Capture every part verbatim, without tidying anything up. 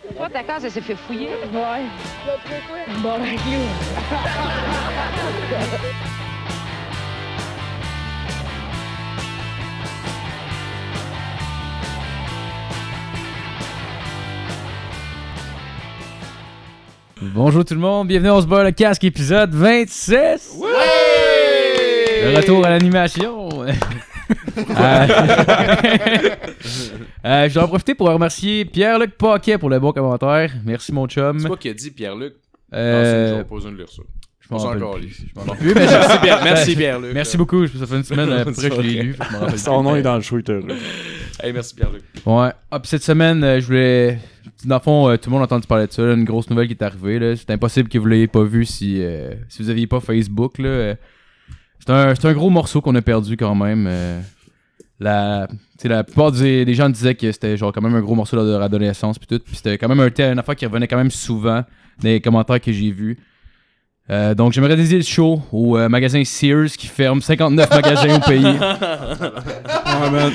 Toi, ta case, elle s'est fait fouiller. Ouais. Bon, ben, clou. Bonjour tout le monde, bienvenue on se bat le casque épisode vingt-six. Oui! Le retour à l'animation. euh, euh, je dois en profiter pour remercier Pierre-Luc Paquet pour le bon commentaire. Merci mon chum. C'est quoi qui a dit Pierre-Luc? Euh, Non, c'est pas besoin de lire ça. je m'en On s'en rappelle encore plus. lire. Je m'en rappelle plus, mais je- Merci, Pierre, merci Pierre-Luc. Merci beaucoup, ça fait une semaine euh, après que je l'ai C'est lu. fait que je m'en rappelle Son plus. nom est dans le show, il est heureux. Hey, merci Pierre-Luc. Ouais. Ah, puis cette semaine, euh, je voulais. Dans le fond, euh, tout le monde a entendu parler de ça. Là, une grosse nouvelle qui est arrivée. Là. C'est impossible que vous l'ayez pas vu si, euh, si vous aviez pas Facebook. Là. Euh, c'est, un, c'est un gros morceau qu'on a perdu quand même. Euh, la, t'sais, la plupart des, des gens disaient que c'était genre quand même un gros morceau de leur adolescence. Puis tout. Puis c'était quand même un, une affaire qui revenait quand même souvent dans les commentaires que j'ai vus. Euh, donc j'aimerais dédier le show au euh, magasin Sears qui ferme cinquante-neuf magasins au pays. Ouais, man.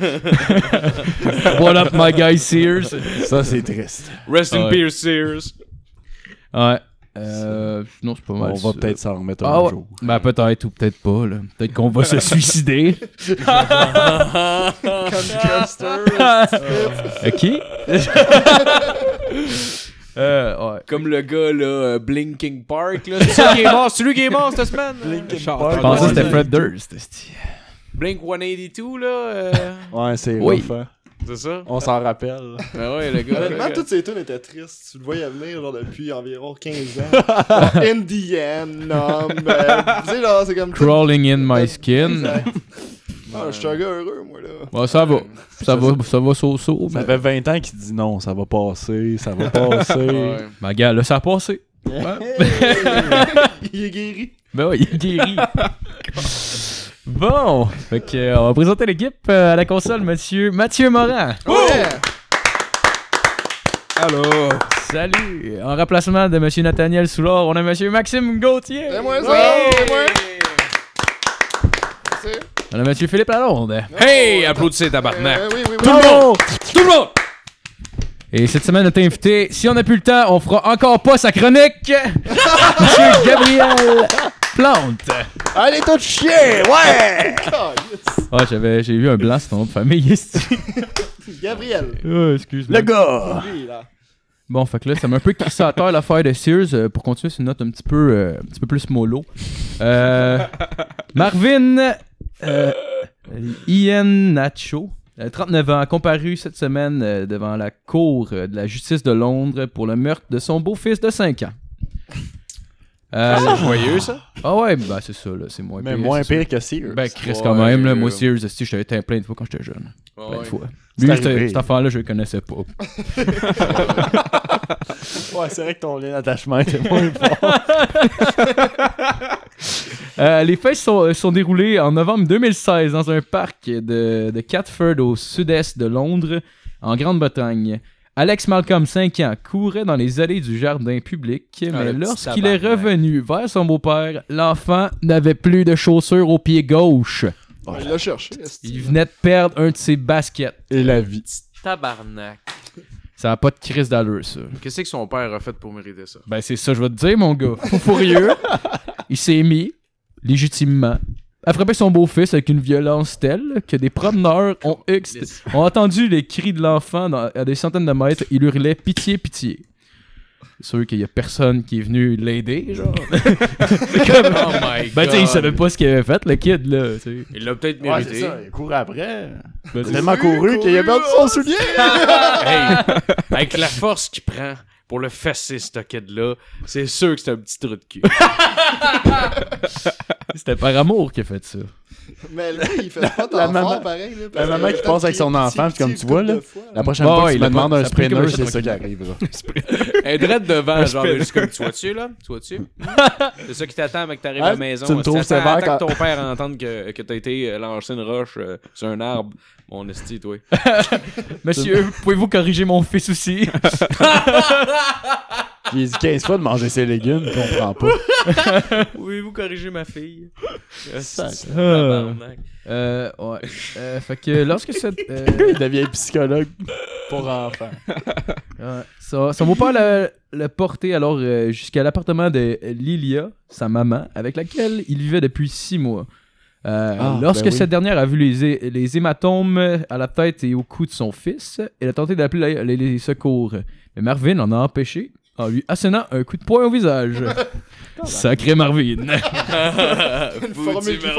What up my guy Sears? Ça, c'est triste. Rest in Ouais. peace, Sears. Ouais. Euh, sinon c'est pas mal. On va ça. peut-être s'en remettre Ah un ouais. jour. Ben peut-être ou peut-être pas là. Peut-être qu'on va se suicider. Ok. euh, ouais. Comme le gars, là, euh, Blinking Park, là. C'est ça qui est mort. C'est lui qui est mort cette semaine. Blinking Charles. Park. Je pensais que c'était Ouais. Fred Durst. esti. Blink cent quatre-vingt-deux, là. euh, Ouais, c'est Oui. rough, hein. C'est ça? On s'en rappelle. Ben ouais, le gars. le Honnêtement, gars. toutes ces tunes étaient tristes. Tu le voyais venir genre, depuis environ quinze ans. In the end, non, mais. Tu sais, genre, c'est comme. Crawling in my skin. Ah, je suis un gars heureux, moi, là. Bon, ça va. Ça va, ça va so-so. Ça Mais... fait vingt ans qu'il dit non, ça va passer, ça va passer. Ouais. Ben, gars, là, ça a passé. Il est guéri. Ben ouais, il est guéri. Bon. Fait que, euh, on va présenter l'équipe euh, à la console, monsieur Mathieu Morin. Ouais! Allô? Salut. En remplacement de monsieur Nathaniel Soulard, on a monsieur Maxime Gauthier. C'est moi, ça! Ouais. C'est moi! C'est. On a monsieur Philippe Lalonde. Hey! Applaudissez, tabarnak. Euh, oui, oui, oui. Tout le monde! Tout le monde! Et cette semaine, notre invité, si on n'a plus le temps, on fera encore pas sa chronique. Monsieur Gabriel Plante. Allez, tout chier! Ouais! Ah, j'avais, j'ai vu un blanc sur ton nom de famille. Gabriel. oh, excuse-moi. Le gars! Lui, là. Bon, fait que là, ça m'a un peu crissé à terre l'affaire de Sears. euh, pour continuer sur une note un petit peu, euh, un petit peu plus mollo. Euh, Marvin euh, Ian Nacho, euh, trente-neuf ans, comparu cette semaine euh, devant la cour euh, de la justice de Londres pour le meurtre de son beau-fils de cinq ans. Euh, C'est joyeux, ça? Ah ouais, bah c'est ça, là, c'est moins Mais pire. moins c'est pire que Sears. sûr. Ben, Chris, Ouais, quand même, là, moi, euh, Sears, esti, je t'avais éteint plein de fois quand j'étais jeune. Plein Ouais. de fois. C'est Lui, j'étais- arrivé. cet enfant-là, je le connaissais pas. Ouais, c'est vrai que ton lien d'attachement était moins fort. Euh, les faits sont, sont déroulés en novembre deux mille seize dans un parc de, de Catford au sud-est de Londres, en Grande-Bretagne. Alex Malcolm, cinq ans, courait dans les allées du jardin public, mais le petit lorsqu'il est tabarnak. revenu vers son beau-père, l'enfant n'avait plus de chaussures au pied gauche. Oh, il l'a cherché. esti. Il venait de perdre un de ses baskets. Et la vie. Tabarnak. Ça n'a pas de crise d'allure, ça. Qu'est-ce que son père a fait pour mériter ça? Ben, c'est ça, je vais te dire, mon gars. Fou furieux. Il s'est mis, légitimement, à frapper son beau-fils avec une violence telle que des promeneurs ont, ex- ont entendu les cris de l'enfant dans- à des centaines de mètres. Il hurlait « Pitié, pitié ». C'est sûr qu'il y a personne qui est venu l'aider, genre. C'est comme... Oh my god. Ben, tu sais, il savait pas ce qu'il avait fait, le kid, là. tu sais. Il l'a peut-être Ouais, mérité. c'est ça, il court après. Ben, Il a c'est- tellement couru qu'il a perdu son soulier! Hey, avec la force qu'il prend pour le fesser, ce kid-là, c'est sûr que c'est un petit trou de cul. C'était par amour qu'il a fait ça. Mais lui, il fait pas La tant maman- fort, pareil. Là, parce la maman que qui tant passe avec qu'il son est enfant, petit, puis comme petit tu vois, couple là, de fois, La prochaine Ouais, fois ouais, que tu il me a pas- demandes un ça a pris comme spinner, un c'est ça qui tranquille. arrivera. Elle est drette devant, Un genre, spin. juste comme tu vois-tu, là? Tu vois-tu? C'est ça qui t'attend avec que t'arrives Ah, à la maison. tu me trouves Attends- sévère attends quand- que ton père entende que, que t'as été euh, lancer une roche euh, sur un arbre. Mon esti, toi. Monsieur, pouvez-vous corriger mon fils aussi? J'ai dit quinze fois de manger ses légumes, puis on prend pas. Pouvez-vous corriger ma fille? Sac. Tabarnak. Euh, ouais. Euh, fait que lorsque cette... euh, Il devient psychologue pour enfants. ouais, ça, son beau-père l'a, l'a porté alors euh, jusqu'à l'appartement de Lilia, sa maman, avec laquelle il vivait depuis six mois. Euh, Ah, lorsque ben oui. cette dernière a vu les, hé- les hématomes à la tête et au cou de son fils, elle a tenté d'appeler la- les, les secours. Mais Marvin en a empêché en lui assénant un coup de poing au visage. Sacré Marvin. formule Foutu qui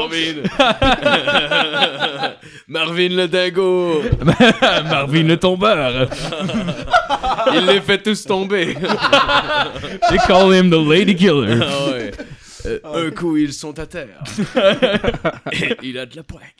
Marvin. Marvin le dingo. Marvin le tombeur. Il les fait tous tomber. They call him the lady killer. Ah ouais. Euh, un coup, ils sont à terre. Et il a de la poigne.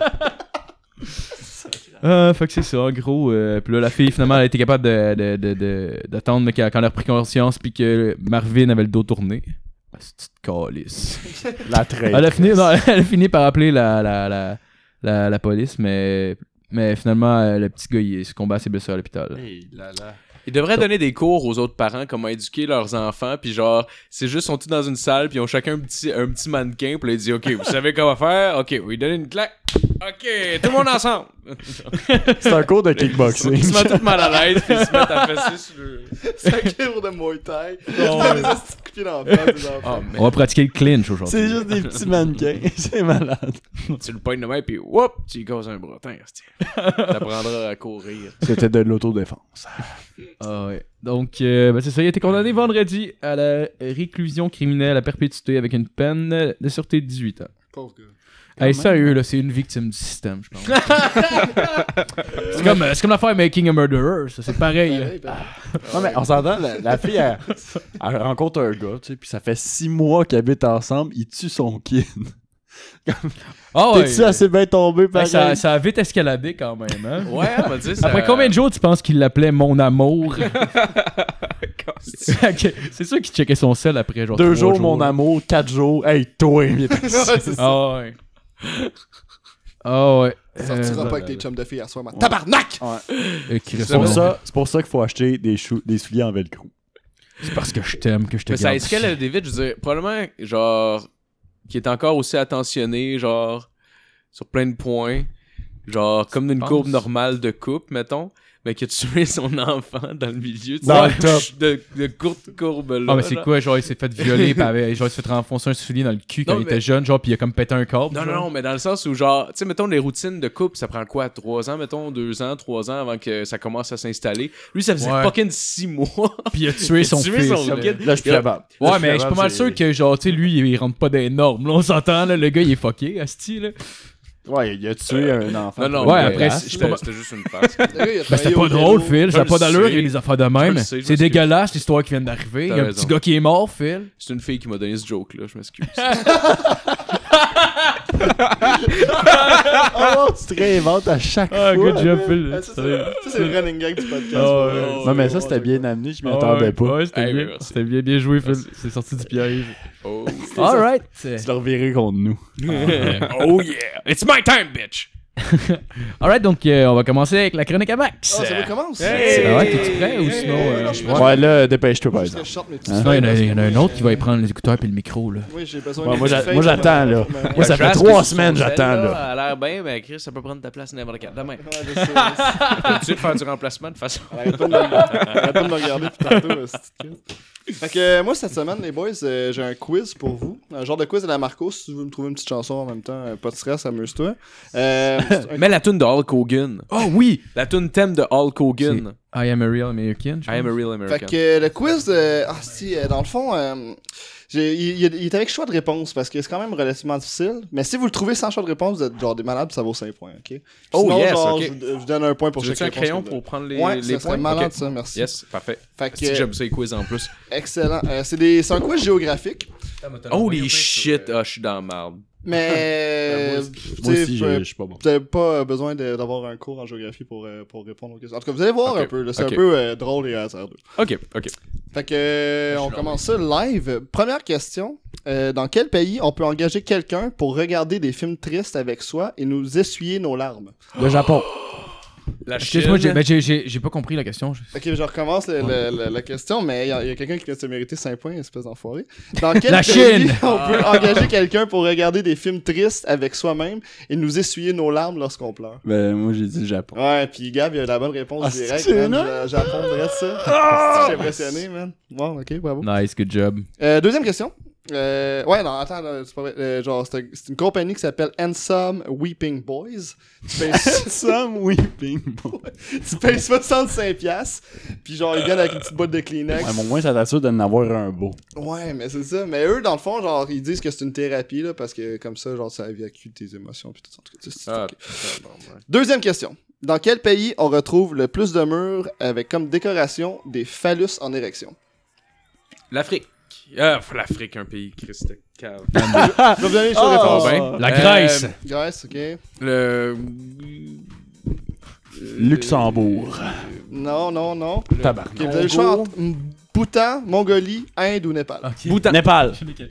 Euh, fait que c'est ça, en gros. Euh, puis là, la fille, finalement, elle a été capable de, de, de, de- d'attendre quand, quand elle a repris conscience, puis que Marvin avait le dos tourné. Ah, c'est une petite calice. La traite. Elle a fini, non, elle a fini par appeler la, la, la, la, la police, mais, mais finalement, euh, le petit gars, il succombait à ses blessures à l'hôpital. Hey, là, là. Ils devraient donner des cours aux autres parents comment éduquer leurs enfants, puis genre, c'est juste, sont tous dans une salle, puis ils ont chacun un petit, un petit mannequin, puis là, ils disent, OK, vous savez comment faire? OK, vous lui donnez une claque. OK, tout le monde ensemble. C'est un cours de Ils kickboxing. se mettent tous mal à l'aise, puis ils se mettent à fesser sur le... C'est un cours de Muay Thai. Je donne des petits coups de pied dans la face des enfants. Oh, On va pratiquer le clinch aujourd'hui. C'est juste des petits mannequins. C'est malade. tu le pognes de main, puis whoop, tu lui causes un brettin. T'apprendras à courir. C'était de l'autodéfense. Ah ouais. Donc, euh, ben c'est ça, il a été condamné vendredi à la réclusion criminelle à perpétuité avec une peine de sûreté de dix-huit ans. Pauvre gars. Hey, sérieux, là, c'est une victime du système, je pense. c'est comme, euh, c'est comme l'affaire Making a Murderer, ça, c'est pareil. là. Pareil, pareil. Non, mais on s'entend, la, la fille, elle, elle rencontre un gars, tu sais, puis ça fait six mois qu'ils habitent ensemble, il tue son kid. Ah ouais. T'es-tu assez bien tombé, Ben, pareil? ça, ça a vite escaladé quand même, hein? Ouais, on va dire ça. Après combien de jours tu penses qu'il l'appelait mon amour? C'est sûr qu'il checkait son sel après genre Deux trois jours, mon là. amour, quatre jours, hey, toi, il est Ouais, c'est ça. Ah ouais. Ah ouais. Sortira Euh, pas avec tes chums de filles à soir, ma tabarnak! euh, Chris, C'est pour, bon. ça, c'est pour ça qu'il faut acheter des, chou- des souliers en velcro. C'est parce que je t'aime que je te Mais ça garde. escalade à David, je veux dire, probablement, genre, qui est encore aussi attentionné, genre, sur plein de points. Genre, comme d'une penses? courbe normale de coupe, mettons. Mais qui a tué son enfant dans le milieu de, Dans ça, le top. de, de courte courbe là. Ah mais c'est genre. quoi, genre il s'est fait violer, pis avait- genre il s'est fait renfoncer un soulier dans le cul quand Non, il mais- était jeune, genre pis il a comme pété un câble. Non, non, genre. non, mais dans le sens où, genre, tu sais, mettons, les routines de couple, ça prend quoi, trois ans, mettons, deux ans, trois ans avant que ça commence à s'installer. Lui, ça faisait Ouais. fucking six mois. Pis il a tué son tué fils. son là. kid. Là, je suis Yeah. capable. Ouais, Là, mais je suis capable, pas mal c'est- sûr que genre, tu sais, lui, il rentre pas des normes. Là, on s'entend, là, le gars, il est fucké, asti, là. Ouais, il a tué un enfant. Non, non, Ouais, mais après, c'était- je sais pas- c'était juste une face. Le gars, il a Ben, travaillé c'était pas au drôle, vélo. Phil. Ça a Je pas le d'allure, sais. il y a des affaires de Je même. le sais, je C'est m'excuse. dégueulasse, l'histoire qui vient d'arriver. Il y a T'as un raison. petit gars qui est mort, Phil. C'est une fille qui m'a donné ce joke-là, je m'excuse. Oh, tu te réinventes à chaque Ah, fois. good job, Phil. Ah, ça, c'est ça, c'est le running gag du podcast. Ah, ouais. Ouais, Non, mais ouais, ça, ouais, c'était ouais. bien amené, je m'y Ah, attendais ouais. pas. Ouais, c'était Hey, bien. merci. C'était bien, bien joué, Phil. Merci. C'est sorti du piège. Oh. Alright. Tu l'as reviré contre nous. Oh yeah! It's my time, bitch! Alright, donc euh, on va commencer avec la chronique à Max. Ah, ça commence. Hey! Ah ouais, t'es-tu prêt ou sinon. Hey, euh, non, je suis ouais. prêt. Ouais, là, dépêche-toi, par Parce que exemple. je sorte mes petits Hein? Sinon, il y en a- feuilles, il y en a un autre qui va y prendre les écouteurs puis le micro, là. Oui, j'ai besoin Ouais, de moi, mes j'a- feuilles moi, pour j'attends, me- là. pour me- Moi, ça fait Trace, trois que semaines, sur j'attends, celle-là, là. Elle a l'air bien, mais Chris, ça peut prendre ta place n'importe quand. Demain. Ouais, je sais, je sais. Tu veux faire du remplacement de façon. Arrête pas de me arrête pas de me regarder depuis tantôt, euh, cette petite crise. Fait que euh, moi, cette semaine, les boys, euh, j'ai un quiz pour vous. Un genre de quiz de la Marco, si tu veux me trouver une petite chanson en même temps. euh, Pas de stress, amuse-toi. Euh, c'est un- Mets la tune de Hulk Hogan. Oh oui! La tune thème de Hulk Hogan. I am a real American. je I am a pense. real Fait American. que euh, le quiz, euh, ah si, euh, dans le fond, euh, j'ai- il, il- il est avec choix de réponse parce que c'est quand même relativement difficile. Mais si vous le trouvez sans choix de réponse, vous êtes genre des malades, ça vaut cinq points, ok? Oh, Sinon, yes, genre, ok. je, je vous donne un point pour Tu chaque veux-tu un réponse crayon que vous pour prendre les, donnez. Ouais, les ça serait points? malade Ok. ça, merci. Yes, parfait. Fait que, Si j'aime ça, les quiz en plus. excellent. Euh, c'est des- c'est un quiz géographique, Holy shit, ah, je suis dans la merde. mais Moi euh, aussi, tu moi sais, aussi, euh, je je suis pas bon. vous n'avez pas besoin de- d'avoir un cours en géographie pour, euh, pour répondre aux questions. En tout cas, vous allez voir Ok, un peu. là, C'est ok. un peu euh, drôle et hasardeux. Ok, ok. Fait que euh, on commence ça live. Première question. Euh, dans quel pays on peut engager quelqu'un pour regarder des films tristes avec soi et nous essuyer nos larmes? Le Japon. La Chine. Excuse-moi, j'ai, ben, j'ai, j'ai, j'ai pas compris la question. Ok, je recommence le- le- le- la question, mais il y a, il y a quelqu'un qui vient de se mériter cinq points, espèce d'enfoiré. Dans quel La pays Chine! on peut engager quelqu'un pour regarder des films tristes avec soi-même et nous essuyer nos larmes lorsqu'on pleure? Ben, moi, j'ai dit le Japon. Ouais, pis Gab, il a la bonne réponse Ah, directe, c'est man. vrai? Ja- Japon, reste ça. Je suis impressionné, man. Bon, ok, bravo. Nice, good job. Euh, deuxième question. Euh, ouais, non, attends, là, c'est pas vrai. Euh, genre, c'est, c'est une compagnie qui s'appelle Handsome Weeping Boys. Tu payes, Some weeping. tu payes soixante-cinq piastres. Puis genre, ils viennent avec une petite boîte de Kleenex. Ouais, mais au moins, ça t'assure d'en avoir un beau. Ouais, mais c'est ça. Mais eux, dans le fond, genre, ils disent que c'est une thérapie, là, parce que comme ça, genre, ça évacue tes émotions. Puis tout ça. En tout cas, c'est- c'est- Ah, ok. putain, bon, ouais. Deuxième question. Dans quel pays on retrouve le plus de murs avec comme décoration des phallus en érection? L'Afrique. Ah, pff, l'Afrique, un pays Christ de cave. Je vais vous donner les choses Ah, réponses. ben. La Euh, Grèce. Grèce, ok. Le. Luxembourg. Non, non, non. Tabac. Ok, vous avez le choix entre mm, Bhoutan, Mongolie, Inde ou Népal. Bhoutan. Népal.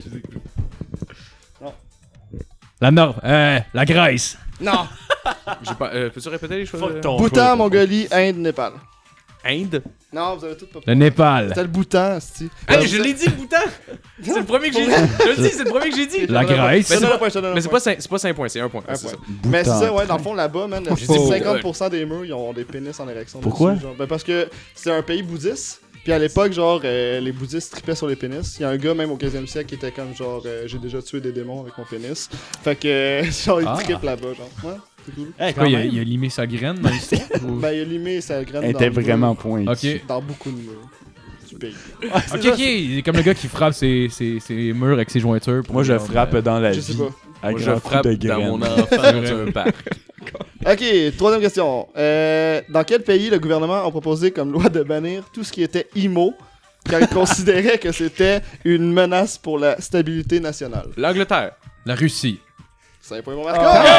La Nord. Euh, la Grèce. Non! J'ai pas. euh, Peux-tu répéter les choses? Fuck euh? ton Bhoutan, choix. Mongolie, Inde, Népal. Inde. Non, vous avez tout pas. Le Népal. C'était le Bhoutan, c'ti. Hey, je l'ai dit, Bhoutan! C'est le premier que j'ai dit. Je le dis, c'est le premier que j'ai dit. La Grèce. Je te donne un point, je te donne un Mais c'est point. pas cinq- c'est pas cinq points, c'est un point. Un c'est point. ça. Mais c'est Bhoutan. ça, ouais, dans le fond, là-bas, man, J'ai dit cinquante pour cent des murs, ils ont des pénis en érection. Pourquoi? dessus, genre. Ben parce que c'est un pays bouddhiste. Puis à l'époque, genre, euh, les bouddhistes tripaient sur les pénis. Il y a un gars, même au quinzième siècle, qui était comme genre, euh, j'ai déjà tué des démons avec mon pénis. Fait que, euh, genre, il Ah. trippe là-bas, genre. Ouais, c'est cool. Hey, Quoi, quand il a, même. il a limé sa graine dans l'histoire? ou- Ben, il a limé sa graine Elle dans était le mur, vraiment pointue. Ok. dans beaucoup de murs du pays. Ok, ok. Il est comme le gars qui frappe ses, ses, ses murs avec ses jointures. pour Moi, je genre, frappe euh, dans la Je sais vie. pas. Avec Moi, un je coup frappe de dans graine. mon enfant dans un parc. Ok, troisième question. Euh, dans quel pays le gouvernement a proposé comme loi de bannir tout ce qui était IMO, car il considérait que c'était une menace pour la stabilité nationale? L'Angleterre. La Russie. C'est un point mon Marco!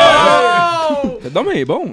Non, mais bon.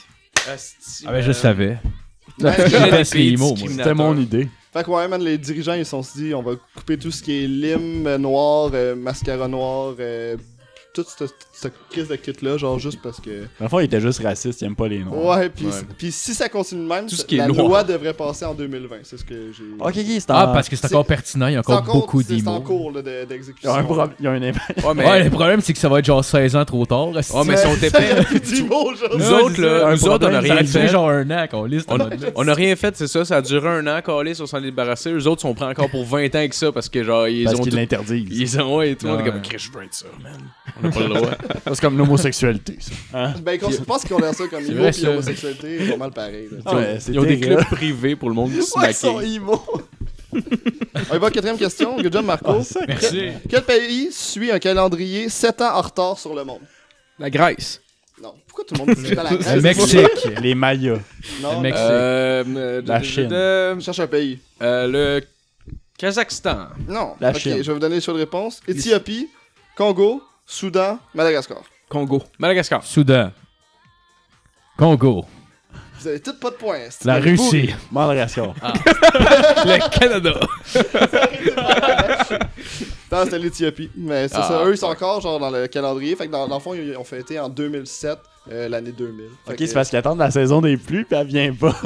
Ah ben, je savais. Ouais, Je J'ai déteste des les pays mots, moi. discriminateurs. C'était mon idée. Fait que ouais, man, les dirigeants, ils se sont dit, on va couper tout ce qui est lime euh, noir, euh, mascara noir, euh, toute cette, cette crise de kit-là, genre juste parce que... Dans le fond, il était juste raciste, il aime pas les noirs. Ouais, pis, Ouais. pis si ça continue de même, Tout ce ça- qui est la noir. loi devrait passer en deux mille vingt, c'est ce que j'ai... Ok, ok, c'est en... Ah, parce que c'est c'est- encore pertinent, il y a C'est encore beaucoup c'est- c'est en d'immots. cours là, de- Il y a d'exécution. un, pro... il y a un impact. Ouais, mais. Ouais, le problème, c'est que ça va être genre seize ans trop tard. Ouais, mais ils sont épais. d'immots aujourd'hui. Nous autres, là, Un nous autres, on a problème, rien Ça a duré fait. genre un an qu'on liste. On a, on a rien fait, c'est ça. Ça a duré un an, Calis, on s'en est débarrassé. Eux autres sont pris encore pour vingt ans avec ça parce que, genre, ils Parce ont. qu'ils tout- l'interdisent. Ils ont, ouais, tout le monde est Ouais. comme, Chris, je veux être ça, man. On a pas le droit. C'est comme l'homosexualité, ça. Hein? Ben, je pense qu'on a ça comme C'est IMO vrai, pis ça. l'homosexualité, c'est pas mal pareil. Là. Ah ouais, c'est Ils ont des terrible. clubs privés pour le monde qui se Ouais, ils sont maquille. IMO. On y va, quatrième question. Good job, Marco. Merci. Quel pays suit un calendrier sept ans en retard sur le monde? La Grèce. Non. Pourquoi tout le monde dit pas la Grèce? Le Mexique. Les Mayas. Non, Le Mexique. Euh, euh, La de- de- Chine. de- je cherche un pays. euh, le Kazakhstan. Non. La ok, Chine. je vais vous donner les choix de réponse. Éthiopie, Congo, Soudan, Madagascar. Congo. Madagascar. Soudan. Congo. Vous avez toutes pas de points. c'est La une Russie. Madagascar. Le Canada. Non, c'était l'Éthiopie. Mais c'est Ah, ça. Eux, ils sont encore genre dans le calendrier. Fait que dans, dans le fond, ils ont fêté en deux mille sept, euh, l'année deux mille. Fait Ok, que- c'est parce qu'ils attendent la saison des pluies pis elle vient pas.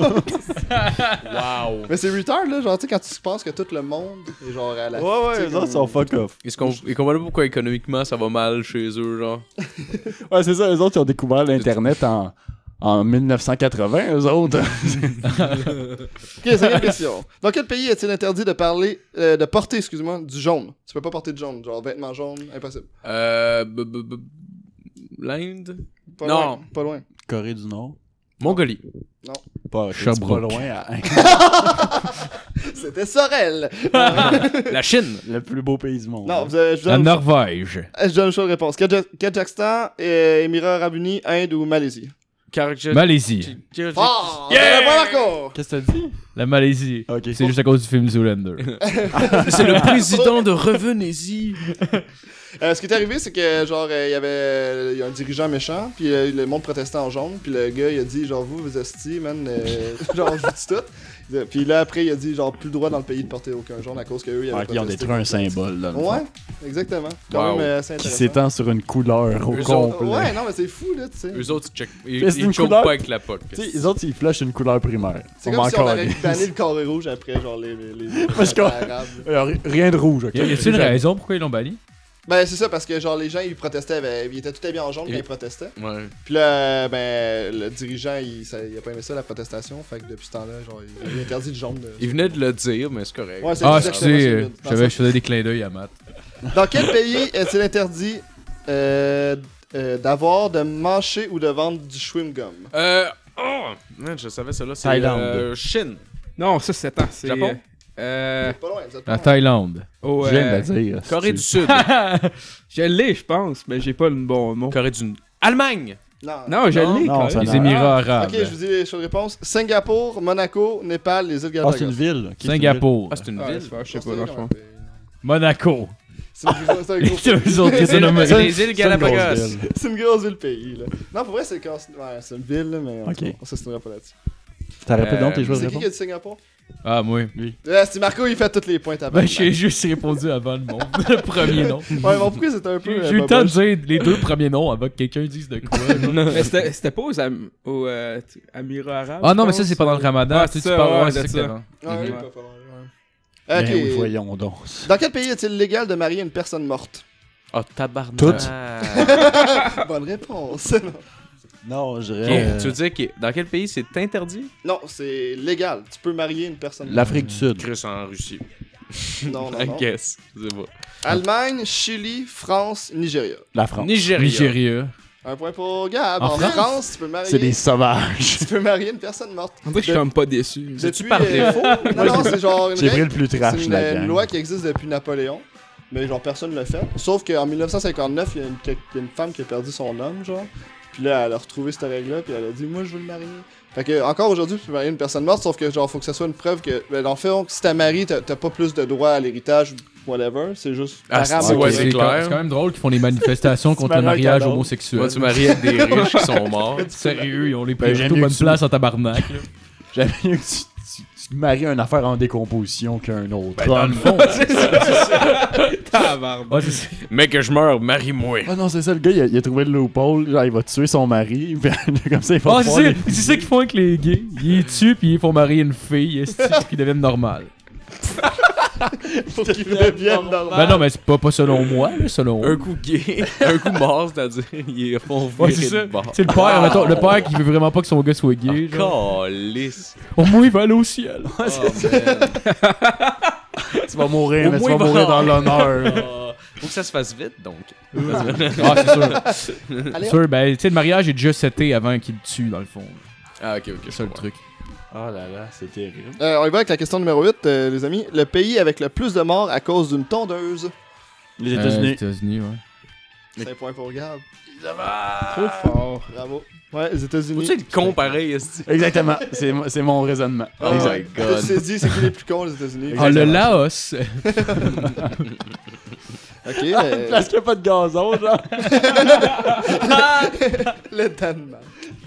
Wow. Mais c'est retard, là. Genre, tu sais, quand tu penses que tout le monde est genre à la. Ouais, ouais, tu sais, les autres sont fuck off. Est-ce qu'on ils comprennent pas pourquoi économiquement ça va mal chez eux, genre? Ouais, c'est ça, eux autres, ils ont découvert l'Internet en, en mille neuf cent quatre-vingts, eux autres. Ok, cinquième question. Dans quel pays est-il interdit de parler, euh, de porter, excuse-moi, du jaune? Tu peux pas porter de jaune, genre vêtements jaunes, impossible. Euh. b- b- b- L'Inde? Pas Non. loin, pas loin. Corée du Nord. Mongolie. Pas, c'est Sherbrooke. pas loin. à- C'était Sorel! La Chine. Le plus beau pays du monde. Non, vous avez, je, La donne, Norvège. je donne une chose de réponse. Kaja- Kazakhstan, euh, Émirats Arabes Unis, Inde ou Malaisie? Caractère. Malaisie. Ah! Yeah! Yeah! Marco! Qu'est-ce que t'as dit? La Malaisie. Ok. C'est juste à cause du film Zoolander. C'est le président de Revenez-y. Euh, ce qui est arrivé, c'est que genre euh, il y avait il y a un dirigeant méchant, puis euh, le monde protestait en jaune, puis le gars il a dit genre vous vous esti man, euh, genre je vous dis tout. De- Puis là, après, il a dit, genre, plus le droit dans le pays de porter aucun jaune à cause qu'eux, ils avaient Ouais, ils ont protesté détruit un contre ça. symbole, là. dans le fond. Ouais, exactement. Quand Wow. même euh, assez Qui intéressant. s'étend sur une couleur au Eux complet. Ouais, non, mais c'est fou, là, tu sais. Eux autres, ils, check... ils, Mais c'est ils une choquent couleur- pas avec la pote. Tu sais, les autres, ils flushent une couleur primaire. C'est On comme m'en si on avait calisse. banni le carré rouge après, genre, les, les, les, Parce que- arabes. Euh, ri- Rien de rouge, ok? Y a- y a-t-il une raison pourquoi ils l'ont banni? Ben, c'est ça, parce que, genre, les gens, ils protestaient, avec- ils étaient tout habillés en jaune quand Et- ils protestaient. Ouais. Puis là, ben, le dirigeant, il, ça, il a pas aimé ça, la protestation. Fait que depuis ce temps-là, genre, il, il interdit le jaune. De... Il venait de le dire, mais c'est correct. Ouais, c'est Ah, exactement excusez, ça, euh, dans je savais- le je faisais des clins d'œil à Matt. sens- Dans quel pays est-il interdit euh, euh, d'avoir, de mâcher ou de vendre du chewing-gum? Euh. Oh! Man, je savais ça là. C'est Thaïlande. euh, Chine. Non, ça, c'est attends, c'est. Japon? Euh. Pas loin, vous êtes pas La loin. Thaïlande. Oh, Je viens de euh, le dire. Corée du Sud. Je l'ai, je pense, mais j'ai pas le bon mot. Corée du Allemagne. Non. Non, je Non, l'ai, non, quand ça même. Les n'a- Émirats Ah, arabes. Ok, je vous dis les choses de réponse. Singapour, Monaco, Népal, les îles Ah, c'est Galapagos. une ville. ok, c'est une Singapour. Ah, c'est une Ah, ville. c'est pas- je sais C'est pas, dans le comme fond. un pays. Monaco. C'est une grosse- c'est un gros C'est pays. eux autres qui Les îles, sont nommés. les îles C'est une grosse Galapagos. ville. C'est une grosse ville pays, là. Non, pour vrai, c'est quand- ouais, c'est une ville, là, mais on, Ok. on s'estimera pas là-dessus. T'as répété donc tes Euh, choix de C'est qui qui réponse? a dit Singapour? Ah, moi. Ouais, c'est Marco, il fait tous les points à Ben, j'ai juste répondu avant le nom. Le premier nom. Ouais, mon prix, c'était un peu. J'ai euh, j'ai eu le temps de boboche. dire les deux premiers noms avant que quelqu'un dise de quoi. genre. Mais c'était c'était pas aux, Am- aux euh, t- Amirats arabes. Ah non, je mais ça, pense, c'est pendant le ou- ramadan. Ah, tu sais, c'est tu ça, parles- ouais, ouais, c'est c'est ça. exactement. Ah, oui, Ouais. pas pas loin, ouais. Ben oui, Ok. voyons donc. Dans quel pays est-il légal de marier une personne morte? Oh, tabarnak. Toutes. Bonne réponse. Non, je Ok, dirais. euh, Tu veux dire que dans quel pays c'est interdit? Non, c'est légal. Tu peux marier une personne morte. L'Afrique du Sud. Chris en Russie. Non, non, I non. guess. Je sais pas. Allemagne, Chili, France, Nigeria. La France. Nigeria. Nigeria. Un point pour Gab. En En, France? France, tu peux marier. C'est des sauvages. Tu peux marier une personne morte. On dirait que je suis comme pas déçu. C'est-tu Depuis, par euh, défaut? Non, non, c'est genre une J'ai pris règle. le plus trash C'est de une, la euh, gang. loi qui existe depuis Napoléon. Mais genre personne ne l'a fait. Sauf qu'en mille neuf cent cinquante-neuf, il y, a une- il y a une femme qui a perdu son homme, genre. Puis là, elle a retrouvé cette règle-là, puis elle a dit, moi, je veux le marier. Fait que, encore aujourd'hui, tu peux marier une personne morte, sauf que, genre, faut que ça soit une preuve que, ben, dans le fond, si t'as marié, t'as t'as pas plus de droit à l'héritage ou whatever. C'est juste. Ah, l'arabe, c'est- ok. ouais, c'est c'est quand, clair. c'est quand même drôle qu'ils font des manifestations contre le maries un mariage cadeau. homosexuel. Moi, tu maries avec des riches qui sont morts. Sérieux, ils ont les Ben, pris j'aime plutôt mieux bonne que tu- place en tabarnak. là. J'aime mieux que tu, tu, tu maries une affaire en décomposition qu'un autre. Ben, dans le fond. Tabarnak. Ouais, c'est ça. Mais que je meurs, marie-moi. Ah non, c'est ça, le gars, il a, il a trouvé le loophole. Genre, il va tuer son mari. Puis comme ça, il va Ah, pouvoir c'est ça, les- c'est ça qu'ils font avec les gays. Ils les tuent puis ils font marier une fille, esti, pour qu'ils deviennent normales. Pour qu'il devienne normal. Ben non, mais c'est pas, pas selon moi, là, selon Un eux. coup gay, un coup mort, c'est-à-dire, ils font Ouais, virer c'est ça. de bord. C'est le père, mettons, le père qui veut vraiment pas que son gars soit gay. genre. Calisse. Au moins, il va aller au ciel. Oh, man. Tu vas mourir, Au mais tu moins, vas il va- mourir dans l'honneur. Ah, faut que ça se fasse vite, donc. Ah, c'est sûr. Allez, C'est sûr, ben, tu sais, le mariage est déjà seté avant qu'il le tue, dans le fond. Ah, ok, ok. C'est ça le truc. Oh là là, c'est terrible. Euh, on y va avec la question numéro huit, euh, les amis. Le pays avec le plus de morts à cause d'une tondeuse. Les Euh, États-Unis. les États-Unis, ouais. C'est un point pour Gab. Trop fort. Bravo. Ouais, les États-Unis. Faut-tu être con pareil, est-ce Exactement, c'est mo- c'est mon raisonnement. Oh Exact. my Tout god. s'est dit, c'est qui les plus cons, les États-Unis. Ah, le Exactement. Laos. Ok, euh, Parce qu'il n'y a pas de gazon, genre. le Danemark.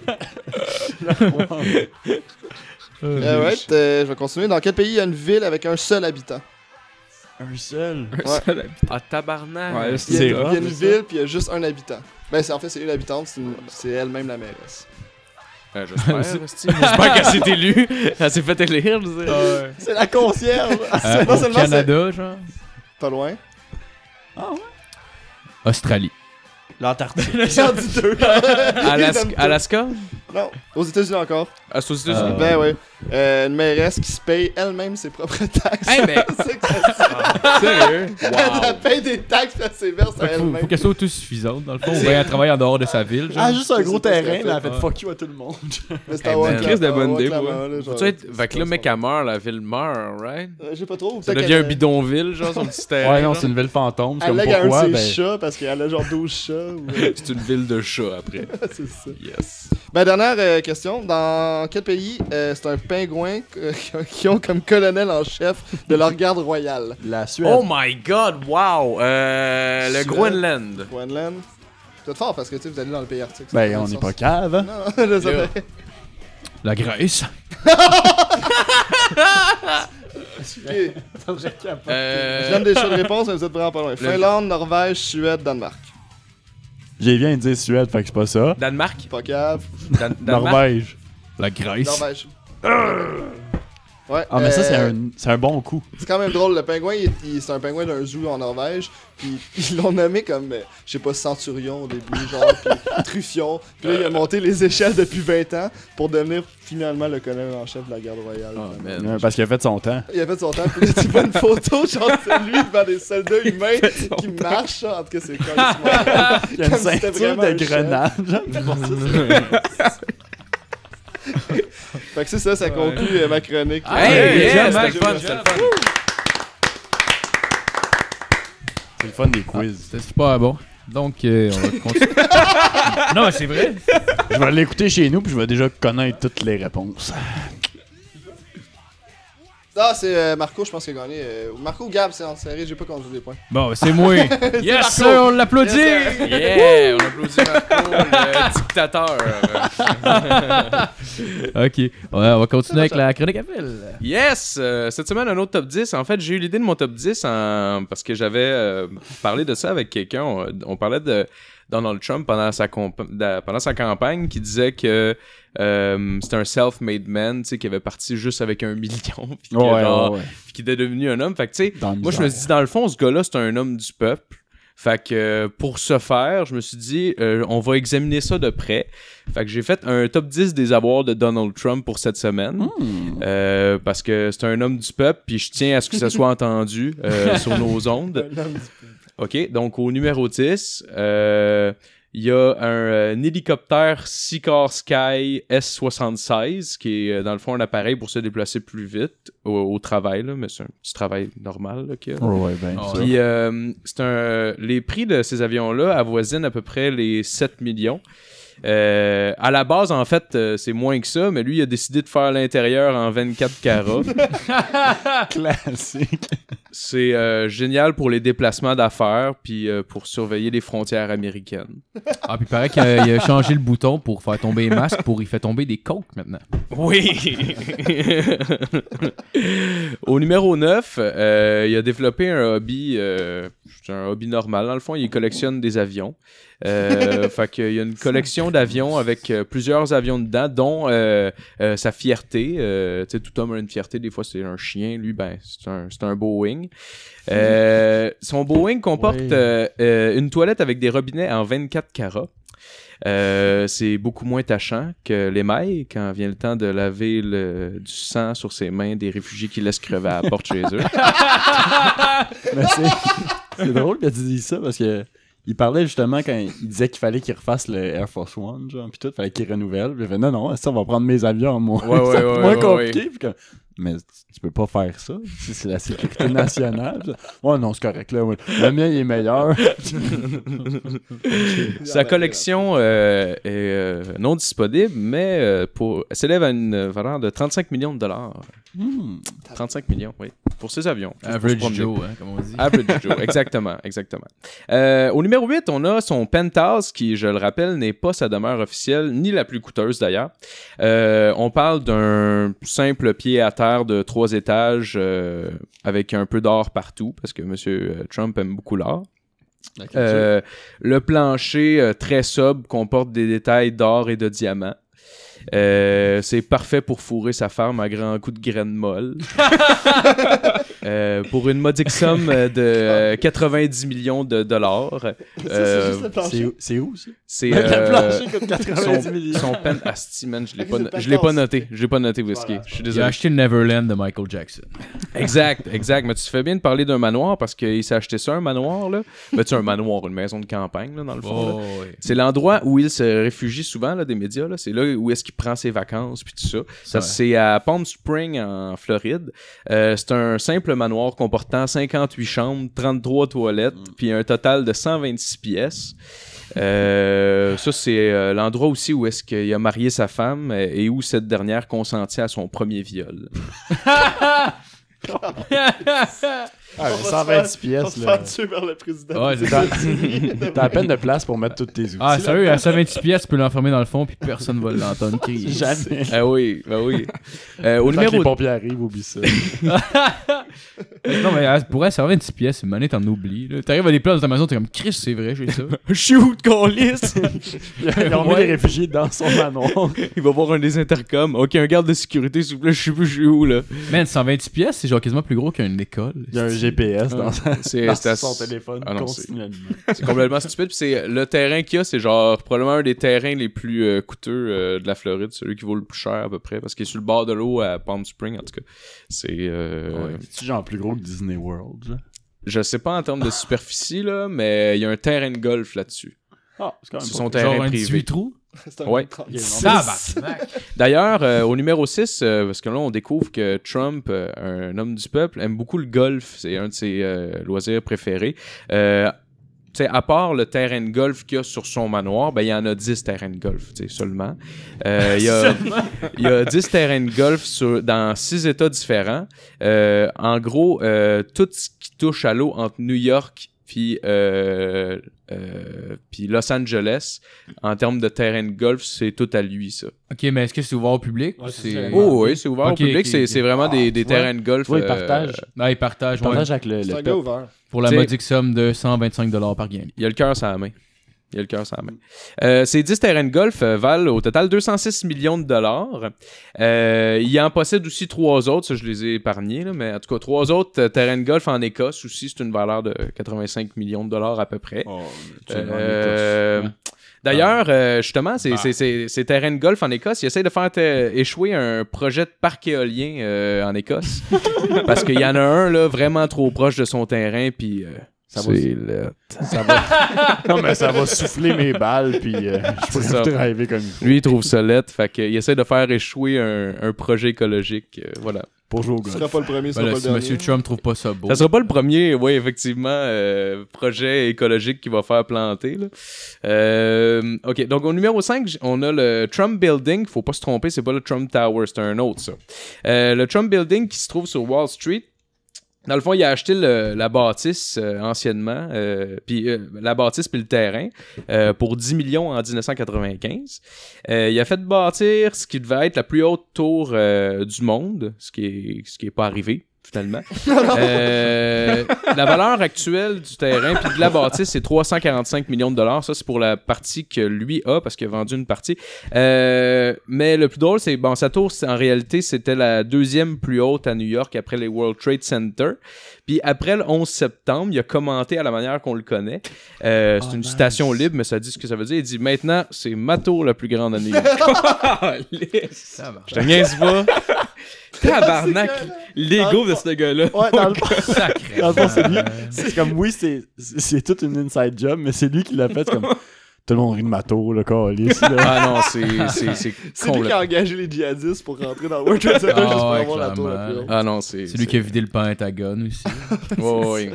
Euh, ouais, euh, je vais continuer. Dans quel pays il y a une ville avec un seul habitant? Un seul. Ouais. Ah, tabarnak. Ouais, Il y a, C'est il y a rough, une ça. ville, puis il y a juste un habitant. Ben, c'est, en fait, c'est une habitante, c'est, une- c'est elle-même la mairesse. Euh, J'espère, esti. J'espère qu'elle s'est élue. Elle s'est fait élire, je sais. C'est la concierge. Euh, non au seulement Canada, genre. Pas loin. Australie. L'Antarctique. J'en dis deux. Alaska? Alaska? Non, aux États-Unis encore. Ah, c'est aux États-Unis? Euh, Ben, ouais. Euh, une mairesse qui se paye elle-même ses propres taxes. Hey, mais- C'est ça que ça dit. Sérieux? Elle paye des taxes, puis elle se verse à Fait qu'il faut, elle-même. faut qu'elle soit autosuffisante, dans le fond. Ou bien elle travaille en dehors de sa ville, genre. Ah, juste un Je gros sais pas ce qu'elle terrain, fait. mais elle a fait Ouais. fuck you à tout le monde. Mais c'est Hey, à man. Oklahoma, Chris de bonne idée, Oklahoma, ouais. là, genre, Faut-tu être. c'est- Fait que là, mec, elle meurt, la ville meurt, right? Euh, Je sais pas trop. Ça peut-être devient un qu'elle- bidonville, genre, son petit terrain. Ouais, non, genre. c'est une ville fantôme. C'est Elle comme lègue à un pourquoi, de ben. ses chats parce qu'elle a genre douze chats. Ou... C'est une ville de chats, après. c'est ça. Yes. Ben, dernière euh, question. Dans quel pays euh, c'est un pingouin euh, qui ont comme colonel en chef de leur garde royale? La Suède. Oh my god, wow! Euh. Le Suède. Groenland. Groenland. Vous êtes fort parce que tu sais, vous allez dans le pays arctique. ça Ben, fait on du n'est sens. pas cave, hein. Non, non, je savais. La Grèce. Ok. Euh, Je donne des choix de réponse, mais vous êtes vraiment pas loin. Finlande, Norvège, Suède, Danemark. J'ai viens de dire Suède, fait que c'est pas ça. Danemark. Pas cave. Dan- Danemark. Norvège. La Grèce. Norvège. Ouais. Ah, mais ça, c'est euh, un, c'est un bon coup. C'est quand même drôle. Le pingouin, il, il- c'est un pingouin d'un zoo en Norvège. Puis ils l'ont nommé comme, euh, je sais pas, Centurion au début, genre, puis Truffion. Puis là, il a monté les échelles depuis vingt ans pour devenir finalement le colonel en chef de la garde royale. Oh, man. Ouais, parce qu'il a fait son temps. Il a fait son temps, puis là, tu vois une photo, genre, c'est lui devant des soldats humains qui marchent, genre, en tout cas, c'est comme Il y a une Comme si c'était ceinture vraiment de un chef. grenades. Fait que c'est ça, ça conclut euh, ma chronique. Hey, Euh, yes, j'ai- c'était le j'ai- fun, j'ai- c'était le fun. C'est le fun des quiz. C'était super bon. Donc, euh, on va continuer. Non, mais c'est vrai. Je vais l'écouter chez nous, puis je vais déjà connaître toutes les réponses. Ah, c'est euh, Marco, je pense qu'il a gagné. euh, Marco ou Gab, c'est en serré, j'ai pas compté les points. Bon, c'est moi. Yes, Marco. sir, on l'applaudit. Yes, sir. Yeah, on applaudit Marco, le dictateur. Ok, ouais, on va continuer avec la chronique à fil. Yes! euh, cette semaine, un autre top dix. En fait, j'ai eu l'idée de mon top dix en... parce que j'avais euh, parlé de ça avec quelqu'un. On, on parlait de Donald Trump pendant sa, compa- de- pendant sa campagne qui disait que euh, c'était un self-made man, tu sais, qui avait parti juste avec un million, puis que, Ouais, genre, ouais, ouais. puis qui était devenu un homme. Fait que, tu sais, Dans la moi, je me suis dit, dans le fond, ce gars-là, c'est un homme du peuple. Fait que euh, pour ce faire, je me suis dit, euh, on va examiner ça de près. Fait que j'ai fait un top dix des avoirs de Donald Trump pour cette semaine. Hmm. Euh, parce que c'est un homme du peuple, puis je tiens à ce que ça soit entendu euh, sur nos ondes. OK, donc au numéro dix, euh, il y a un, euh, un hélicoptère Sikorsky S soixante-seize, qui est euh, dans le fond un appareil pour se déplacer plus vite au, au travail, là, mais c'est un petit travail normal là, qu'il y a. Ouais, ouais, ben, Oh, ça. Puis euh, c'est un, les prix de ces avions-là avoisinent à peu près les sept millions. Euh, à la base, en fait, euh, c'est moins que ça, mais lui, il a décidé de faire l'intérieur en vingt-quatre carats. Classique. C'est euh, génial pour les déplacements d'affaires, puis euh, pour surveiller les frontières américaines. Ah, puis il paraît qu'il a, il a changé le bouton pour faire tomber les masques, pour il fait tomber des coques maintenant. Oui! Au numéro neuf, euh, il a développé un hobby, euh, c'est un hobby normal. Dans le fond, il collectionne des avions. Euh, fait qu'il y a une collection d'avions avec euh, plusieurs avions dedans, dont euh, euh, sa fierté. Euh, tu sais, tout homme a une fierté. Des fois, c'est un chien. Lui, ben, c'est un, c'est un Boeing. Euh, son Boeing comporte Ouais. euh, euh, une toilette avec des robinets en vingt-quatre carats. Euh, c'est beaucoup moins tachant que l'émail quand vient le temps de laver le, du sang sur ses mains des réfugiés qui laissent crever à la porte chez eux. Mais c'est, c'est drôle que tu dises ça parce que il parlait justement quand il disait qu'il fallait qu'il refasse le Air Force One, genre, pis tout, fallait qu'il renouvelle. Puis il fait non, non, ça, on va prendre mes avions, moi. Ouais, ouais, c'est ouais, moins ouais, compliqué. ouais. Puis comme, mais tu peux pas faire ça. C'est, c'est la sécurité nationale. Ouais, non, c'est correct, là. Ouais. Le mien, il est meilleur. Sa collection euh, est euh, non disponible, mais euh, pour, elle s'élève à une valeur de trente-cinq millions de dollars. Hmm. trente-cinq millions, oui. Pour ses avions. Juste pour se Average promener. Joe, hein, comme on dit. Average Joe, exactement, exactement. Euh, au numéro huit, on a son penthouse qui, je le rappelle, n'est pas sa demeure officielle, ni la plus coûteuse d'ailleurs. Euh, on parle d'un simple pied à terre de trois étages euh, avec un peu d'or partout, parce que M. Trump aime beaucoup l'or. Euh, le plancher euh, très sobre comporte des détails d'or et de diamants. Euh, c'est parfait pour fourrer sa femme à grands coups de graines molles. euh, pour une modique somme de euh, quatre-vingt-dix millions de dollars. Ça, c'est Euh, juste le plancher. C'est, où- c'est où, ça? c'est Le euh, plancher coûte quatre-vingt-dix son, millions. son pen... Asti, man, je l'ai Ok, pas, c'est no- le je l'ai pas penthouse. noté. Je l'ai pas noté, Whisky. Voilà. Je suis Il a désolé. acheté le Neverland de Michael Jackson. Exact, exact. Mais tu fais bien de parler d'un manoir parce qu'il s'est acheté ça, un manoir, là. Mais tu sais, un manoir, une maison de campagne, là, dans le fond. là. Oh, ouais. C'est l'endroit où il se réfugie souvent, là, des médias. Là. C'est là où est-ce qu'il prend ses vacances, puis tout ça. Ça, Ouais. c'est à Palm Springs, en Floride. Euh, c'est un simple manoir comportant cinquante-huit chambres, trente-trois toilettes, puis un total de cent vingt-six pièces. Euh, ça, c'est euh, l'endroit aussi où est-ce qu'il a marié sa femme euh, et où cette dernière consentit à son premier viol. Ah, On va cent se faire- vingt On pièces, va se là. faire tuer par le président. Ouais, c'est T'as t'as à peine de place pour mettre tous tes outils. Ah, là. sérieux, à cent vingt pièces, tu peux l'enfermer dans le fond, puis personne va l'entendre crier. Jamais. Ah oui, bah oui. Euh, au Tant que les numéro pompiers arrivent, oublie ça. Non, mais pour elle, cent vingt pièces, une monnaie, t'en oublies. là. T'arrives à des places dans ta maison, t'es comme Chris, c'est vrai, j'ai ça. Shoot, qu'on lisse! Ils ont mis les réfugiés dans son manoir. Il va voir un des intercoms. Ok, un garde de sécurité, s'il vous plaît, je sais plus je suis où, là. Man, cent vingt pièces, c'est genre quasiment plus gros qu'une école. Il y a un G P S dans, sa- C'est dans c'est son assez- téléphone Ah non, c'est- continuellement. c'est complètement stupide. Puis c'est le terrain qu'il y a, c'est genre probablement un des terrains les plus euh, coûteux euh, de la Floride, celui qui vaut le plus cher à peu près, parce qu'il est sur le bord de l'eau à Palm Springs, en tout cas. C'est. Euh, Ouais. C'est-tu genre plus gros que Disney World, là? Je sais pas en termes de superficie, là, mais il y a un terrain de golf là-dessus. Ah, c'est quand même C'est pas son pire. terrain Genre un privé. dix-huit trous. C'est un Ouais. trente. Tabarnak. D'ailleurs, euh, au numéro six, euh, parce que là, on découvre que Trump, euh, un homme du peuple, aime beaucoup le golf. C'est un de ses euh, loisirs préférés. Euh, tu sais, à part le terrain de golf qu'il y a sur son manoir, ben, il y en a dix terrains de golf, tu sais, seulement. Euh, Il y, a, il y a dix terrains de golf sur, dans six États différents. Euh, en gros, euh, tout ce qui touche à l'eau entre New York puis euh, euh, puis Los Angeles, en termes de terrain de golf, c'est tout à lui, ça. Ok, mais est-ce que c'est ouvert au public? Ouais, ou c'est c'est... ça. Oh oui, c'est ouvert Ok, au public, ok, c'est ok. c'est vraiment des, des tu vois. terrains de golf. Tu vois, ils euh, partagent. Ah, ils partagent, Ils ouais, partagent avec le, C'est le un peuple. gars ouvert. pour la T'sais- modique somme de cent vingt-cinq dollars par game. Il y a le cœur sur la main. Il y a le cœur sur la main. Euh, ces dix terrains de golf euh, valent au total deux cent six millions de dollars. Euh, il en possède aussi trois autres, ça je les ai épargnés, là, mais en tout cas, trois autres euh, terrains de golf en Écosse aussi, c'est une valeur de quatre-vingt-cinq millions de dollars à peu près. Oh, tu sais, Euh, en Écosse. D'ailleurs, euh, justement, ces, Bah. ces- ces- ces terrains de golf en Écosse, ils essayent de faire te- échouer un projet de parc éolien euh, en Écosse. Parce qu'il y en a un là, vraiment trop proche de son terrain, puis euh, Ça va- c'est là. Ça va... non, mais ça va souffler mes balles, puis euh, je C'est ça. pourrais driver comme il faut. Lui, il trouve ça lettre, fait qu'il essaie de faire échouer un, un projet écologique. euh, voilà. Pour jouer au Tu golf. seras pas le premier, tu Ben seras là, pas si le M. dernier. Trump trouve pas ça beau. Ça sera pas le premier, oui, effectivement, euh, projet écologique qui va faire planter. Là. Euh, ok, donc au numéro cinq, j- on a le Trump Building. Faut pas se tromper, c'est pas le Trump Tower, c'est un autre, ça. Euh, le Trump Building qui se trouve sur Wall Street. Dans le fond, il a acheté le- la bâtisse euh, anciennement, euh, puis euh, la bâtisse puis le terrain euh, pour dix millions en dix-neuf cent quatre-vingt-quinze. Euh, il a fait bâtir ce qui devait être la plus haute tour euh, du monde, ce qui est ce qui est pas arrivé finalement. Euh, la valeur actuelle du terrain puis de la bâtisse, c'est trois cent quarante-cinq millions de dollars. Ça, c'est pour la partie que lui a parce qu'il a vendu une partie. Euh, mais le plus drôle, c'est bon, sa tour, c'est- en réalité, c'était la deuxième plus haute à New York après les World Trade Center. Puis après le onze septembre, il a commenté à la manière qu'on le connaît. Euh, c'est Oh, une nice. citation libre, mais ça dit ce que ça veut dire. Il dit maintenant, c'est ma tour la plus grande à New York. Je te niaise pas. Tabarnak! L'ego de ce gars-là. Ouais, dans le Sacré. Dans le fond, c'est lui. C'est comme, oui, c'est c'est c'est toute une inside job, mais c'est lui qui l'a fait. C'est comme, tout le monde rit de ma tour, le calice, là. Ah non, c'est c'est c'est C'est lui qui a engagé les djihadistes pour rentrer dans World Trade Center Ah juste pour ouais, avoir la tour la clairement. plus haute. Ah non, c'est C'est lui qui a vidé le Pentagone aussi. Ouais, ouais.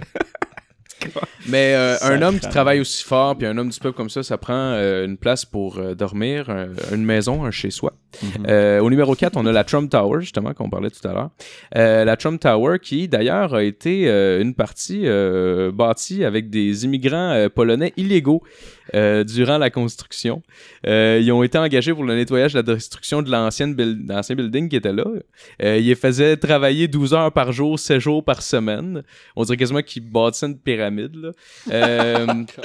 Mais euh, un Sacrément. homme qui travaille aussi fort, puis un homme du peuple comme ça, ça prend euh, une place pour euh, dormir, un- une maison, un chez-soi. Mhm. Euh, au numéro quatre, on a la Trump Tower, justement, qu'on parlait tout à l'heure. Euh, la Trump Tower, qui d'ailleurs a été euh, une partie euh, bâtie avec des immigrants euh, polonais illégaux euh, durant la construction. Euh, ils ont été engagés pour le nettoyage de la destruction de l'ancienne build- l'ancien building qui était là. Euh, ils les faisaient travailler douze heures par jour, sept jours par semaine. On dirait quasiment qu'ils bâtissaient une pyramide, là. Euh,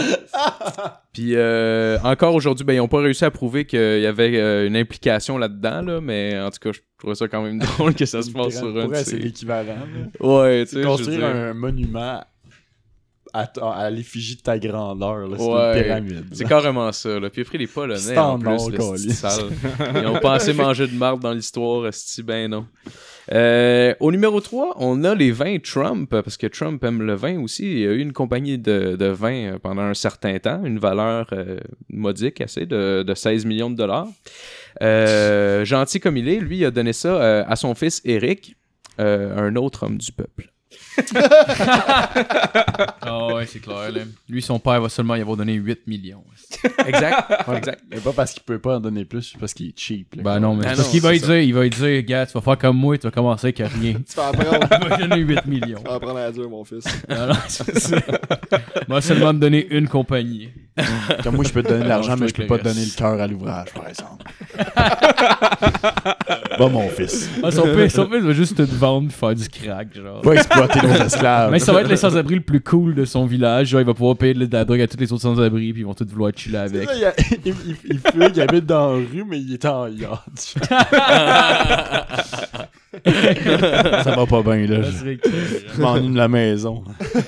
Puis euh, encore aujourd'hui, ben, ils n'ont pas réussi à prouver qu'il y avait euh, une implication là-dedans, là, mais en tout cas, je trouvais ça quand même drôle que ça se passe sur un Pour de elle, c'est ces- l'équivalent. là. Ouais, tu sais, je veux Construire dire, un monument à, ta- à l'effigie de ta grandeur, là, c'est Ouais. une pyramide. c'est là. carrément ça. Là. Puis après, les Polonais, en Standard, plus, le câlisse. sale. Ils ont pensé manger de marde dans l'histoire, esti, ben non. Euh, au numéro trois, on a les vins Trump, parce que Trump aime le vin aussi. Il y a eu une compagnie de, de vin euh, pendant un certain temps, une valeur euh, modique assez, de, de seize millions de dollars. Euh, gentil comme il est, lui, il a donné ça euh, à son fils Eric, euh, un autre homme du peuple. Ah ouais, c'est clair, là. Lui, son père va seulement y avoir donné huit millions. Exact. exact. Mais pas parce qu'il peut pas en donner plus, c'est parce qu'il est cheap. Là, Ben non, mais Ah c'est parce non, qu'il va c'est lui dire, il va lui dire, gars, tu vas faire comme moi, tu vas commencer avec rien. Tu vas apprendre, Il va donner huit millions. tu vas apprendre à dire, mon fils. Non, non, c'est ça. Il va seulement te donner une compagnie. Comme moi, je peux te donner de l'argent, Non, je mais je peux peux pas avec te le donner le reste. cœur à l'ouvrage, par exemple. Va, mon fils. Ah, son père, son père va juste te vendre et faire du crack, genre. Va exploiter nos esclaves. Mais ça va être le sans-abri le plus cool de son village. Genre, il va pouvoir payer de la drogue à tous les autres sans-abri, puis ils vont tous vouloir chiller avec. Il, y a- il, il, il fait qu'il habite dans la rue, mais il est en yacht. Ça va pas bien, là. Ça serait cool. Je m'ennuie de la maison.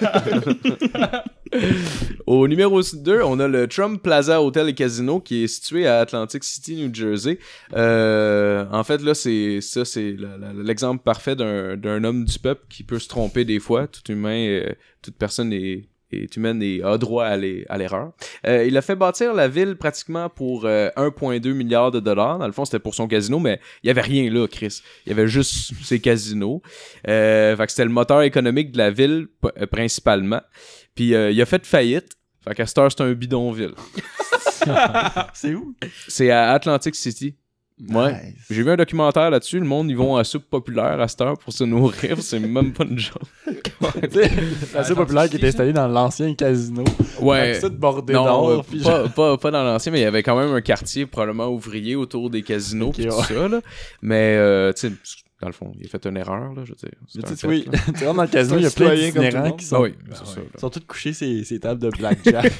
Au numéro deux, on a le Trump Plaza Hotel et Casino qui est situé à Atlantic City, New Jersey. Euh, en fait, là, c'est ça, c'est la- la- l'exemple parfait d'un d'un homme du peuple qui peut se tromper des fois. Tout humain, euh, toute personne est, est humaine et a droit à l'e- à l'erreur. Euh, il a fait bâtir la ville pratiquement pour euh, un virgule deux milliard de dollars. Dans le fond, c'était pour son casino, mais il y avait rien là, Chris. Il y avait juste ses casinos. Euh, fait que c'était le moteur économique de la ville, p- euh, principalement. Puis euh, il a fait faillite. Fait qu'à cette heure, c'est un bidonville. C'est où? C'est à Atlantic City. Ouais. Nice. J'ai vu un documentaire là-dessus. Le monde, ils vont à soupe populaire à cette heure pour se nourrir. C'est même pas une joke. Tu sais, la soupe populaire qui est installée dans l'ancien casino. Ouais. Avec ça de bordé Non, d'or. euh, puis pas, pas, pas dans l'ancien, mais il y avait quand même un quartier probablement ouvrier autour des casinos Ok, pis tout ouais. ça. Là. Mais, euh, tu sais, dans le fond, il a fait une erreur, là, je veux dire. C'est Mais un tu sais, fait, oui, là. tu rentres dans le casino, il y a C'est un plein citoyen comme tout le d'itinérants monde. qui Ah sont, oui, c'est ça. là. ils sont tous couchés ces, ces tables de blackjack.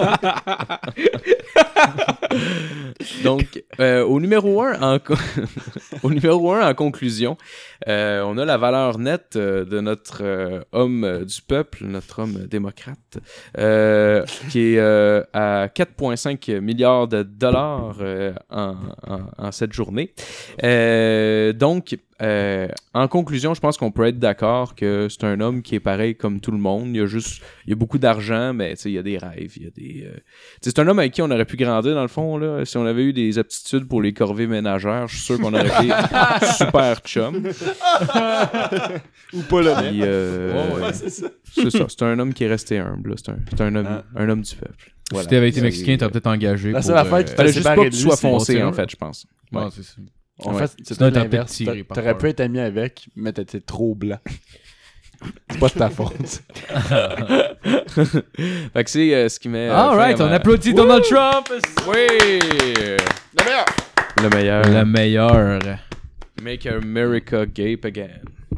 Donc, euh, au numéro un, en, co- au numéro un, en conclusion, euh, on a la valeur nette euh, de notre euh, homme euh, du peuple, notre homme démocrate, euh, qui est euh, à quatre virgule cinq milliards de dollars euh, en, en, en cette journée. Euh, donc, euh, en conclusion, je pense qu'on peut être d'accord que c'est un homme qui est pareil comme tout le monde. Il y a juste, il y a beaucoup d'argent, mais tu sais, il y a des rêves, il y a des... euh, tu sais, c'est un homme avec qui on aurait pu grandir, dans le fond, là. Si on avait eu des aptitudes pour les corvées ménagères, je suis sûr qu'on aurait été super chum. Ou polonais. Puis, euh, Ouais, c'est ça. c'est ça, c'est un homme qui est resté humble, là. C'est un, c'est un homme, Ah. un homme du peuple. Si t'avais été mexicain, t'aurais peut-être engagé. La pour, seule affaire euh, qui Fallait T'as juste séparé pas que de tu lui, sois c'est foncé, bon, en c'est fait, je pense. Ouais, Ouais. c'est ça. En Ouais. fait, c'est Sinon, peut-être t'as l'inverse. peut-être tiré T'a- par T'aurais peur. pu être ami avec, mais t'étais trop blanc. C'est pas de ta faute. Fait que c'est euh, ce qui met... euh, Alright, fin à on ma- applaudit Donald Trump! Oui! Le meilleur! Le meilleur. Le meilleur. Make America gape again.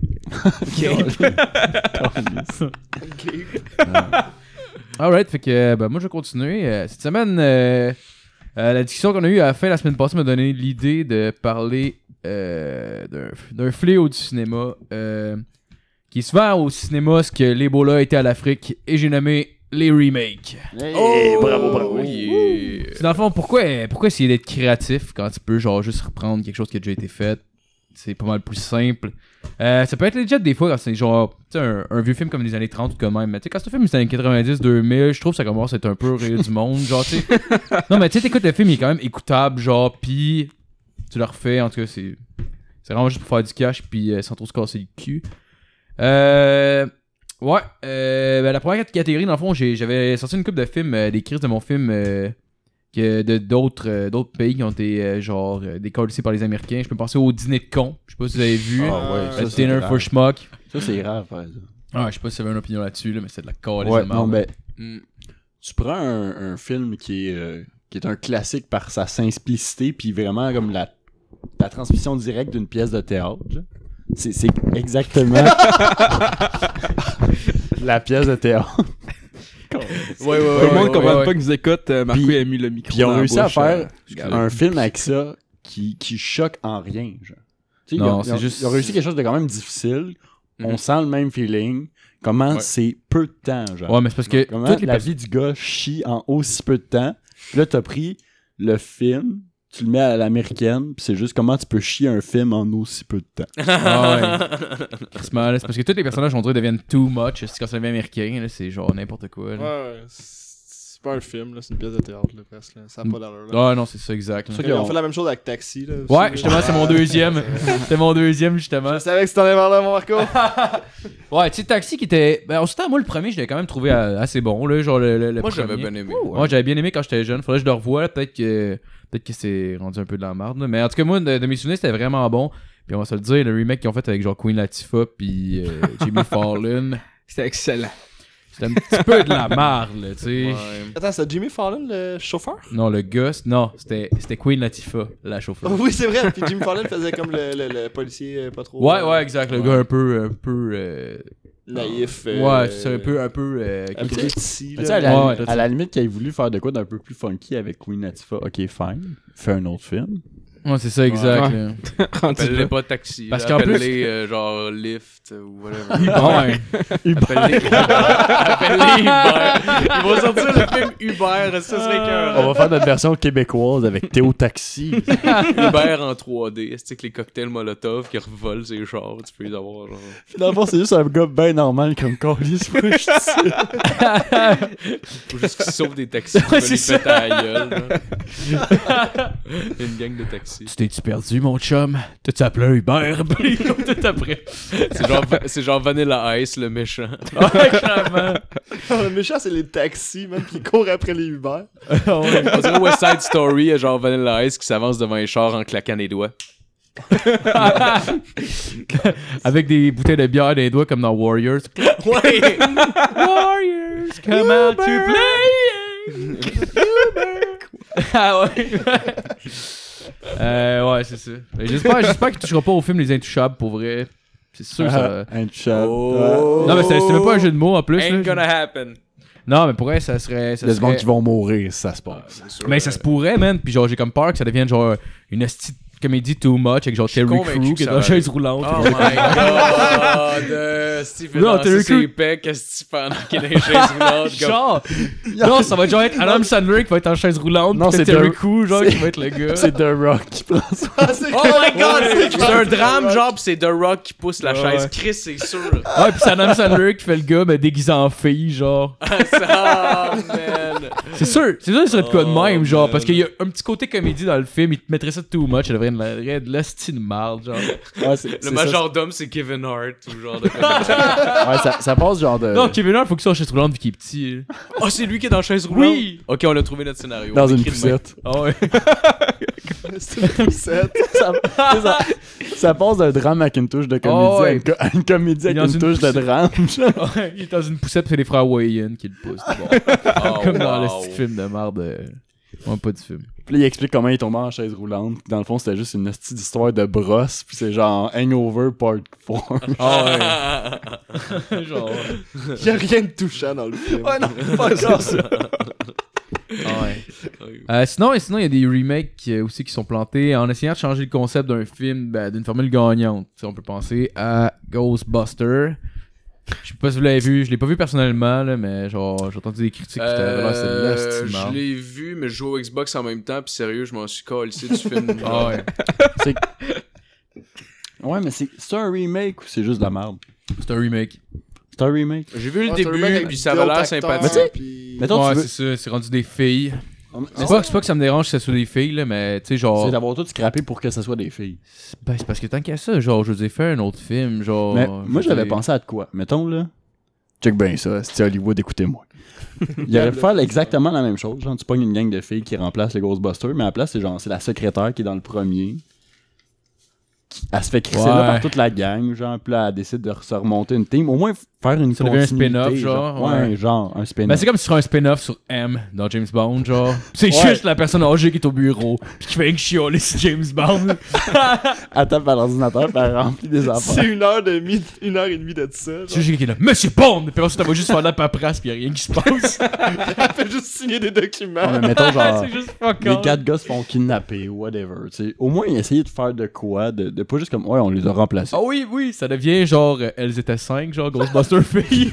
Alright, fait que euh, ben, moi je vais continuer. Euh, cette semaine, euh, euh, la discussion qu'on a eue à la fin la semaine passée m'a donné l'idée de parler euh, d'un- d'un fléau du cinéma euh, qui se vend au cinéma ce que l'Ebola était à l'Afrique et j'ai nommé les remakes. Hey, bravo, bravo. Yeah. Dans le fond, pourquoi, pourquoi essayer d'être créatif quand tu peux genre juste reprendre quelque chose qui a déjà été fait? C'est pas mal plus simple. Euh, ça peut être legit des fois quand c'est genre tu sais, un, un vieux film comme des années trente ou quand même. Mais tu sais, quand c'est un film des années quatre-vingt-dix, deux mille, je trouve que ça commence à être un peu rire du monde. Genre, tu sais. Non, mais tu sais, t'écoutes le film, il est quand même écoutable, genre, pis tu le refais. En tout cas, c'est c'est vraiment juste pour faire du cash, puis euh, sans trop se casser le cul. Euh. Ouais. Euh, ben, la première catégorie, dans le fond, j'ai- j'avais sorti une couple de films, euh, des crises de mon film. Euh, que de d'autres euh, d'autres pays qui ont été euh, genre euh, décollissés par les Américains. Je peux penser au Dîner de con. Je sais pas si vous avez vu. Ah ouais, Le ça, c'est Dinner grave. for Schmuck. Ça, c'est grave, par exemple. Ah, je sais pas si vous avez une opinion là-dessus, là, mais c'est de la calice Ouais, de non, merde. ben, Mm. tu prends un, un film qui est, euh, qui est un classique par sa simplicité, puis vraiment comme la, la transmission directe d'une pièce de théâtre. genre. C'est c'est exactement la pièce de théâtre. Ouais, ouais, ouais. Tout le monde ouais, comprend ouais. pas que nous écoute. euh, Marco Puis- a mis le micro. Puis ils ont dans la réussi à bouche, faire euh, un film avec ça qui, qui choque en rien. Genre. Tu sais, Non, ils ont- c'est ils ont- juste- Ils ont réussi quelque chose de quand même difficile. On Mhm. sent le même feeling. Comment Ouais. c'est peu de temps, genre. Ouais, mais c'est parce que Comment toutes les la personnes. vie du gars chie en aussi peu de temps. Puis là, t'as pris le film, tu le mets à l'américaine, puis c'est juste comment tu peux chier un film en aussi peu de temps. Ah ouais. Crissement, là, c'est parce que tous les personnages, on dirait, deviennent too much. C'est quand ça devient américain, là, c'est genre n'importe quoi. là. Ouais, c'est pas un film, là, c'est une pièce de théâtre, là, presque. Là. Ça n'a pas d'allure. Là. Ah non, c'est ça, exact. Ils ont fait la même chose avec Taxi. Là, aussi, Ouais, là. justement, c'est mon deuxième. C'était mon deuxième, justement. Je savais que c'était vers là, mon Marco. Ouais, tu sais, Taxi qui était. Ben, en ce temps, moi, le premier, je l'ai quand même trouvé euh, assez bon, là. Genre, le, le, le Moi, premier. j'avais bien aimé. Ouais, ouais, j'avais bien aimé quand j'étais jeune. Faudrait que je le revoie, là. Peut-être que. Peut-être que c'est rendu un peu de la merde, là. Mais en tout cas, moi, de, de mes souvenirs, c'était vraiment bon. Puis on va se le dire, le remake qu'ils ont fait avec genre Queen Latifah puis euh, Jimmy Fallon. C'était excellent. C'était un petit peu de la merde, là, tu sais. Ouais. Attends, c'est Jimmy Fallon, le chauffeur? Non, le gosse, non, c'était c'était Queen Latifah, la chauffeur. Oh, oui, c'est vrai. Puis Jimmy Fallon faisait comme le, le, le policier euh, pas trop. Ouais, euh, ouais, exact. Le ouais. gars un peu. Un peu euh, Naïf. euh, Ouais, c'est un peu. Un peu euh, Un peu petit. Mais tu sais, à, la, Ouais, ouais, à la limite, qu'il ait voulu faire de quoi d'un peu plus funky avec Queen Latifah, ok, fine. Fais un autre film. Ouais, c'est ça, exact. Ouais. là. Rendu Appelle-les là. pas taxi. Parce Parce qu'en qu'en plus- Appelle-les euh, genre Lyft ou whatever. Ouais. Appelle-les Appelle-les Uber. Ils vont sortir le film Uber. Ça serait qu'un. On va faire notre version québécoise avec Théo Taxi. Uber en trois D. C'est que les cocktails Molotov qui revolent ces chars, tu peux les avoir. Genre. Finalement, c'est juste un gars bien normal comme Carlis. Faut juste qu'ils sauvent des taxis. Ouais, Ouais, c'est les ça. péter à la gueule. genre. Une gang de taxis. Tu t'es-tu perdu, mon chum? T'as-tu appelé un Uber? Puis tout après. C'est genre, c'est genre Vanilla Ice, le méchant. Ouais, clairement. Le méchant, c'est les taxis, même, qui courent après les Uber. Ah ouais. On dirait West Side Story, euh, genre Vanilla Ice qui s'avance devant les chars en claquant les doigts. Avec des bouteilles de bière dans les doigts comme dans Warriors. Ouais! Warriors, come out to play! Ah ouais! euh, ouais, c'est ça. Mais J'espère, j'espère qu'il touchera pas au film Les Intouchables pour vrai. C'est sûr que ça. Intouchable. Oh. Non, mais c'était c'était même pas un jeu de mots en plus. Ain't là. gonna happen. Non, mais pour vrai, ça serait. Ça Il y a des gens serait... qui vont mourir si ça se passe. Mais ça se pourrait, man. Puis genre, j'ai comme peur que ça devienne genre une esti de comédie too much avec genre suis Terry convaincu Crews que qui est ça dans la va chaise roulante. Oh my god! euh, Steve Non, non, Terry ses Crews- pecs, qu'est-ce que tu pendant qu'il est dans les chaises roulantes? comme- Genre! Non, ça va genre être Adam Sandler qui va être en chaise roulante. Non, puis c'est Terry The- Crews, genre, c'est- qui va être le gars. C'est The Rock qui prend ça. Ah, c'est Oh my god! Ouais, C'est un drame, genre, pis c'est The Rock qui pousse la Ouais, chaise. ouais. Chris, c'est sûr. Ouais, pis c'est Adam Sandler qui fait le gars, mais déguisé en fille, genre. Ah, ça, oh, man. C'est sûr, c'est sûr que ce serait de quoi de Oh, même, genre, man. parce qu'il y a un petit côté comédie dans le film, il te mettrait ça too much, ça devrait être de la style marde, genre. Ouais, c'est- Le c'est majordome, c'est Kevin Hart, ou genre de. ça. Ouais, ça, ça passe genre de. Non, Kevin Hart, faut qu'il soit en chaise roulante vu qu'il est petit. Oh, c'est lui qui est dans la chaise roulante? Oui! Ok, on a trouvé notre scénario. dans On une écrit de même. poussette. Ah ouais. C'est une poussette. ça, ça, ça passe d'un drame avec une touche de comédie Oh, ouais. à, une co- à une comédie avec Dans une, une touche de poussette. drame. genre. Ouais, il est dans une poussette, pis c'est les frères Wayans qui le poussent. Bon. Oh, Comme dans le wow. petit film de merde. euh, Ouais, pas du film. Puis là, il explique comment il est tombé en chaise roulante. Dans le fond, c'était juste une petite histoire de brosse. Puis c'est genre Hangover Part quatre. Ah ouais. Genre. Il y a rien de touchant dans le film. Ouais, non, pas ça. Ah ouais. Euh, sinon, et sinon, il y a des remakes euh, aussi qui sont plantés en essayant de changer le concept d'un film, ben, d'une formule gagnante. Tu sais, on peut penser à Ghostbusters. Je sais pas si vous l'avez vu, je l'ai pas vu personnellement, là, mais genre, j'ai entendu des critiques qui étaient là, c'est Euh, l'estimant. je l'ai vu, mais je joue au Xbox en même temps, puis sérieux, je m'en suis collé du film. Ah ouais. Ouais, mais c'est c'est un remake ou c'est juste de la merde? C'est un remake. C'est un remake. J'ai vu le Ouais, c'est un remake début, avec puis ça d'autres avait l'air acteurs, sympathique. Mais tu sais, puis- Mettons, Ouais, tu veux... c'est ça, c'est rendu des filles. Mais C'est pas, c'est pas que ça me dérange que ça soit des filles, là, mais tu sais, genre. C'est d'avoir tout scrappé pour que ça soit des filles. Ben, c'est parce que tant qu'à ça, genre, je vous ai fait un autre film, genre. Mais je moi, veux j'avais dire- pensé à de quoi? Mettons, là... Check bien ça, c'est Hollywood, écoutez-moi. Il aurait pu faire exactement la même chose. Genre, tu pognes une gang de filles qui remplacent les Ghostbusters, mais à la place, c'est genre, c'est la secrétaire qui est dans le premier. Qui- Elle se fait crisser là Ouais. par toute la gang, genre, puis là, elle décide de se remonter une team. Au moins, faire une Ça devient un continuité, spin-off, genre, Ouais, ouais. genre, un spin-off. Ben, c'est comme si ce serait un spin-off sur M dans James Bond, genre. C'est Ouais. juste la personne âgée qui est au bureau, pis qui fait que chialer sur James Bond. Elle tape à l'ordinateur, puis elle remplit des affaires. C'est une heure, de mi- une heure et demie de ça. genre. C'est juste qui est là, Monsieur Bond! Puis ensuite, elle va juste faire de la paperasse, pis y'a rien qui se passe. Elle fait juste signer des documents. Ouais, mais mettons, genre... c'est juste fuck Les all. quatre gars se font kidnapper ou whatever. Tu sais, au moins, essayer de faire de quoi, de, de pas juste comme, ouais, on les a remplacés. Ah oui, oui, ça devient genre, euh, elles étaient cinq, genre Ghostbusters filles.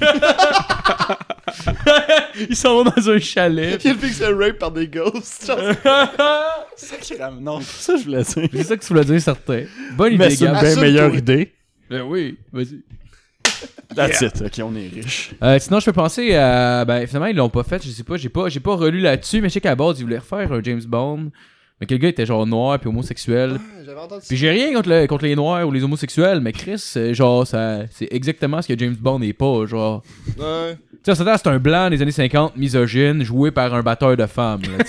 Ils s'en vont dans un chalet. Puis le fait que c'est rape par des ghosts. genre. Sacrément. Non, ça, je voulais dire. C'est ça que tu voulais dire, certain. Bonne Mais idée, c'est une Gab. bien Assume-toi. meilleure idée. Ben oui, vas-y. That's it, ok, on est riche. Euh, sinon, je peux penser à. Ben, finalement, ils l'ont pas fait, je sais pas, j'ai pas, j'ai pas relu là-dessus, mais je sais qu'à la base, ils voulaient refaire un James Bond. Mais que le gars était genre noir puis homosexuel. Ah, j'avais entendu Puis ça. j'ai rien contre, le, contre les noirs ou les homosexuels, mais Chris, c'est genre, ça, c'est exactement ce que James Bond n'est pas, genre. Ouais. Tu sais, c'est un blanc des années cinquante, misogyne, joué par un batteur de femmes, là, tu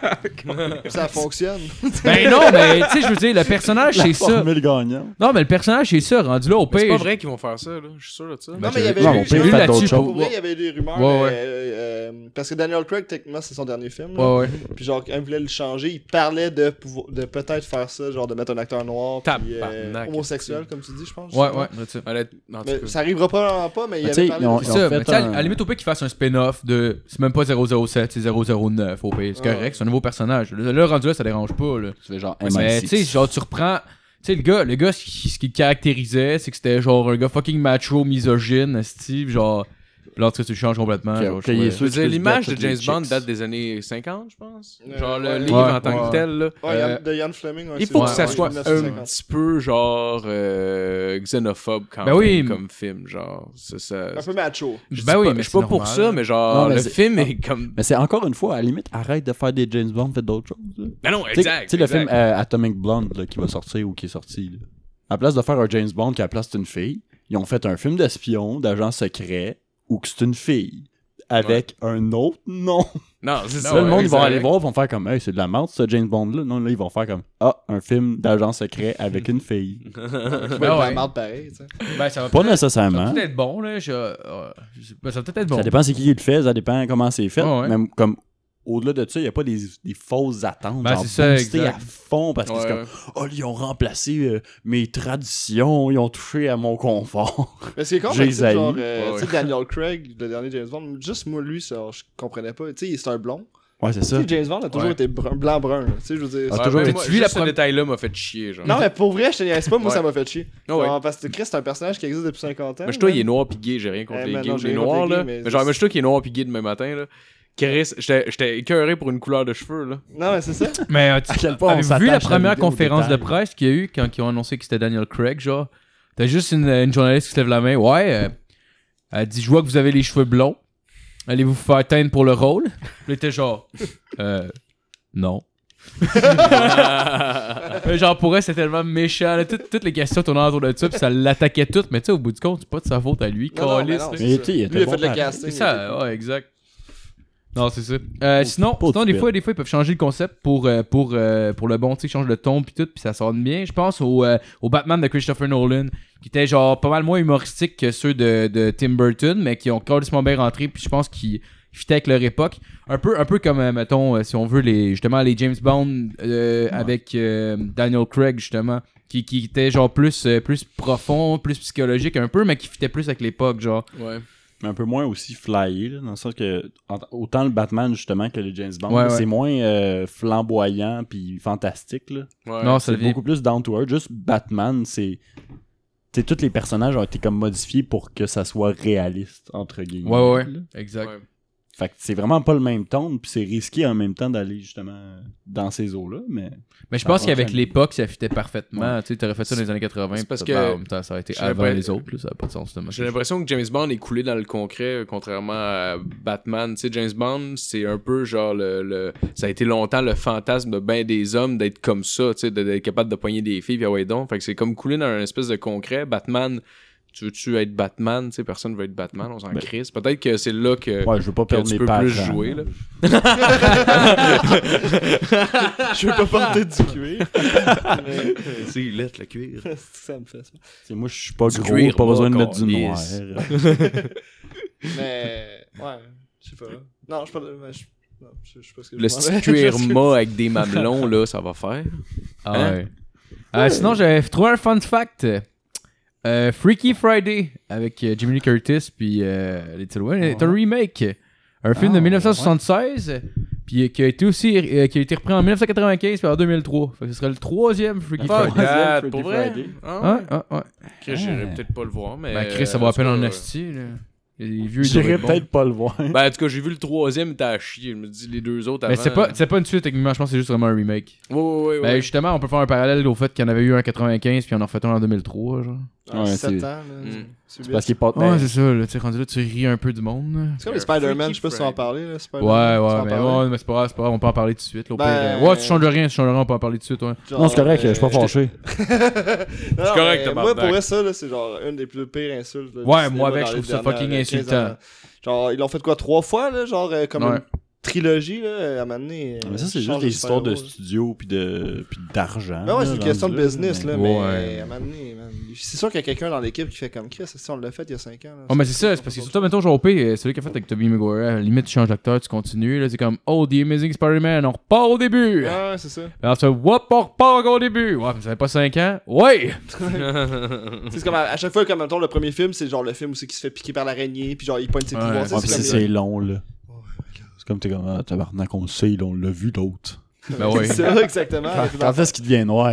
sais. Ça fonctionne. Ben non, mais tu sais, je veux dire, le personnage, c'est ça. Formule gagnant. Non, mais le personnage, c'est ça, rendu là au Mais c'est pas pire. vrai qu'ils vont faire ça, là. Je suis sûr de ça. Non, mais il y avait Non, eu- on peut j'ai lu faire lu là-dessus d'autres pour- choses. Pour vrai, il y avait des rumeurs. Ouais, ouais. euh, euh, parce que Daniel Craig, techniquement, c'est son dernier film. Là. Ouais, ouais. Puis genre, quand il voulait le changer, il parlait de, pouvoir- de peut-être faire ça, genre de mettre un acteur noir, puis euh, Tabarnak, homosexuel, comme tu dis, je pense. Ouais, je sais ouais, pas. là-dessus. Honnêtement, en tout Mais cas. ça arrivera probablement pas, mais il Mais avait tu sais, parlé ils ont- de C'est ça. ils ça, ont mais fait tu sais, à un- à la limite, au pire qu'il fasse un spin-off de. C'est même pas zéro zéro sept, c'est zéro zéro neuf au pire. C'est Ouais. correct, c'est un nouveau personnage. Là, là, rendu là, ça dérange pas, là. Tu fais genre Mais tu sais, M I six. genre, tu reprends. Tu sais, le gars, le gars, ce qui, ce qui le caractérisait, c'est que c'était genre un gars fucking macho, misogyne, Steve, genre. Là, tu sais, tu changes complètement. Que- genre, je qu'il y ait trouvais- Je veux ceux dire, qui l'image se de battent James toutes les Bond chicks. date des années cinquante, je pense. Euh, Genre le ouais. livre Ouais, en tant ouais. que tel, là. Ouais, Euh, Ian- de Ian Fleming. ouais, Il c'est faut ça, que ça ouais, soit mille neuf un cent cinquante. petit peu genre euh, xénophobe quand Ben même oui. comme film, genre. C'est ça. Un peu macho. Je dis Ben oui, pas- mais je suis c'est pas pour normal. ça, mais genre Non, mais le c'est- film ah. est comme. Mais c'est encore une fois, à la limite, arrête de faire des James Bond, faites d'autres choses. là. Ben non, Tu sais- exact. Tu sais, le exact. film euh, Atomic Blonde là, qui va sortir ou qui est sorti. Là. À la place de faire un James Bond qui à la place c'est une fille, ils ont fait un film d'espion, d'agent secret, où que c'est une fille. Avec un autre nom. Non, c'est ça. Là, le monde, ils vont exact. aller voir, ils vont faire comme, hey, c'est de la merde, ce James Bond-là. Non, là, ils vont faire comme, ah, un film d'agent secret avec une fille. Ça va être de ouais. la merde pareil, tu sais. Ben, ça va Pas peut-être- Ça nécessairement. va peut-être bon, là. Je... euh, je sais pas, ça va peut-être être bon. Ça dépend c'est qui qui le fait, ça dépend comment c'est fait. Ouais, ouais. Même comme, au-delà de ça, il n'y a pas des, des fausses attentes. Ben, genre c'est ça, boostées exact. à fond parce que c'est Ouais, comme, ouais. oh, ils ont remplacé euh, mes traditions, ils ont touché à mon confort. Mais c'est con, J'ai mais tu sais, genre, zaï. euh, Ouais, tu sais, Daniel Craig, le dernier James Bond, juste moi, lui, ça, je comprenais pas. Tu sais, c'est un blond. Ouais, c'est Tu ça. sais, James Bond a toujours Ouais. été brun- blanc-brun. là. Tu sais, je veux dire. Ah, Ouais, toujours mais été- moi, Tu vis la juste ce première- détail-là m'a fait chier, genre. Non, mais pour vrai, je te niaise pas, moi, Ouais. ça m'a fait chier. Ah ouais. Genre, parce que Chris, c'est un personnage qui existe depuis cinquante ans. Mais je toi, man. il est noir pis gay, j'ai rien contre Eh, les mais gays non, ou j'ai les rien contre noirs, les gays, là. mais Mais genre, juste- mais je toi qui est noir pis gay demain matin, là. Chris, j'étais j'étais écœuré pour une couleur de cheveux, là. Non, mais c'est ça. Mais euh, tu- À quel point on avez-vous s'attache vu à la la première vidéo au conférence de détail. presse qu'il y a eu quand ils ont annoncé que c'était Daniel Craig, genre? T'as juste une, une journaliste qui se lève la main. Ouais, euh, elle dit, je vois que vous avez les cheveux blonds. Allez-vous vous faire teindre pour le rôle? Puis là, il était genre, euh, non. Mais genre, pour elle, c'était tellement méchant. là. Toutes, toutes les questions tournaient autour de ça, puis ça l'attaquait toutes. Mais tu sais, au bout du compte, c'est pas de sa faute à lui. Non, non, mais câlisse, non, là. c'est Mais ça. tu sais, il Lui, était il a bon fait le pareil. casting. C'est ça, ouais, exact. Non, c'est ça. Euh, sinon, pas sinon du des bête. fois, des fois, ils peuvent changer le concept pour, euh, pour, euh, pour le bon, tu sais, ils changent le ton puis tout, puis ça sonne bien. Je pense au, euh, au Batman de Christopher Nolan, qui était genre pas mal moins humoristique que ceux de, de Tim Burton, mais qui ont carrément bien rentré, puis je pense qu'ils fitaient avec leur époque. Un peu, un peu comme, euh, mettons, euh, si on veut, les, justement, les James Bond euh, avec euh, Daniel Craig, justement, qui, qui était genre plus, euh, plus profond, plus psychologique un peu, mais qui fitait plus avec l'époque, genre. Ouais. Mais un peu moins aussi flyé, là, dans le sens que en- autant le Batman justement que le James Bond, Ouais, là, ouais. c'est moins euh, flamboyant puis fantastique. Là. Ouais. Non, ça C'est devient... beaucoup plus down to earth. Juste Batman, c'est. Tu sais, tous les personnages ont été comme modifiés pour que ça soit réaliste, entre guillemets. Ouais, ouais, là. exact. Ouais. Fait que c'est vraiment pas le même ton, puis c'est risqué en même temps d'aller justement dans ces eaux-là, mais. Mais je Ça pense va qu'avec changer. l'époque, ça fitait parfement. Tu sais, t'aurais fait ça dans les années quatre-vingts. C'est parce puis que- bah, en même temps, ça aurait été j'ai avant l'impression- les autres. Là, ça n'a pas de sens. J'ai l'impression que James Bond est coulé dans le concret, euh, contrairement à Batman. Tu sais, James Bond, c'est un peu genre le, le- ça a été longtemps le fantasme de ben des hommes d'être comme ça, tu sais, de- d'être capable de poigner des filles, puis ah ouais donc. Fait que c'est comme coulé dans un espèce de concret. Batman, tu veux-tu être Batman? Tu sais, personne veut être Batman, on s'en Ben- crisse. Peut-être que c'est là que. Ouais, je veux pas que perdre tu mes peux parents. plus jouer, là. Je veux pas porter du cuir. Mais- C'est lettre le cuir. ça me fait ça. C'est moi, je suis pas Du gros, cuir, pas moi, besoin de mettre du noir. câlisse. Mais. Ouais, je sais pas. Non, je sais pas. mais je- non, je je sais pas ce que Le je petit demandais. cuir Je sais- mat avec des mamelons, là, ça va faire. Ah Hein? ouais. Euh, sinon, j'avais trouvé un fun fact. Euh, Freaky Friday avec euh, Jimmy Lee Curtis puis euh, Little Wayne est un remake. Un film Ah, de dix-neuf cent soixante-seize puis euh, qui a été aussi euh, qui a été repris en dix-neuf cent quatre-vingt-quinze puis en deux mille trois. Fait que ce serait le troisième Freaky Fuck Friday. that, Freaky pour vrai? Friday. Ah Ouais, ouais? ouais, ouais. Chris, j'irais Ah. peut-être pas le voir, mais... Ben Chris, ça va à peine en tout cas, esti là. Les vieux ils doivent J'irais être bons. peut-être pas le voir. Ben, en tout cas, j'ai vu le troisième, il était à chier. Je me dis, les deux autres avant... Mais c'est pas, c'est pas une suite techniquement, je pense que c'est juste vraiment un remake. Ouais, ouais, ouais. Ben ouais. justement, on peut faire un parallèle au fait qu'il y en avait eu un en quatre-vingt-quinze puis on en refait un en deux mille trois, genre. Ouais, sept c'est- ans. là. Mm. C'est C'est huit. parce qu'il est pas. Ouais, ben, c'est ça, là, tu sais, rendu là, tu ris un peu du monde. là. C'est comme les Un Spider-Man, Freaky je sais pas si tu vas en Friday. parler. Là, Spider-Man. Ouais, Tu vas ouais, en mais, parler? ouais, mais c'est pas grave, c'est pas grave, on peut en parler tout de suite. Là, au Ben, pire. Ouais, tu changes de rien, tu changes de rien, on peut en parler tout de suite, ouais. Genre, Non, c'est correct, euh, je suis pas fâché. Non, non, correct, mais tabarnak. moi, pour vrai, ça, là, c'est genre une des plus pires insultes. là, du Ouais, cinéma moi, avec, dans je les trouve ça dernières, fucking euh, quinze insultant. ans. Genre, ils l'ont fait quoi, trois fois, là, genre, euh, comme Ouais. une trilogie, là, à un moment donné. Mais ça, euh, c'est ils juste changent des de histoires de super-héros, là. studio puis de puis d'argent. Ben ouais, là, c'est une question de rendu là, business, là, Ouais. mais à un moment donné, man, c'est sûr qu'il y a quelqu'un dans l'équipe qui fait comme Chris, si on l'a fait il y a cinq ans. Là, Oh, mais c'est ça, c'est parce que surtout, mettons, genre, au pire, celui qui a fait avec Tobey Maguire, à la limite, tu changes d'acteur, tu continues, là, c'est comme, oh, The Amazing Spider-Man, on repart au début! Ouais, c'est ça. Alors, tu fais, whoop, on repart encore au début! Ouais, mais ça fait pas cinq ans? Ouais! C'est comme à, à chaque fois, comme mettons, le premier film, c'est genre le film où c'est qu'il se fait piquer par l'araignée, puis genre il pointe ses Ouais. pouvoirs. Ouais, tu sais, puis c'est c'est comme- c'est long, là. C'est comme t'es comme, ah, tabarnak, on le sait, là, on l'a vu, l'autre. Ben ouais. C'est ça, exactement. Quand est-ce qu'il devient noir?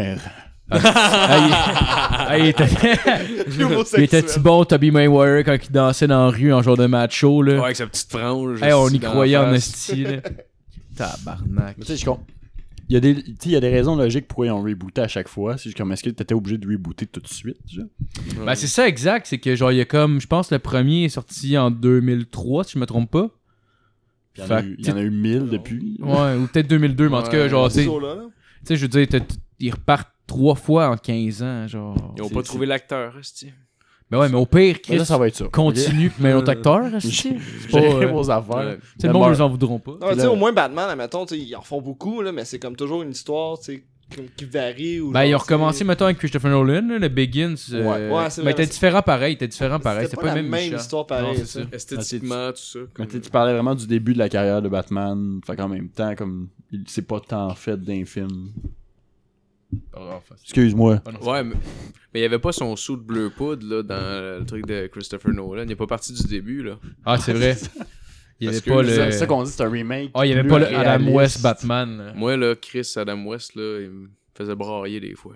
Ah, il... ah, il était... Plus il homosexuel. était-tu bon, Tobey Maguire, quand il dansait dans la rue en genre de macho, là? Ouais, avec sa petite frange. Hey, on aussi y dans la croyait en face. esti, là. Tabarnak. Mais tu sais, je comprends. Il y, a des, tu sais, il y a des raisons logiques pourquoi ils ont rebooté à chaque fois. C'est juste comme, est-ce que t'étais obligé de rebooter tout de suite, déjà? Ben, c'est ça, exact. C'est que, genre, il y a comme, je pense, le premier est sorti en deux mille trois, si je me trompe pas. Il y en a Fait eu- que, il y en a eu mille depuis. Ouais, ou peut-être deux mille deux, mais en tout cas, Ouais, genre, tu sais, Ce saut-là, là. tu sais, je veux dire, t'as- ils repartent trois fois en quinze ans, genre. Ils ont C'est- pas c'est- trouvé l'acteur, hostie. Ben ouais, mais au pire, Mais Chris, là, ça va être ça. continue, puis mets un autre acteur, esti. C'est pas... Gérer euh, vos affaires. Ouais. tu sais, le monde, ils en voudront pas. Non, mais tu sais, au moins Batman, admettons, tu sais, ils en font beaucoup, là, mais c'est comme toujours une histoire, tu sais, qui- qui varie. Ou Ben, genre, ils ont tu sais, recommencé, mettons, avec Christopher Nolan, là, le Begins. euh, Ouais. Ouais, c'est mais vrai, était différent pareil, était différent pareil. C'était C'était pas pas, la même même méchant. histoire pareil, Non, c'est ça. ça. Esthétiquement, tout ça. Mais comme- tu sais, tu parlais vraiment du début de la carrière de Batman. Fait qu'en même temps, comme, il s'est pas tant fait d'un film. Excuse-moi. Ouais, mais mais il y avait pas son sou de bleu poudre là, dans le truc de Christopher Nolan. Il est pas parti du début. Là. Ah, c'est vrai. Il y avait Parce que pas C'est le... ça qu'on dit, c'est un remake. Ah, il y avait plus pas le Adam réaliste. West Batman. là. Moi, là, Chris Adam West, là, il me faisait brailler des fois.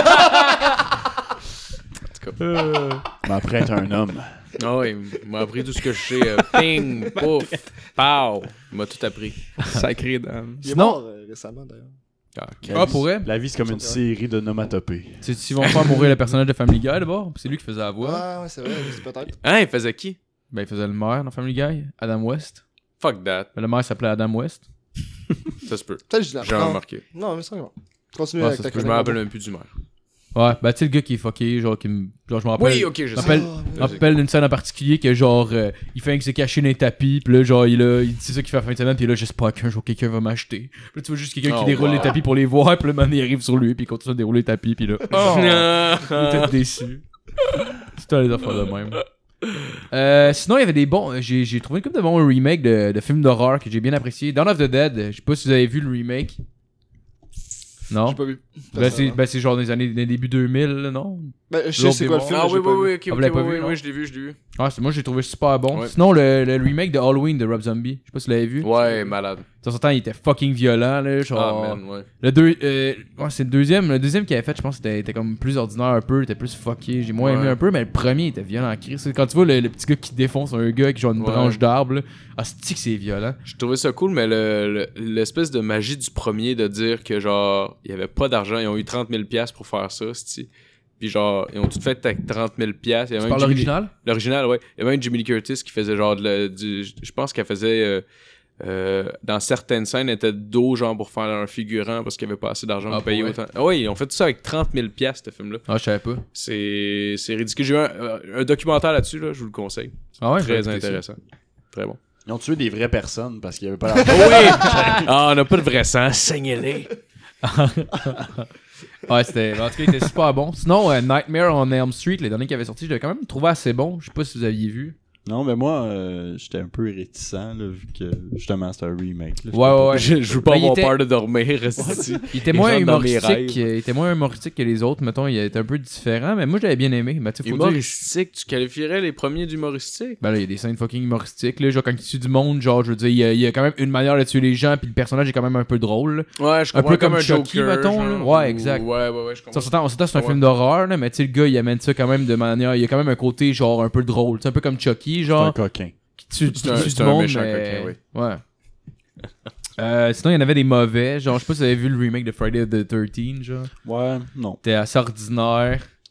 Mais après, t'es un homme. Ah ouais, il m'a appris tout ce que je sais. euh, ping, pouf, pow. Il m'a tout appris. Sacré dame. Il est Sinon- mort euh, récemment, d'ailleurs. Ah, pour elle? La vie, c'est comme une série de nomatopées. Tu sais, ils vont faire mourir le personnage de Family Guy d'abord. C'est lui qui faisait la voix. Ouais, ouais, c'est vrai, c'est peut-être. Hein, il faisait qui? Ben, il faisait le maire dans Family Guy, Adam West. Fuck that. Ben, le maire s'appelait Adam West. Ça se peut. Peut-être que je J'ai non. remarqué. Non, mais c'est bon. Continue Ah, avec ça ta se peut, Je chronique. me rappelle même plus du maire. Ouais, ben, tu sais, le gars qui est fucké, genre, qui me. Genre, je me rappelle. Oui, ok, je je sais. m'appelle- Ah, Je me rappelle d'une scène en particulier que genre euh, il fait que c'est caché dans les tapis, puis là genre il a il c'est ça qu'il fait à la fin de semaine, puis là j'espère qu'un jour quelqu'un va m'acheter. Puis là tu vois juste quelqu'un qui Oh, déroule wow. les tapis pour les voir, puis là man, il arrive sur lui, puis il continue à dérouler les tapis, puis là oh, il était déçu. C'était les affaires de même. Euh, sinon il y avait des bons, j'ai j'ai trouvé une couple de bons remakes de, de films d'horreur que j'ai bien apprécié. Dawn of the Dead, je sais pas si vous avez vu le remake. Non? J'ai pas vu. Ben c'est ben, c'est genre des années des débuts deux mille, là, non? Ben, je sais L'autre c'est quoi le démon. film, Ah mais j'ai oui, pas oui, vu. oui, ok, Ah, vous ok, l'avez pas oui, vu, oui, non? oui, je l'ai vu, je l'ai vu. Ah, c'est moi j'ai trouvé super bon. Ouais. Sinon le, le remake de Halloween de Rob Zombie, je sais pas si vous l'avez vu. Ouais, malade. De temps en temps, il était fucking violent, là, genre... Ah, man, ouais. Le deux... Euh, ouais, c'est le deuxième. Le deuxième qu'il avait fait, je pense, était, était comme plus ordinaire un peu, était plus fucké. J'ai moins Ouais. aimé un peu, mais le premier était violent en crise. Quand tu vois le, le petit gars qui défonce un gars qui joue une Ouais. branche d'arbre, là, ah, c'est que c'est violent. Je trouvais ça cool, mais le- le- l'espèce de magie du premier de dire que, genre, il y avait pas d'argent, ils ont eu trente mille piastres pour faire ça, c'ti. Puis, genre, ils ont tout fait avec trente mille piastres. Il y Tu avait même parles Jimmy- l'original? L'original, ouais. Il y avait même Jimmy Lee Curtis qui faisait, genre, de la- du, je pense qu'elle faisait, euh, euh, dans certaines scènes, elle était de dos, genre, pour faire un figurant parce qu'il y avait pas assez d'argent Ah, pour payer pour autant. Ah ouais, ils ont fait tout ça avec trente mille piastres, ce film-là. Ah, je savais pas. C'est c'est ridicule. J'ai eu un, euh, un documentaire là-dessus, là, je vous le conseille. Ah ouais, je vais Très écouter ça. intéressant. Très bon. Ils ont tué des vraies personnes parce qu'il y avait pas Oh la... oui! Ah, on n'a pas de vrai sang, saignez-les. Ouais, c'était... En tout cas, il était super bon. Sinon, euh, Nightmare on Elm Street, le dernier qui avait sorti, je l'avais quand même trouvé assez bon. Je sais pas si vous aviez vu. Non, mais moi, euh, j'étais un peu réticent, là, vu que, justement, c'était un remake. Là. Ouais, ouais, ouais. Je, je veux pas Ben, il avoir était- peur de dormir. esti. Il était Il moins rentre dans mes humoristique, rêves. euh, il était moins humoristique que les autres, mettons, il était un peu différent, mais moi je l'avais bien aimé. Mais tu sais, faut dire, Humoristique, tu qualifierais les premiers d'humoristique? ben là, il y a des scènes fucking humoristiques, là, genre quand il tue du monde, genre, je veux dire, il y, a, il y a quand même une manière de tuer les gens, puis le personnage est quand même un peu drôle. là. Ouais, je Un comprends. peu comme un Chucky, Joker, mettons, genre, là. Ouais, ou- exact. Ouais, ouais, ouais, je On comprends. s'entend, on s'entend, c'est un Ouais. film d'horreur, là, mais tu sais, le gars, il amène ça quand même de manière, il y a quand même un côté, genre, un peu drôle, tu sais, un peu comme Chucky, C'est un genre, coquin. qui tue, qui C'est un- tue c'est du un monde, méchant mais... coquin, Ouais. Euh, sinon, il y en avait des mauvais, genre, je sais pas si vous avez vu le remake de Friday the thirteenth, genre. Ouais, non. C'était assez ordinaire.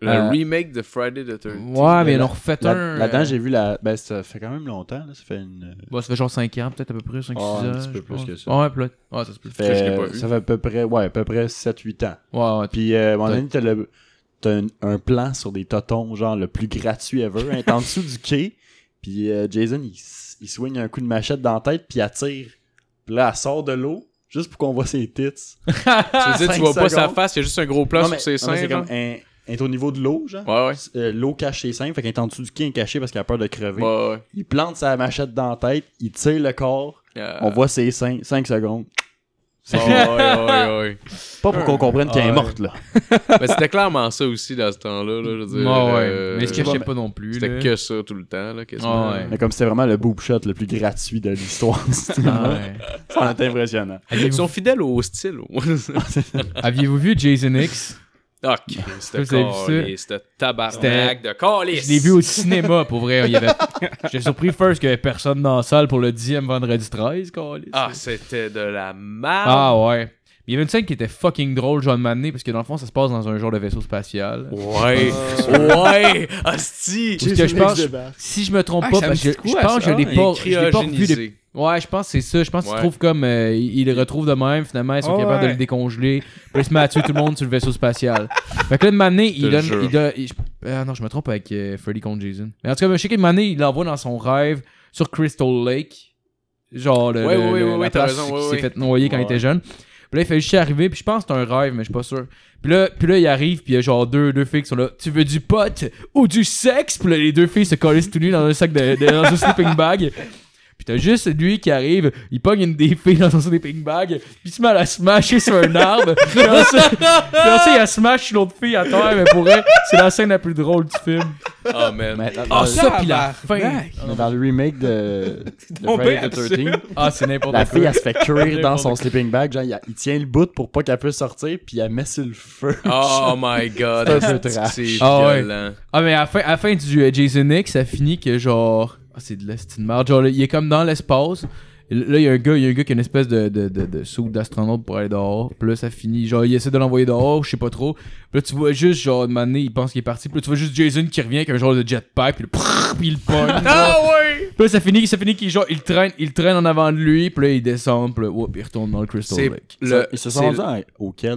Le Euh, remake de Friday the thirteenth. Ouais, mais ils en là- ont refait Là- un. Là-dedans, euh, j'ai vu la. Ben, ça fait quand même longtemps, là. Ça fait une. Bon, ça fait genre cinq ans, peut-être à peu près, cinq six Ah, ans. un petit peu je plus pense. que ça. Ouais, peut-être. Ouais, ça se peut. Ça fait, je l'ai pas vu. ça fait à peu près, ouais, à peu près sept huit ans. Ouais, ouais. Puis, euh, à un moment T'as- donné, t'as, le, t'as un, un plan sur des totons, genre le plus gratuit ever. Elle est en dessous du quai. Puis, euh, Jason, il, s- il swing un coup de machette dans la tête, puis elle tire. Puis là, elle sort de l'eau, juste pour qu'on voit ses tits. Tu veux dire, tu cinq vois pas sa secondes. face, il y a juste un gros plan Non, sur mais- ses non, mais seins. c'est genre. comme un, elle est au niveau de l'eau, genre. Ouais, ouais. Euh, l'eau cache ses seins, fait qu'elle est en dessous du quai, elle est cachée parce qu'elle a peur de crever. Ouais, ouais. Il plante sa machette dans la tête, il tire le corps, Euh, on voit ses seins, cinq secondes. Ouais, ouais, ouais, ouais. Pas pour qu'on comprenne qu'elle est Ouais. morte, là. Mais c'était clairement ça aussi dans ce temps-là. Là, je veux dire, Ouais, ouais. euh, Mais ce que je sais pas non plus. C'était là. que ça tout le temps, là, quasiment. Ah ouais. Mais comme c'était vraiment le boob shot le plus gratuit de l'histoire, c'était Ah ouais. ça était impressionnant. Ils Aviez-vous, sont fidèles au style. aviez-vous vu Jason X? Ok, Vous c'était avez vu ça? calé, c'était tabarnak de calice. Je l'ai vu au cinéma, pour vrai. Il y avait... J'étais surpris first qu'il y avait personne dans la salle pour le dixième vendredi treize, câlisse. Ah, c'était de la merde. Ah ouais. Il y avait une scène qui était fucking drôle, genre de m'amener, parce que dans le fond, ça se passe dans un genre de vaisseau spatial. Ouais, ouais, hostie. Parce que je pense, si je me trompe Ah, pas, ça me parce que dit je quoi, pense que je ça? l'ai Il pas, est je l'ai pas revu. des- cryogénisé. Ouais, je pense que c'est ça. Je pense qu'il Ouais. se trouve comme. euh, il il le retrouve de même, finalement, ils sont Oh, capables de ouais. le décongeler. Puis il se met à tuer tout le monde sur le vaisseau spatial. Fait que là, de m'amener, te il le donne. jure. Il donne il- je- ah non, je me trompe avec euh, Freddy contre Jason. Mais en tout cas, je sais qu'une année, il l'envoie dans son rêve sur Crystal Lake. Genre, le, Ouais, le- ouais, le- ouais, la ouais, t'as place raison, qui ouais, s'est ouais. fait noyer quand il Ouais. était jeune. Puis là, il fait juste arriver, puis je pense que c'est un rêve, mais je suis pas sûr. Puis là, puis là, il arrive, puis il y a genre deux, deux filles qui sont là. Tu veux du pot ou du sexe? Puis là, les deux filles se collent tout nues dans un sac de, de- dans un sleeping bag. Puis t'as juste lui qui arrive, il pogne une des filles dans son sleeping bag, puis il se met à la smasher sur un arbre. Puis ensuite, puis ensuite, il a smash une autre fille à terre, mais pour elle, c'est la scène la plus drôle du film. Ah, man. Mais dans, Ah, dans- ça, puis la fin. tabarnak. mais dans le remake de, de donc Friday bien the thirteenth, Ah, c'est n'importe la quoi. fille, elle se fait cuire dans son N'importe sleeping bag. Genre, il, il tient le bout pour pas qu'elle puisse sortir, puis elle met sur le feu. Oh my god, C'est un peu c'est trash. c'est Ah, ouais. violent. Ah, mais à la fin, à la fin du euh, Jason X, ça finit que genre. Ah, c'est de la c'est une merde. Genre, là, il est comme dans l'espace. Et là, il y a un gars, il y a un gars qui a une espèce de, de, de, de saut d'astronaute pour aller dehors. Puis là, ça finit. Genre, il essaie de l'envoyer dehors, je sais pas trop. Puis là, tu vois juste, genre, de manière, il pense qu'il est parti. Puis là, tu vois juste Jason qui revient avec un genre de jetpack. Puis, là, prrr, puis il le pogne. Ah, ouais! Puis là, ça finit, ça finit qu'il genre, il traîne, il traîne en avant de lui. Puis là, il descend. Puis là, whoop, il retourne dans le Crystal C'est Lake. le. Ils se c'est sont le- rendus à- auquel?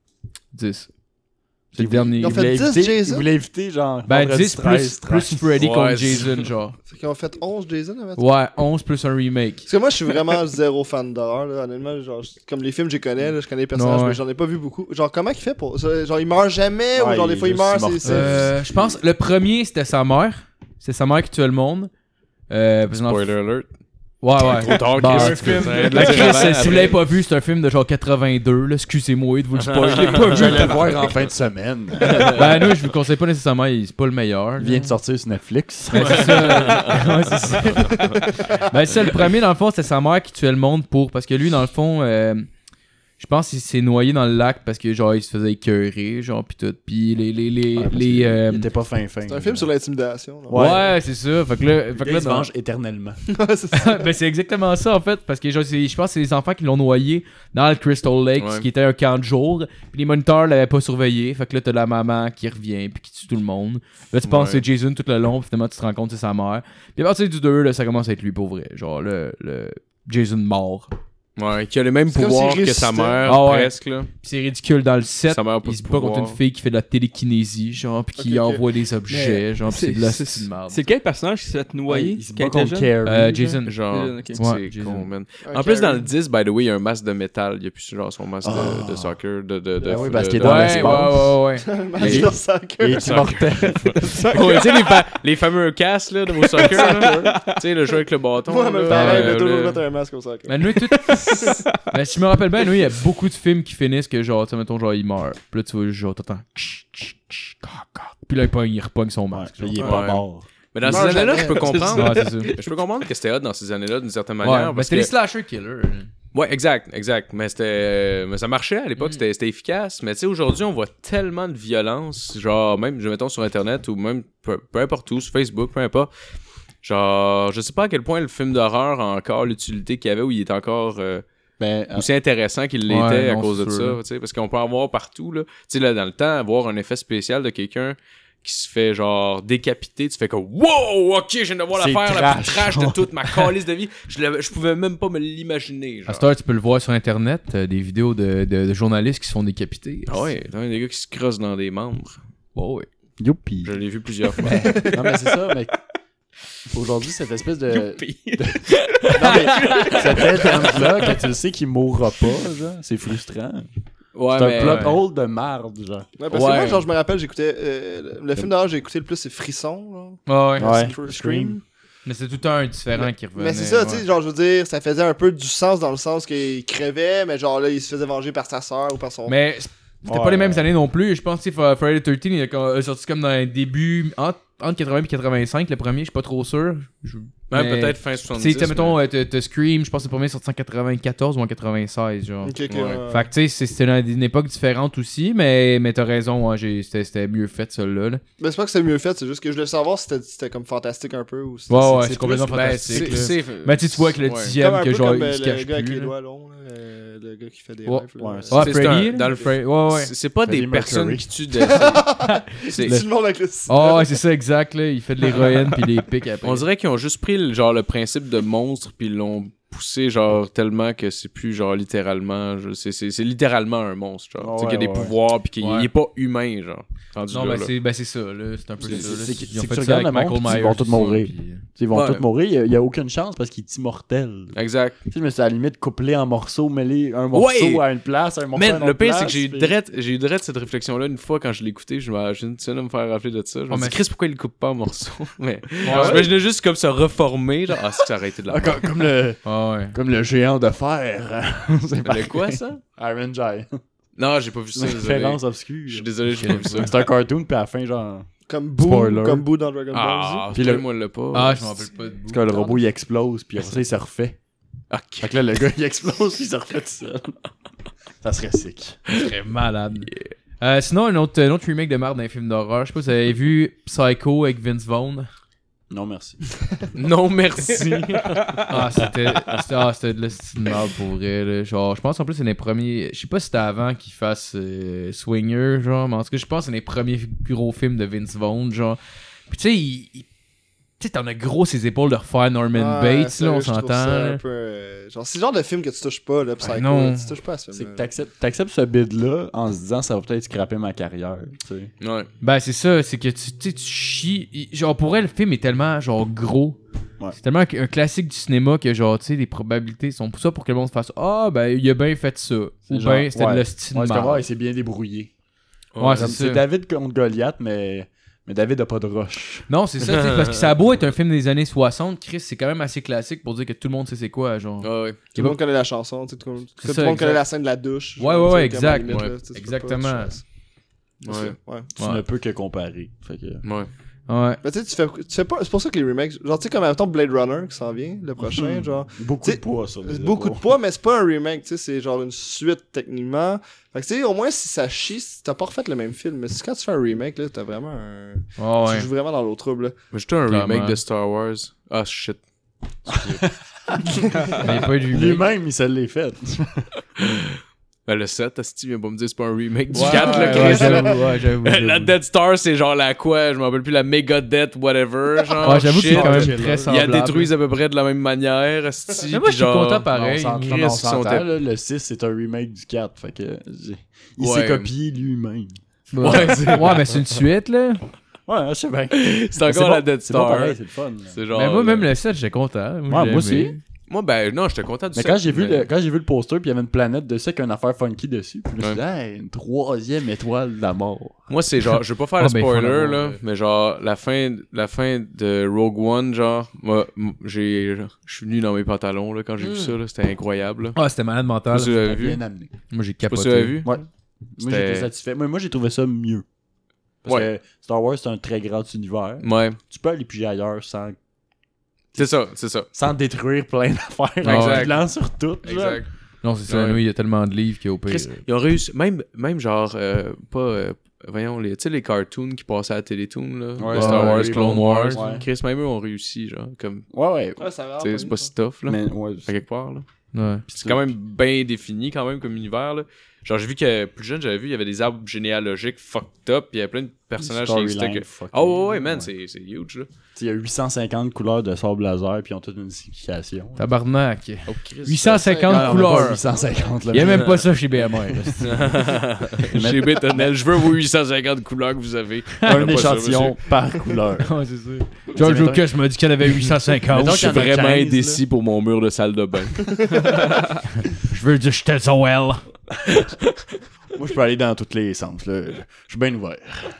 dix. C'est le dernier. Ils ont Ils fait voulaient dix, éviter- Jason? Ils voulaient éviter, genre, Ben, vendredi dix plus, treize, plus Freddy Ouais, contre c'est- Jason, genre. Fait qu'ils ont fait onze Jason avec Ouais, onze plus un remake. Parce que moi, je suis vraiment zéro fan d'horreur, là, honnêtement. Genre, je- comme les films, je les connais, là, je connais les personnages, Non, ouais. mais j'en ai pas vu beaucoup. Genre, comment il fait pour. ça? Genre, il meurt jamais, Ouais, ou genre, il des est fois, il juste meurt, c'est. mortel. c'est- Euh, je pense le premier c'était sa mère. C'est sa mère qui tuait le monde. Euh, parce que dans le- Spoiler alert. Ouais, ouais. Trop tard, Bah, Chris, un que film. ça- La c'est Chris, avant, si vous après. l'avez pas vu, c'est un film de genre quatre-vingt-deux. Là, excusez-moi de vous le spoiler. Je l'ai pas vu. J'allais le voir en fin de semaine. Ben, nous, je vous le conseille pas nécessairement. il- C'est pas le meilleur. Il là. vient de sortir sur Netflix. Ben, c'est ça. Ouais, c'est ça. Ben, c'est ça. Le premier, dans le fond, c'était sa mère qui tuait le monde pour. Parce que lui, dans le fond, euh, je pense qu'il s'est noyé dans le lac parce que, genre, il se faisait écœurer, genre, pis tout. Pis les. les, les, Ouais, parce les qu'il- euh, Il était pas fin fin. C'est un film sur l'intimidation. là. Ouais, Ouais. c'est ça. Fait que là, fait que Il là se dans- venge éternellement. Ouais, c'est ça. ben, c'est exactement ça, en fait. Parce que, genre, c'est- je pense que c'est les enfants qui l'ont noyé dans le Crystal Lake, Ouais. ce qui était un camp de jour. Puis les moniteurs l'avaient pas surveillé. Fait que là, t'as la maman qui revient, puis qui tue tout le monde. Là, tu penses que Ouais. c'est Jason tout le long, puis finalement, tu te rends compte que c'est sa mère. Puis à partir du deux, là, ça commence à être lui pour vrai. Genre, le, le Jason mort. Ouais, qui a les mêmes C'est comme pouvoirs s'il que sa ressuscitait. mère, Ah ouais. presque, là. Puis c'est ridicule dans le sept. Sa mère a pas Il de se bat contre une pouvoir. fille qui fait de la télékinésie, genre, puis qui Ok, ok. envoie des objets, genre, pis c'est de la c'est- style merde. C'est quel personnage qui s'est fait noyer il se quand bat il était contre jeune? Carrie. Euh, genre. Jason. Genre, Jason, ok. c'est Ouais, con, Jason. man. Un En plus, dans Carrie. le dix, by the way, il y a un masque de métal. Il y a plus genre son masque de, Ah. de soccer, de... de, de Ah oui, de- parce qu'il est de- dans Ouais, l'espace. ouais, ouais, ouais. Match de soccer. Il est immortel. Ouais, tu sais, les, fa- les fameux casques, là, de vos soccer, là. Tu sais, le jeu avec le bâton. Moi, mais là, pareil, euh, mais toujours le- mettre un masque au soccer. Mais nous, tout... Mais si je me rappelle bien, nous, il y a beaucoup de films qui finissent que, genre, tu sais, mettons, genre, il meurt. Puis là, tu vois, genre, t'entends. Tch, tch, tch, coc, coc. Puis là, il pogne, il repogne son Ouais, masque. là, il est genre. pas Ouais. mort. Mais dans Il ces meurt années-là, jamais. je peux comprendre. Ouais, c'est ça. Je peux comprendre que c'était hot dans ces années-là, d'une certaine manière. Ouais, mais parce c'était que... les slasher killers. Ouais, exact, exact. Mais c'était, mais ça marchait à l'époque, Mm. c'était, c'était efficace. Mais tu sais, aujourd'hui, on voit tellement de violence, genre même, je mettons sur Internet ou même peu, peu importe où, sur Facebook, peu importe. Genre, je sais pas à quel point le film d'horreur a encore l'utilité qu'il y avait où il est encore, euh, Ben, aussi intéressant qu'il l'était Ouais, à non, cause c'est de sûr, ça, là. tu sais, parce qu'on peut en voir partout, là. Tu sais, là, dans le temps, avoir un effet spécial de quelqu'un qui se fait, genre, décapiter, tu fais comme « Wow! Ok, je viens de voir C'est l'affaire la plus trash. trash de toute ma calice de vie. » Je l'avais- je pouvais même pas me l'imaginer, À genre. cette heure, tu peux le voir sur Internet, euh, des vidéos de, de, de journalistes qui se font décapiter. Ah ouais, t'as des gars qui se crossent dans des membres. Oh, ouais. Youpi. Je l'ai vu plusieurs fois. Non, mais c'est ça, mais aujourd'hui, cette espèce de. Youpi. Non, mais cet interne-là, que tu le sais qu'il mourra pas, genre, c'est frustrant. Ouais, c'est un mais... plot ouais. hole de marde, genre. Ouais, parce que Ouais. moi, genre, je me rappelle, j'écoutais. euh, le film d'horreur que j'ai écouté le plus, c'est Frisson. Ah ouais. Ouais. Scream. Scream. Mais c'est tout un différent qui revenait. Mais c'est ça, ouais. tu sais, genre, je veux dire, ça faisait un peu du sens dans le sens qu'il crevait, mais genre là, il se faisait venger par sa soeur ou par son. Mais c'était Ouais. pas les mêmes années non plus. Je pense que Friday the thirteenth, il a co- a sorti comme dans les débuts, entre, entre quatre-vingts et quatre-vingt-cinq, le premier, je suis pas trop sûr. Je- Ouais, mais- peut-être fin Tu soixante-dix. sais, t'as, mettons, mais- euh, t'as t'as Scream, je pense que le premier est sorti en quatre-vingt-quatorze ou en quatre-vingt-seize, genre. Ok, ok, Ouais. ouais. Fait que tu sais, c'est- c'était dans une époque différente aussi, mais, mais t'as raison, ouais, j'ai- c'était, c'était mieux fait, celle-là. Là. Mais c'est pas que c'était mieux fait, c'est juste que je voulais savoir si c'était, c'était comme fantastique un peu ou si Ouais, c'est- ouais, c'est c'est plus- complètement Ben, fantastique. c'est- là. c'est- Mais tu sais, tu vois avec le ouais. dixième Comme un que peu genre, comme il euh, se le cache gars avec plus. les là. doigts longs, là, euh, le gars qui fait des Ouais. rêves. Là. Ouais, Euh, c'est- Ah, C'est- Freddy, c'est un- là? dans le- Fre- ouais, ouais. C'est c'est pas Freddie des personnes Mercury. qui tuent des... c'est- C'est le monde avec le Ah ouais, c'est ça, exact, là. Il fait de l'héroïne puis les pics après. On dirait qu'ils ont juste pris le, genre le principe de monstre puis ils l'ont poussé genre tellement que c'est plus genre littéralement je- c'est, c'est, c'est littéralement un monstre genre. Ouais, Tu sais, qu'il y a des ouais. pouvoirs puis qu'il Ouais. il est pas humain genre. Rendu Non, là, ben là. c'est, ben c'est ça, là. C'est un peu C'est- ça. là. c'est- c'est Ils ont que fait tu ça regardes avec le monde, Michael puis ils Myers. vont tous aussi, mourir. puis- Ils vont Ouais. tous mourir, il n'y a, a aucune chance parce qu'il est immortel. Exact. Tu sais, mais c'est à la limite couplé en morceaux, mêler un morceau Ouais. à une place, un morceau à une Man, autre le pire place, c'est que j'ai eu puis- direct, j'ai eu direct cette réflexion là une fois quand je l'ai écouté, je me je viens de me faire rappeler de ça. Je me Oh, dis mais- Chris pourquoi il le coupe pas en morceaux mais Ouais. j'imaginais juste comme se reformer genre ah c'est arrêté de la Ah, comme, comme le, Ah ouais. comme le géant de fer. C'est pas- Le quoi ça? Iron Giant. Non, j'ai pas vu ça, désolé. Référence obscure. Je suis désolé, j'ai pas vu ça. C'est un cartoon, puis à la fin, genre. Comme Boo, Spoiler. comme Boo dans Dragon Ball Ah, Puis puis le- moi le pas. Ah, je m'en rappelle pas de bout. C'est quand le robot il explose, puis après ça, il se refait. Ok. Fait que là, le gars il explose, puis il se refait tout seul. Ça serait sick. Très malade. Euh, sinon, un autre, un autre remake de merde d'un film d'horreur. Je sais pas si vous avez vu Psycho avec Vince Vaughn. Non, merci. Non merci. Ah, c'était, c'était, ah, c'était de la style de merde pour vrai. Là. Genre, je pense en plus c'est les premiers. Je sais pas si c'était avant qu'il fasse euh, Swinger, genre, mais en tout cas, je pense que c'est les premiers gros films de Vince Vaughn, genre. Puis tu sais, il. il- Tu sais, t'en as gros ses épaules de refaire Norman Ouais, Bates, sérieux, là, on je trouve s'entend. ça là. un peu, euh, genre, c'est le genre de film que tu touches pas, là, Psycho. non. là, tu touches pas à ce C'est film. que t'acceptes, t'acceptes ce bid-là en se disant ça va peut-être scraper ma carrière, tu sais. Ouais. Ben, c'est ça, c'est que tu, tu sais, tu chies. il- Genre, pour elle, le film est tellement, genre, gros. Ouais. C'est tellement un, un classique du cinéma que, genre, tu sais, les probabilités sont pour ça pour que le monde fasse Ah, ben, il a bien fait ça. Ou genre- ben, c'était ouais. de la style Ouais, c'est comme, marde. ouais, c'est bien débrouillé. Ouais, c'est Comme, ça. c'est David contre Goliath, mais, mais David a pas de roche. Non, c'est ça, tu sais, parce que ça a beau être un film des années soixante, Chris, c'est quand même assez classique pour dire que tout le monde sait c'est quoi, genre. Ah ouais. Tout le monde connaît la chanson, tu sais, tout, tout C'est le ça, monde exact. connaît la scène de la douche. Ouais, genre, ouais, tu ouais, sais, comme à la exact. limite, Ouais. là, tu sais, tu peux Exactement. pas- tu choisis. Ouais. Ouais. Tu Ouais. ne peux que comparer. Fait que... Ouais. Ouais. Mais tu sais, tu fais, tu fais pas, c'est pour ça que les remakes, genre, tu sais, comme mettons Blade Runner qui s'en vient, le prochain, genre, Beaucoup T'sais, de poids, ça. les beaucoup de épaules. poids, mais c'est pas un remake, tu sais, c'est genre une suite techniquement. Fait que tu sais, au moins si ça chie, si t'as pas refait le même film, mais si quand tu fais un remake, là, t'as vraiment un. Ouais, ouais. Tu joues vraiment dans l'eau trouble, là. Mais j'étais un Clairement. remake de Star Wars. Ah shit. Mais il y a pas eu de remake. Lui-même, il se l'est fait. Ben, le sept, Asti vient pas me dire c'est pas un remake du Ouais, quatre, ouais, le ouais, Chris. là. j'avoue, ouais, j'avoue. La j'avoue. Death Star, c'est genre la quoi? Je me rappelle plus, la Mega Death, whatever. Genre, Ouais, j'avoue que c'est shit. quand même Shit. très Ils semblable. la détruisent à peu près de la même manière, Asti. Mais moi, je suis puis genre- content pareil. Non, on s'entend- Chris, non, on ils sont s'entend, tép- là, le six, c'est un remake du quatre. Fait que j'ai- il Ouais. s'est copié lui-même. Ouais, Ouais, c'est- ouais, mais c'est une suite, là. Ouais, je sais bien. C'est encore C'est la bon- Death C'est pas Star. pareil, c'est le fun. là. C'est genre. Mais moi, même euh, le sept, j'étais content. Ouais, j'ai moi aimé. aussi. Moi, ben, non, j'étais content du Mais sept, quand j'ai vu, mais- le, quand j'ai vu le poster, puis il y avait une planète dessus avec une affaire funky dessus, puis je me suis dit, Ouais. hey, une troisième étoile de la mort. Moi, c'est genre, je veux pas faire Ah, le ben, il faut spoiler, l'avoir, là, ouais. mais genre, la fin, la fin de Rogue One, genre, moi, m- j'ai, je suis venu dans mes pantalons, là, quand j'ai vu Mm. ça, là, c'était incroyable, là. Ah, c'était malade mental. Je sais pas si vous T'as l'avez vu. bien amené. Moi, j'ai Je sais pas capoté. si vous l'avez vu. Ouais. Moi, C'était- j'étais satisfait. Moi, moi, j'ai trouvé ça mieux. Parce Ouais. que Star Wars, c'est un très grand univers. Ouais. Tu peux aller piger ailleurs sans, C'est ça, c'est ça. sans détruire plein d'affaires. Exact. En bilan sur tout. genre. Exact. Non, c'est ça. Ouais. Nous, il y a tellement de livres qu'il y a au pire. Chris, ils ont réussi, même, même genre, euh, pas, euh, voyons, les, tu sais, les cartoons qui passaient à la Télétoon, là, Ouais, les Star ouais, Wars, les Clone Clone Wars, Wars, ouais. Chris, même eux ont réussi, genre, comme, Ouais, ouais. Ouais, ça va. tu sais, c'est pas si tough, là, Mais, ouais, à quelque part, là. Ouais. Puis c'est quand même bien défini, quand même, comme univers, là. Genre, j'ai vu que plus jeune, j'avais vu, il y avait des arbres généalogiques fucked up, puis il y avait plein de personnages qui existaient. Que... Oh, ouais, ouais, man, c'est, c'est huge, là. Il y a huit cent cinquante couleurs de sable laser, puis ils ont toute une signification. Tabarnak. Oh, Christ. huit cent cinquante Non, non, mais pas couleurs. huit cent cinquante, là. Il y a même pas ça chez B M R. Chez Bétonnel, je veux vos huit cent cinquante couleurs que vous avez. Un pas échantillon par couleur. Ouais, c'est ça. George Lucas m'a dit qu'il y en avait huit cent cinquante. Mettons Je suis qu'il y en a vraiment quinze, indécis pour mon mur de salle de bain. Je veux dire, j'étais so well. Moi, je peux aller dans tous les sens, là. Je suis bien ouvert.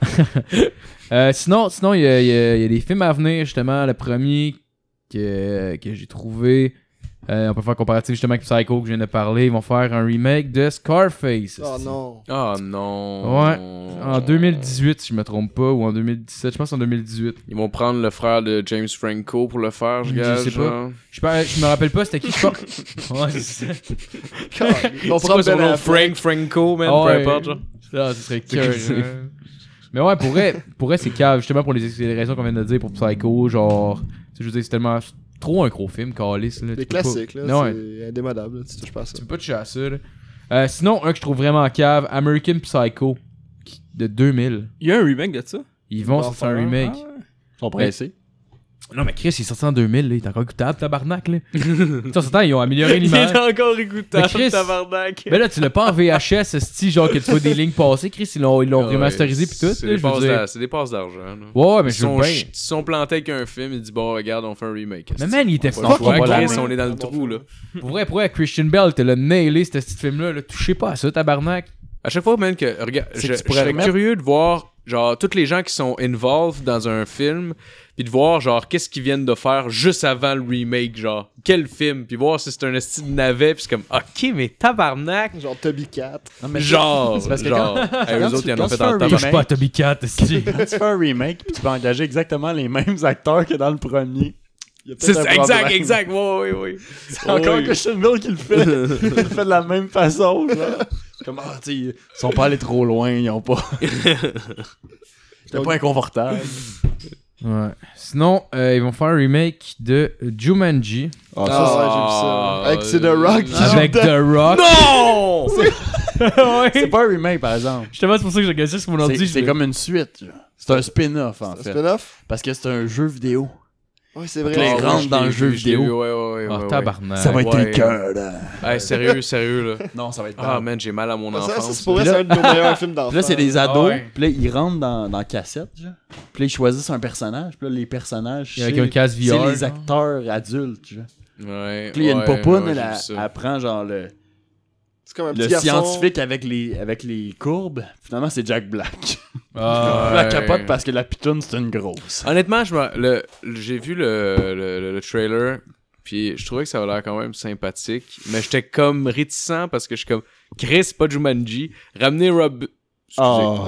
Euh, sinon, sinon il y, a- il y a il y a des films à venir, justement. Le premier que, que j'ai trouvé, euh, on peut faire un comparatif justement avec Psycho que je viens de parler. Ils vont faire un remake de Scarface. Oh non. Oh non. Ouais. En deux mille dix-huit, si je me trompe pas, ou en deux mille dix-sept, je pense en deux mille dix-huit. Ils vont prendre le frère de James Franco pour le faire, je Je gage. sais pas. genre. Je, par- je me rappelle pas c'était qui, je pense. Ouais, c'est ça. Ils vont C'est quoi prendre son Ben nom? Affleck. Frank Franco, man, Ah peu ouais. importe, genre. Ah, ce serait cœur. hein. Mais ouais, pour vrai, pour vrai c'est cave, justement pour les, les raisons qu'on vient de dire pour Psycho, genre, tu sais, je veux dire, c'est tellement trop un gros film, Calice. Là, Des tu peux pas- classiques, là. Non, ouais, C'est indémodable, là, tu touches pas à ça. tu peux pas toucher à ça. Là. Euh, sinon, un que je trouve vraiment cave, American Psycho, qui- de deux mille. Il y a un remake de ça. Ils vont Bon, sortir un enfin, remake. Ah ouais. Ils sont pressés. Non, mais Chris, il est sorti en deux mille, là, il est encore écoutable, tabarnak. Là. Tu sais, en ce temps, ils ont amélioré Il l'image. est encore écoutable, Mais Chris- tabarnak. Mais là, tu l'as pas en V H S, style genre que tu vois des lignes passer, Chris, ils l'ont, ils l'ont Ouais, remasterisé pis tout. C'est là, des, je veux passes dire. d'a- c'est des passes d'argent. là. Ouais, mais Ils je veux sont, bien. ch- ils sont plantés avec un film, ils disent bon, regarde, on fait un remake. Mais man, il était Pas le fucking choix, bon. Chris, man. on est dans le trou, là. Pour vrai, pour vrai, Christian Bell, t'as le nailé, ce petit film-là. Là. Touchez pas à ça, tabarnak. À chaque fois, man, que. Regarde, C'est je, que tu je pourrais serais remettre- curieux de voir, genre, tous les gens qui sont involved dans un film, puis de voir, genre, qu'est-ce qu'ils viennent de faire juste avant le remake, genre, quel film, puis voir si c'est un esti de navet, puis c'est comme, ok, mais tabarnak, Genre Toby Cat. Non, mais genre, c'est parce que genre, quand- hey, quand eux tu- autres, ils en quand ont tu fait fais en un tabarnak. Touche pas à Toby Cat, esti. quand tu fais un remake, puis tu peux engager exactement les mêmes acteurs que dans le premier. Il y a C'est peut-être ça, un exact, problème. exact, ouais, ouais, ouais. C'est encore Oui. Christian Bale qui le fait. Il le fait de la même façon, genre. Comme, ah, tu sais, ils sont pas allés trop loin, ils ont pas. C'était pas inconfortable. Ouais. Sinon, euh, ils vont faire un remake de Jumanji Ah, Ah, ça, ouais, j'ai vu ça. Avec c'est The Rock qui joue avec dedans. The Rock. Non! Ouais. c'est pas un remake, par exemple. Justement, c'est pour ça que j'ai regardé ça sur mon ordi. C'est je c'est me- comme une suite, genre. C'est un spin-off, en C'est un fait. spin-off? Parce que c'est un jeu vidéo. Oui, c'est vrai. Les Ah, rentrent ouais, dans le Je jeu l'ai- je l'ai vidéo. vu, Ouais, ouais, ouais. Ah, ouais, tabarnak. Ça va être ouais. tes cœurs, là. ouais. Hey, sérieux, sérieux, là. Non, ça va être Ah, bad. man, j'ai mal à mon Ça, ça, enfance. c'est pour vrai, Puis c'est là- un de nos meilleurs films d'enfants. Puis là, c'est des ados. Ouais. Puis là, ils rentrent dans, dans cassette, genre. Puis là, ils choisissent un personnage. Puis là, les personnages, Avec c'est- un casque V R. c'est les genre. acteurs adultes, genre. Ouais. Puis là, il y a une ouais, popoune, ouais, elle, j'ai elle, vu ça. elle prend genre le, C'est comme un petit le garçon. scientifique avec les, avec les courbes. Finalement, c'est Jack Black. Ah, La Ouais. capote parce que la pitoune, c'est une grosse. Honnêtement, je me- le, le- j'ai vu le, le, le- le trailer, puis je trouvais que ça avait l'air quand même sympathique, mais j'étais comme réticent parce que je suis comme Chris, pas Jumanji, ramener Rob. Excusez. Oh.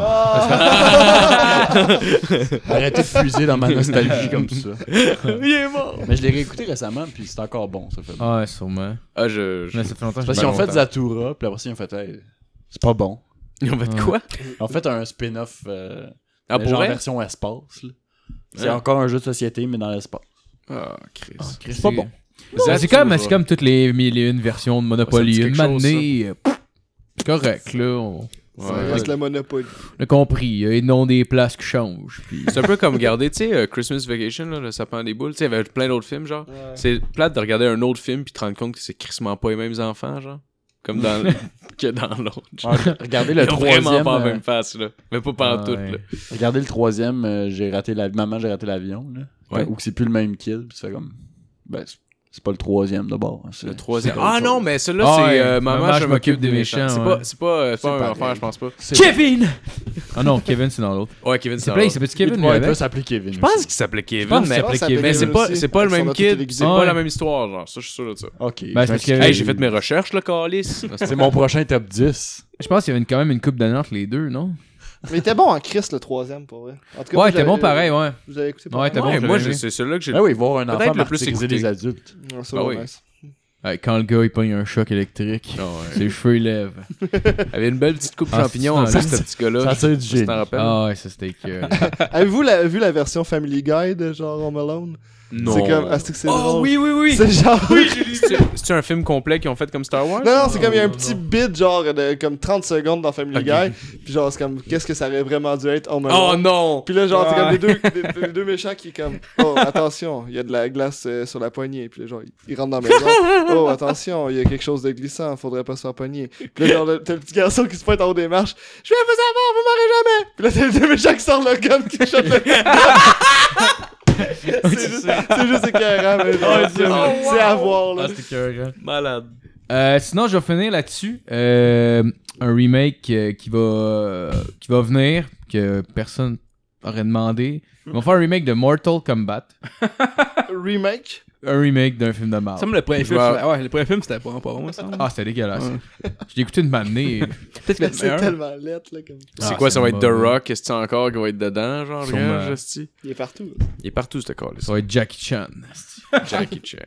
Arrêtez de fuser dans ma nostalgie comme ça. Il est mort. Mais je l'ai réécouté récemment, puis c'est encore bon, ça fait. Ah, ouais, sûrement. Ah, je. je- Mais ça fait longtemps que Parce j'ai qu'ils ont pas fait longtemps. Zatura, puis après ça, ils ont fait, hey, c'est pas bon. Ils ont fait quoi? Ils ont fait un spin-off, euh, Ah, mais pour genre vrai? version espace. là. C'est Hein? encore un jeu de société, mais dans l'espace. Ah, Chris. C'est pas bon. C'est comme, c'est comme toutes les mille et une versions de Monopoly. Ça me dit Une quelque chose, manée, euh, pff, c'est correct, là. On, Ça Ouais. reste la Monopoly. on a compris. Il y a des noms des places qui changent. Puis... C'est un peu comme regarder, tu sais, euh, Christmas Vacation, là, le sapin des boules. Tu sais, il y avait plein d'autres films, genre. C'est plate de regarder un autre film puis te rendre compte que c'est crissement pas les mêmes enfants, genre. Comme dans le- que dans l'autre. genre. Ah, regardez le Ils ont vraiment troisième. pas la euh, même face, là. Mais pas pendant Ah, tout, ouais. là. regardez le troisième, euh, j'ai raté la... Maman, j'ai raté l'avion. Là. Ouais. Ou que c'est plus le même kill, puis c'est comme. Ben, c'est- c'est pas le troisième d'abord. hein, c'est- Le troisième. c'est autre Ah chose. non, mais celui-là, Ah c'est ouais. euh, Maman, je m'occupe des méchants. C'est ouais. pas, c'est pas, euh, c'est C'est pas un pareil. affaire, je pense pas. C'est- Kevin! Ah non, Kevin, c'est dans l'autre. Ouais, Kevin, C'est c'est plein, il l'autre. s'appelle Il Kevin, lui, doit avec. s'appeler Kevin. Je pense aussi. qu'il s'appelait Je Kevin, pense qu'il mais, s'appelait ça Kevin. mais c'est Kevin pas, aussi, c'est pas le avec son même auto kid, téléguidé. c'est pas Ouais. la même histoire, genre. Ça, je suis sûr de ça. Ok. Ben, c'est parce que- Hey, j'ai fait mes recherches, là, Calis. C'est mon prochain top dix. Je pense qu'il y avait une- quand même une coupe d'années entre les deux, non? Mais il était bon en Chris, le troisième, pour vrai. En tout cas, Ouais, moi, t'es bon j'avais- pareil, ouais. Vous avez écouté Ouais, pareil? t'es bon, Ouais, j'avais moi, aimé. j'ai- c'est celui-là que j'ai. Ah oui, voir un Peut-être enfant le plus martyriser écouté. des adultes. Ouais, ça Ah va, oui. nice. Ouais, quand le gars il pogne un choc électrique, Ah ouais. ses cheveux ils lèvent. Il avait une belle petite coupe Ah, champignon c'est en ça, plus, ce petit gars-là. Ça Je tire du sais pas si t'en génie. rappelles. Ah ouais, ça c'était que. Avez-vous la- vu la version Family Guy de genre Home Alone? Non. C'est comme, ah, c'est que c'est Oh drôle. oui, oui, oui. C'est genre. C'est c'est un film complet qu'ils ont fait comme Star Wars? Non, non, c'est comme il y a un petit bit genre de comme trente secondes dans Family Ok. Guy. Puis genre, c'est comme, qu'est-ce que ça aurait vraiment dû être Home Oh Alone. non! Puis là, genre, c'est comme Ouais. les deux, les, les deux méchants qui, comme, oh, attention, il y a de la glace euh, sur la poignée. Puis là, genre, ils rentrent dans la maison. Oh, attention, il y a quelque chose de glissant, faudrait pas se faire pogner. Puis là, genre, le- t'as le petit garçon qui se pointe en haut des marches. Je vais vous avoir, vous m'aurez jamais. Puis là, t'as les deux méchants qui sortent le gun, qui shot le C'est juste, c'est juste écœurant, mais genre, Ouais, c'est c'est- c'est à voir, là. Ah, c'était écœurant. Malade. Euh, sinon, je vais finir là-dessus. Euh, un remake euh, qui va euh, qui va venir, que personne aurait demandé. Ils vont faire un remake de Mortal Kombat. Remake. Un remake d'un film de Ça Marvel. me le premier film, Ouais. c'était- ouais, le premier film c'était pas pas bon, ça. Ah, c'était dégueulasse. Ouais. Je l'ai écouté de m'amener. Peut-être le C'est meilleur. tellement lettre, là, comme. C'est Ah, quoi, ça va être The mauvais. Rock? Est-ce que c'est encore qui va être dedans, genre, Sûrement. regarde, esti? Il est partout. Il est partout, ce corps Ça va être Jackie Chan. Jackie Chan.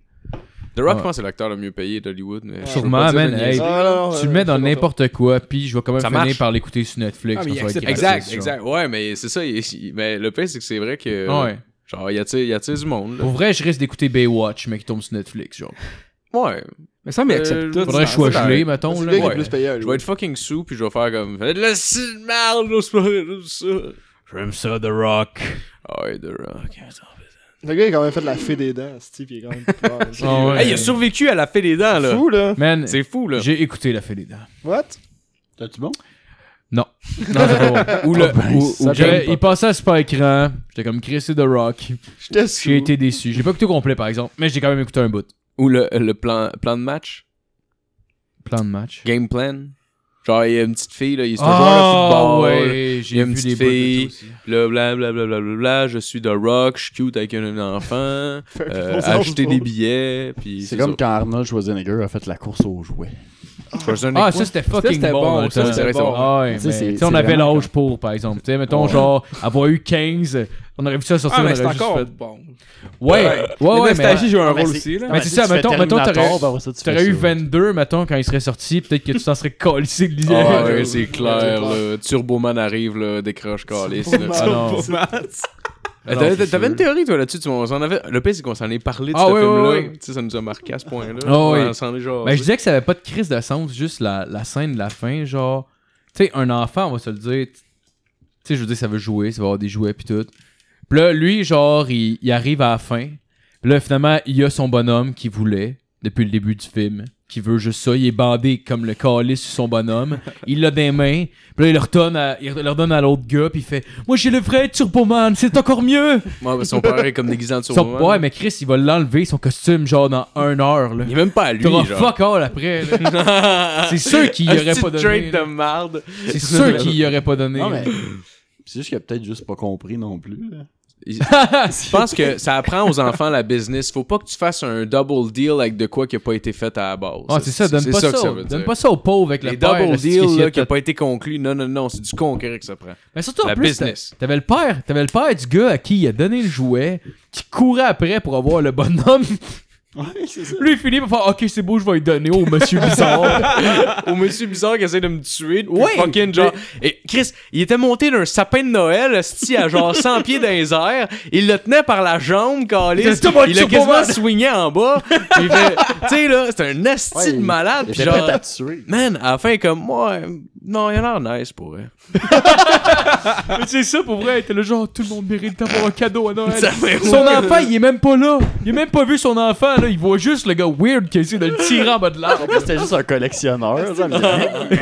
The Rock, Ouais. je pense que c'est l'acteur le mieux payé d'Hollywood. mais je veux Sûrement, pas dire man, de hey, niaiserie. Ah, non, non, Tu le euh, mets dans c'est pas n'importe quoi, puis je vais quand même Ça finir marche. par l'écouter sur Netflix. Ah, mais parce il que ça va être accepte- gratis, Exact, genre. exact. Ouais, mais c'est ça. il- il- mais le pire, c'est que c'est vrai que. Ah ouais. Genre, il attire, il attire du monde. Là. Pour vrai, je risque d'écouter Baywatch, mais qui tombe sur Netflix, genre. Ouais. Mais ça, mais il Euh, accepte tout. Faudrait que je ça. sois c'est gelé, correct. mettons. C'est le Là. gars qui est Ouais. plus payé à Je vais jouer. être fucking sous, puis je vais faire comme. Faites de la style merde, là, c'est pas j'aime ça. J'aime ça, The Rock. Ah ouais, The Rock. Le gars, il a quand même fait de la fée des dents, Steve, il est quand même. Ouais, c'est Ah ouais. Hey, il a survécu à la fée des dents, là. fou, là. Man, C'est fou, là. j'ai écouté La Fée des Dents. What? T'as-tu bon? Non. Non, c'est pas bon. Ou le. Ah ben, ou- ça ou j'aime J'avais- pas. Il passait à super écran. J'étais comme Chris et The Rock. J'étais sous. J'ai été déçu. J'ai pas écouté au complet, par exemple, mais j'ai quand même écouté un bout. Ou le, le plan, plan de match. Plan de match. Game plan. Genre, il y a une petite fille, là, il est un Ah, joueur de football. ouais, Il y j'ai a vu une des petite bouts de fille. ça aussi. Là, blablabla, bla, bla, bla, je suis The Rock, je suis cute avec un enfant, euh, acheter des billets, puis C'est comme quand Arnold Schwarzenegger a fait la course aux jouets. Ah, ça c'était fucking c'était bon. bon, dans le ça, temps. c'était bon. Ah ouais, Tu sais, mais, c'est- tu sais, on c'est avait vraiment l'âge pour, par exemple. Tu sais, mettons, Ouais. genre, avoir eu quinze, on aurait vu ça sortir, Ah, on mais aurait c'est juste encore fait... bon. Ouais, ouais, La ouais, mais... nostalgie joue un Ah, mais rôle c'est- aussi, là. Mais Ouais, c'est si ça, tu fais mettons, mettons, Terminator, t'aurais- ben après ça, tu T'aurais fais eu ça. vingt-deux, mettons, quand il serait sorti, peut-être que tu t'en serais collissé de l'idée. Ah ouais, Ouais, c'est ouais, clair, ouais. là. Turboman arrive, là, décroche calice. Turboman. Ah non. Euh, T'avais t'avais une théorie, toi, là-dessus. Tu m'en- on s'en avait... Le pire, c'est qu'on s'en est parlé de Ah ce ouais, film-là. ouais, ouais. Tu sais, ça nous a marqué à ce point-là. Ah ouais. On s'en est genre... Ben, je disais que ça avait pas de crise de sens, juste la, la scène de la fin, genre... Tu sais, un enfant, on va se le dire, tu sais, je veux dire, ça veut jouer, ça va avoir des jouets pis tout. Pis là, lui, genre, il, il arrive à la fin. Pis là, finalement, il y a son bonhomme qu'il voulait, depuis le début du film, qui veut juste ça. Il est bandé comme le calice sur son bonhomme. Il l'a des mains. Pis là, il le redonne à, il le redonne à l'autre gars, pis il fait « Moi, j'ai le vrai Turboman, c'est encore mieux! Ouais, ben, son père est comme déguisé en » Son- Turboman. Ouais, mais Chris, il va l'enlever, son costume, genre, dans une heure, là. Il est même pas à lui, T'auras genre. fuck all après, là. C'est sûr qu'il y aurait pas donné. Straight là. de marde. C'est sûr qu'il y aurait pas donné. Non, là. mais. C'est juste qu'il a peut-être juste pas compris non plus. là. Je pense que ça apprend aux enfants la business. Faut pas que tu fasses un double deal avec de quoi qui a pas été fait à la base. Ah, c'est ça, donne pas ça, que au- veut donne dire. pas ça aux pauvres avec le Les père. double là, deals c'est- là, qui a pas été conclu. Non, non, non, c'est du concret que ça prend. Mais surtout, en La plus, business. t'a- t'avais le père, t'avais le père du gars à qui il a donné le jouet, qui courait après pour avoir le bonhomme. Ouais, c'est ça. Lui, il finit par faire « Ok, c'est beau, je vais lui donner au monsieur bizarre. Au monsieur bizarre qui essaie de me tuer. Puis Ouais, fucking genre. Et Chris, il était monté d'un sapin de Noël, esti, à genre cent pieds dans les airs. Il le tenait par la jambe, calice. Il était Il l'a Turboman. quasiment swingé en bas. Puis il fait. Tu sais, là, c'était un esti Ouais, de il- malade. Il Puis était genre. prêt à te tuer. Man, à la fin, comme, ouais, non, il a l'air nice pour elle. » Mais c'est ça, pour vrai, t'es le genre « Tout le monde mérite d'avoir un cadeau à Noël. Ça fait » Son enfant, il est même pas là. Il a même pas vu son enfant, là. Il voit juste le gars weird qui essaie de le tirer en bas de l'arbre. En plus, c'était juste un collectionneur. Ça me dit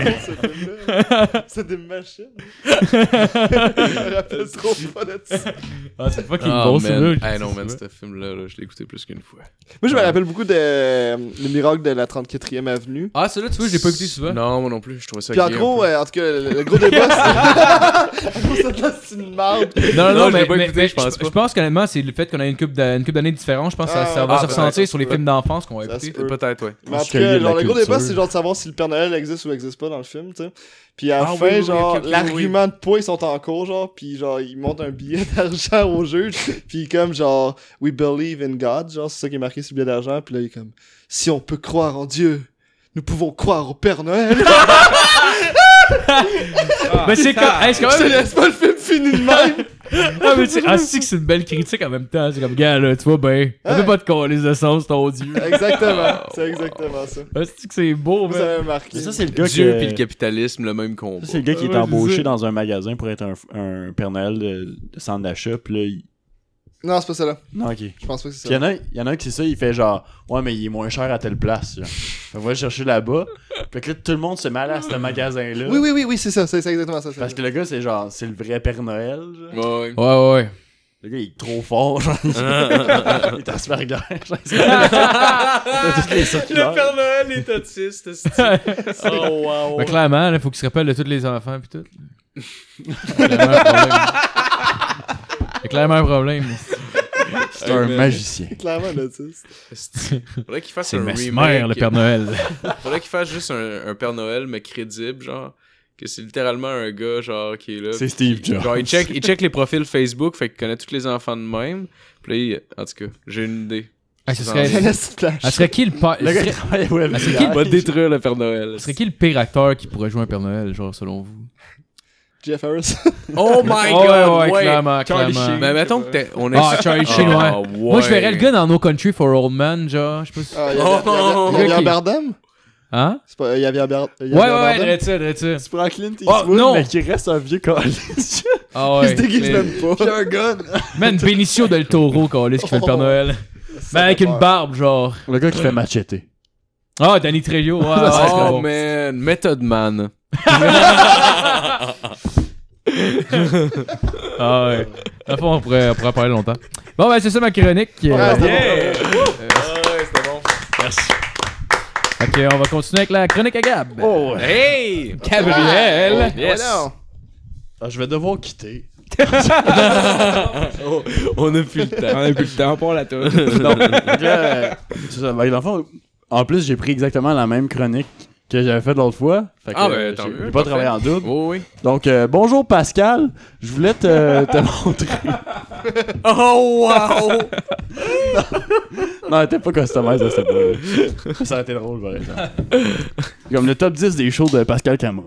rien. C'est des machines. Je me rappelle trop pas de ça. Ah, c'est fucking Ah, bon, c'est man. vrai. Hey, non, man, ce film-là, là, je l'ai écouté plus qu'une fois. Moi, je me rappelle beaucoup de euh, Le miracle de la trente-quatrième avenue. Ah, celui-là, tu vois, je l'ai pas écouté souvent. Non, moi non plus, je trouvais ça Puis en gay un gros, peu. euh, en tout cas, le, le gros débat, c'est. En gros, ça, c'est une merde. Non, non, Non, non, je l'ai mais, pas mais- écouté, mais je pense je, pas. je pense qu'honnêtement, c'est le fait qu'on a une couple de- une couple d'années différentes. Je pense que ça, ça va Ah, se ah, ressentir peut-être, sur les peut-être. films d'enfance qu'on va Ça écouter. se peut. Peut-être, ouais. Mais en Je tout suis curieux cas, de genre, la le gros débat, culture. c'est genre de savoir si le Père Noël existe ou existe pas dans le film, tu sais. Puis à la Ah, fin, oui, oui, genre, ok, ok, l'argument de poids, ils sont en cours, genre, puis genre, ils montent un billet d'argent au juge, puis comme genre, we believe in God, genre, c'est ça qui est marqué sur le billet d'argent, puis là, il est comme, si on peut croire en Dieu, nous pouvons croire au Père Noël. Mais c'est comme. hey, c'est quand Je te même. laisse pas le film fini de même. Ah, mais tu sais, ah, c'est que c'est une belle critique en même temps. C'est comme, gars, là, tu vois, ben, Ouais. fais pas de coller de sens, ton Dieu. Exactement. C'est exactement ça. Ah, c'est que c'est beau, Vous man. avez marqué. Mais ça, c'est le gars Dieu que... puis le capitalisme, le même combat. Ça, c'est le gars qui est Ouais, c'est embauché ça. dans un magasin pour être un, un Père Noël de, de centre d'achat, pis là, il... Non, c'est pas ça là. Non, ok. Je pense pas que c'est Puis il y ça. en a, il y en a un qui c'est ça, il fait genre, ouais, mais il est moins cher à telle place. Genre. Fait qu'on va le chercher là-bas. Fait que là, tout le monde se met à ce magasin-là. Oui, oui, oui, oui, c'est ça. C'est c'est exactement ça. c'est Parce ça. que le gars, c'est genre, c'est le vrai Père Noël. Genre. Ouais, ouais. Ouais, ouais. Le gars, il est trop fort. Genre. il est Asperger. Genre. Il a toutes les circulaires. Le Père Noël est autiste, esti. Oh, wow. Ben, clairement, il faut qu'il se rappelle de tous les enfants pis tout. Clairement un problème. C'est clairement un problème. C'est un magicien. Clairement l'autiste. Esti. Faudrait qu'il fasse C'est un Mesmer, remake. le Père Noël. Faudrait qu'il fasse juste un, un Père Noël, mais crédible, genre. Que c'est littéralement un gars, genre, qui est là. C'est puis Steve qui- Jobs. Genre, il check, il check les profils Facebook, fait qu'il connaît tous les enfants de même. Puis là, il- en tout cas, j'ai une idée. Ah, ce Genre, serait. C'est une petite flash. Ah, serait qui le père. Le Ce gars, il serait... travaille au F B I. Ah, c'est qui Il va détruire le Père Noël. ce serait qui le pire acteur qui pourrait jouer un Père Noël, genre, selon vous? Jeff Harris. Oh my Oh, god, ouais, ouais. clairement, Charlie clairement. Sheen. Mais mettons que t'es, on est... Ah, Charlie Sheen, ouais. Ah, Moi, je verrais le gars dans No Country for Old Men, genre, je sais pas si... Ah, il y avait- il y avait- il y avait Ok. Bardem? Hein? C'est pas, il y avait Bardem? Ouais, ouais, ouais, drette ça, drette ça. Tu prends Clint Oh, Eastwood, non! mais qui reste un vieux calice. Ah Il ouais. se déguise mais- même pas. J'ai un gun. Man, Benicio del Toro, câlisse, qui fait le Père Noël. Mais avec une barbe, genre. Le gars qui fait Machete. Ah, Danny Trejo, ouais, ouais, c'est Oh bon. man, Method Man. Ah ouais. À fond, on pourrait, on pourrait en parler longtemps. Bon, ben, c'est ça ma chronique. Euh, Ouais, c'était Yeah! bon. Ah ouais, c'était bon. Merci. Ok, on va continuer avec la chronique à Gab. Oh, ouais. Hey! Gabriel. Yes! Voilà. Ah, je vais devoir quitter. Oh, on a plus le temps. On a plus le temps pour la tour. Donc, là, euh, c'est ça. Ben, dans le fond, en plus, j'ai pris exactement la même chronique que j'avais faite l'autre fois. Fait que, Ah, ben, euh, tant j'ai mieux, j'ai pas parfait. travaillé en double. Oh oui. Donc, euh, bonjour Pascal. Je voulais te, te montrer. Oh wow! Non, elle était pas customisée à cette fois. Ça aurait été drôle, par exemple. Comme le top dix des shows de Pascal Cameron.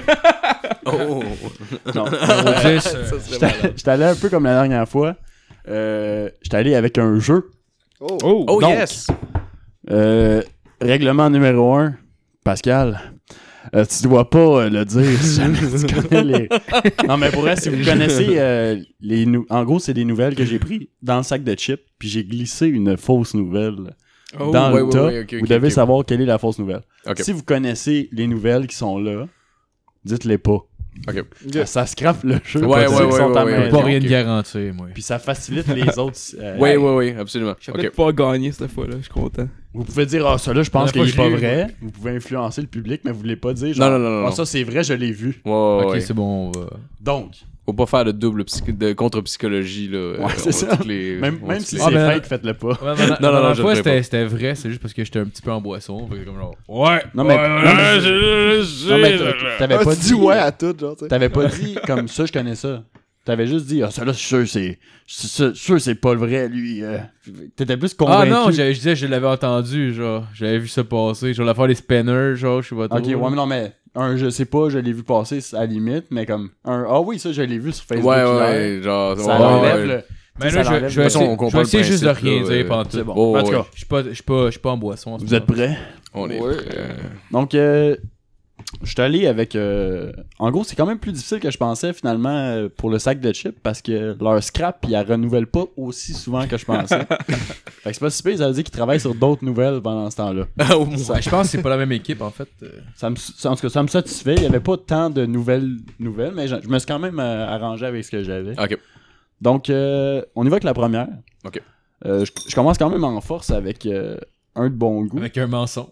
Oh! Non. dix. Ça serait J'étais malade. j'étais allé un peu comme la dernière fois. Euh, J'étais allé avec un jeu. Oh. Oh! Oh Donc, yes! Euh, règlement numéro un, Pascal. Euh, tu dois pas euh, le dire si jamais tu connais les. Non, mais pour vrai, si vous connaissez euh, les. Nou... En gros, c'est des nouvelles que j'ai prises dans le sac de chips, puis j'ai glissé une fausse nouvelle Oh, dans ouais, le ouais, tas. ouais, ok, vous ok, devez ok. savoir quelle est la fausse nouvelle. Ok. Si vous connaissez les nouvelles qui sont là, dites-les pas. Ok. Ça, ça scrape le jeu. Ouais, pour ouais, ceux qui ouais, sont à ouais, la Je ouais, maison. peux pas rien ok. te garantir, moi. Puis ça facilite les autres. euh, Ouais, hey, ouais, ouais, absolument. Je vais Ok. peut-être pas gagner cette fois-là, je suis content. Vous pouvez dire, ah, ça là, je pense La qu'il fois est que pas je l'ai eu, vrai. Vous pouvez influencer le public, mais vous voulez pas dire, genre, Non, non, non, non, ah, non. ça c'est vrai, je l'ai vu. Ouais, ouais, Ok, ouais. c'est bon, on va... Donc, Faut pas faire de double psy- de contre-psychologie, là. Ouais, Euh, c'est on va ça. toutes les- même, on va même toutes si les- Ah, c'est ben, fake, faites-le pas. Ouais, mais la- Non, non, la non, dernière je fois, le ferai c'était c'était vrai, c'est juste parce que j'étais un petit peu en boisson. Fait que comme genre... Ouais! Non, mais- ouais, non, mais- ouais, je- je- Non, mais je- t'a- t'avais Ah, pas tu dit. dis ouais à tout, genre, tu sais. T'avais pas dit comme ça, je connais ça. T'avais juste dit, ah, ça là, je suis sûr, c'est. Je suis sûr- sûr, c'est pas le vrai, lui. euh. T'étais plus Ah convaincu. non, je, je disais, je l'avais entendu, genre, j'avais vu ça passer, genre l'affaire des spinners, genre, je sais pas trop. Ok, ouais, mais non, mais. Un, je sais pas, je l'ai vu passer à la limite, mais comme. Un, ah oui, ça, je l'ai vu sur Facebook. Ouais, hier. ouais, genre. Ça ouais, enlève ouais. le. Mais ça là, je, l'enlève. je vais De toute façon, essayer, on je comprend vais le essayer juste de principe, rien là, dire euh, pendant tout. C'est bon. Oh, En tout ouais. cas, Je suis pas, je suis pas, je suis pas en boisson. en ce vous êtes moment. prêts? On est. Ouais. euh, Donc, euh, je suis allé avec. euh, En gros, c'est quand même plus difficile que je pensais finalement euh, pour le sac de chips parce que leur scrap, ils la renouvellent pas aussi souvent que je pensais. Fait que c'est pas si pire, ça veut dire qu'ils travaillent sur d'autres nouvelles pendant ce temps-là. Au moins. Ouais, je pense que c'est pas la même équipe, en fait. euh. Ça me, ça- en tout cas, ça me satisfait. Il y avait pas tant de nouvelles nouvelles, mais je, je me suis quand même euh, arrangé avec ce que j'avais. Ok. Donc, euh, on y va avec la première. Ok. Euh, je, je commence quand même en force avec euh, un de bon goût. Avec un mensonge.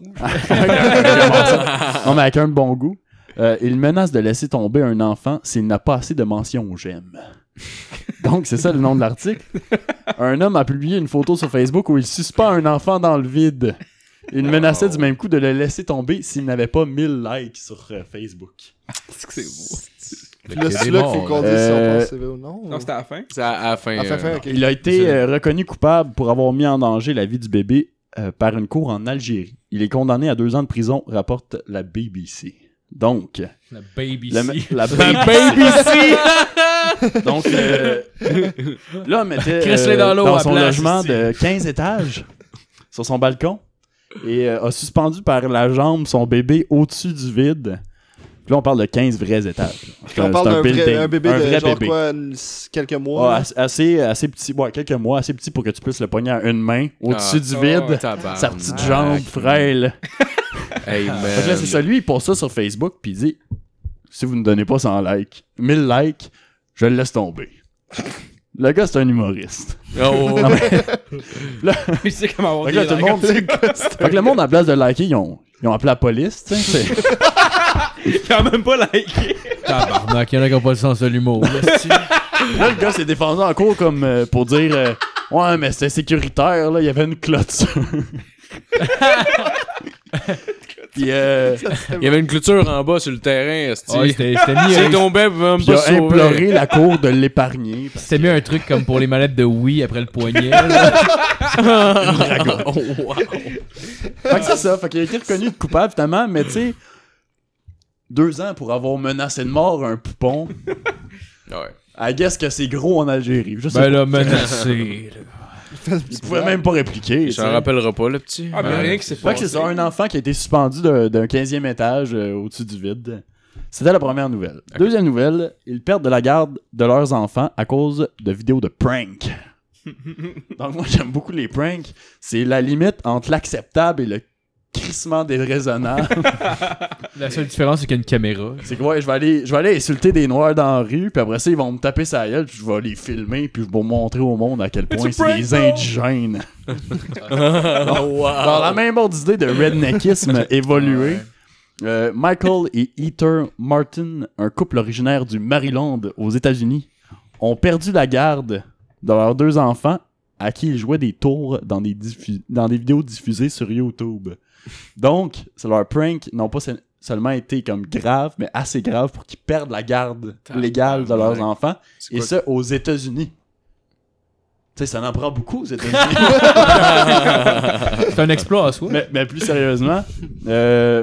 Non, mais avec un de bon goût. Euh, il menace de laisser tomber un enfant s'il n'a pas assez de mention j'aime. Donc, c'est ça le nom de l'article. Un homme a publié une photo sur Facebook où il suspend un enfant dans le vide. Il menaçait du même coup de le laisser tomber s'il n'avait pas mille likes sur euh, Facebook. C'est que c'est beau. Puis là, c'est là qu'il faut qu'on dise si on pense que c'est vrai ou non. Non, c'était à la fin. C'est à, à la fin. À fin, euh, fin, ok. Il a été euh, reconnu coupable pour avoir mis en danger la vie du bébé euh, par une cour en Algérie. Il est condamné à deux ans de prison, rapporte la B B C. Donc, La baby le- C. la baby C. Donc, euh, là, on mettait Crisse-les euh, dans l'eau dans à son place, logement ici. de quinze étages, sur son balcon, et euh, a suspendu par la jambe son bébé au-dessus du vide. Puis là, on parle de quinze vrais étages. C'est On un- parle c'est d'un building, vrai, un bébé un de vrai genre bébé. quoi, une- quelques Ouais, mois. là. assez, assez, assez petit, ouais, quelques mois, assez petit pour que tu puisses le pogner à une main, au-dessus Ah, du oh, vide, tabarnak. sa petite jambe frêle. Hey, man. Fait que là, c'est ça, lui, il poste ça sur Facebook, puis il dit si vous ne donnez pas cent likes, mille likes, je le laisse tomber. Le gars, c'est un humoriste. Oh, Il sait comment avoir Fait des que là, tout le monde, fait que le monde, à la place de liker, ils ont, ils ont appelé la police, tu sais. c'est- Il a même pas liké. Tabarnak, y'en a qui ont pas le sens de l'humour. là, c'est-tu? Là, le gars s'est défendu en cours comme euh, pour dire euh, ouais, mais c'était sécuritaire, là, il y avait une clôture. Puis, euh, il y avait une clôture en bas sur le terrain. esti. Ouais, c'était c'était mis, C'est un- tombé, même puis il pas a sauver. imploré la cour de l'épargner. c'était mis un truc comme pour les manettes de Wii après le poignet. là. Oh, wow. Fait que c'est ça, fait qu'il a été reconnu coupable finalement, mais tu sais, deux ans pour avoir menacé de mort un poupon. Ouais. I guess que c'est gros en Algérie. Je sais Ben pas. là, menacé. là. Il pouvait même pas répliquer. Je tu sais. t'en rappellerai pas, le petit. Ah, mais Ouais. rien que c'est Fait pas. que c'est ça, un enfant qui a été suspendu de- d'un quinzième étage euh, au-dessus du vide. C'était la première nouvelle. Deuxième nouvelle, ils perdent de la garde de leurs enfants à cause de vidéos de prank. Donc moi j'aime beaucoup les pranks. C'est la limite entre l'acceptable et le crissement déraisonnable. La seule différence, c'est qu'il y a une caméra. C'est que ouais, je vais aller, je vais aller insulter des noirs dans la rue, puis après ça ils vont me taper sa gueule, puis je vais les filmer, puis je vais montrer au monde à quel point c'est des indigènes. Oh, wow. Dans la même ordre d'idée de redneckisme évolué, euh, Michael et Heather Martin, un couple originaire du Maryland aux États-Unis, ont perdu la garde de leurs deux enfants à qui ils jouaient des tours dans des, diffu- dans des vidéos diffusées sur YouTube. Donc, c'est leur prank n'ont pas se- seulement été comme grave, mais assez grave pour qu'ils perdent la garde légale de leurs enfants, C'est et quoi- ça aux États-Unis. Tu sais, ça en prend beaucoup aux États-Unis. C'est un exploit à soi. mais, mais plus sérieusement, euh,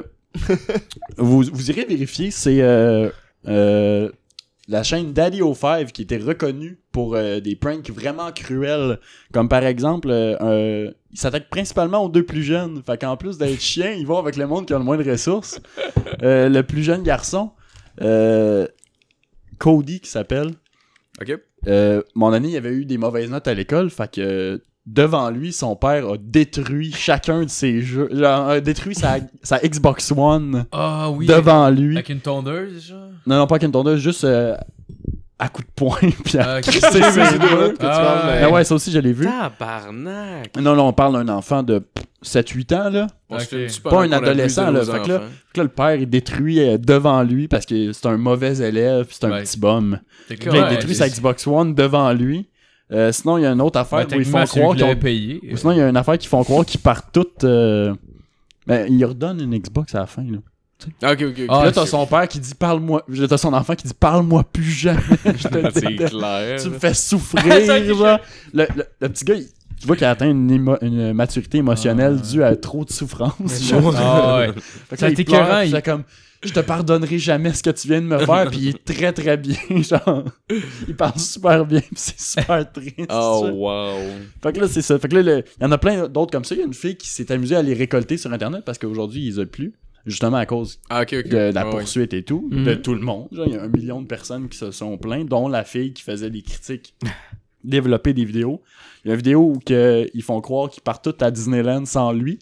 vous, vous irez vérifier, c'est euh, euh, la chaîne Daddy O cinq qui était reconnue pour euh, des pranks vraiment cruels. Comme par exemple, euh, euh, il s'attaque principalement aux deux plus jeunes. Fait qu'en plus d'être chien, ils vont avec le monde qui a le moins de ressources. Euh, le plus jeune garçon, euh, Cody qui s'appelle, Ok. euh, mon année, il avait eu des mauvaises notes à l'école, fait que euh, devant lui, son père a détruit chacun de ses jeux, genre, a détruit sa, sa Xbox One Ah oui. devant lui. Avec une tondeuse, genre. Non, non, pas qu'une tondeuse, juste euh, à coup de poing, puis à Ah, ok. crisser J'ai vu ses ces deux-là jeux. que tu Ah, parles, mais- Ah ouais, ça aussi, je l'ai vu. Tabarnak. Non, non, on parle d'un enfant de sept huit ans, là. On se Ok. fait-tu Pas pendant un qu'on abuse adolescent, de là. nos Fait que là, enfants? fait que là, le père, il détruit euh, devant lui parce que c'est un mauvais élève, puis c'est un Ouais. petit bum. T'es Puis là, il détruit sa Xbox One devant lui. Euh, sinon, il y a une autre affaire où ils font croire qu'ils ont... payé. Ou sinon, il y a une affaire qui font croire qu'ils partent toutes... Euh... Ben, il redonne une Xbox à la fin, là. Ah, ok, ok, ok. Puis Ah, là, t'as ok. son père qui dit « Parle-moi... » T'as son enfant qui dit « Parle-moi plus jamais. Je te C'est déteste. clair. Tu me fais souffrir. » genre. le, le, le petit gars, il- tu vois qu'il a atteint une, émo- une maturité émotionnelle Ah. due à trop de souffrance. genre. Ah ouais. Fait que Ça là, a il été pleure, écœurant, puis il- c'est comme je te pardonnerai jamais ce que tu viens de me faire, puis il est très très bien, genre il parle super bien, puis c'est super triste. Oh, genre. wow. Fait que là c'est ça, fait que là le- il y en a plein d'autres comme ça. Il y a une fille qui s'est amusée à les récolter sur internet parce qu'aujourd'hui ils ont plus, justement à cause Ah, ok, ok. de, de la Ah, ouais. poursuite et tout, Mhm. de tout le monde. Genre, il y a un million de personnes qui se sont plaintes, dont la fille qui faisait des critiques, développer des vidéos. Il y a une vidéo où que, ils font croire qu'ils partent tous à Disneyland sans lui.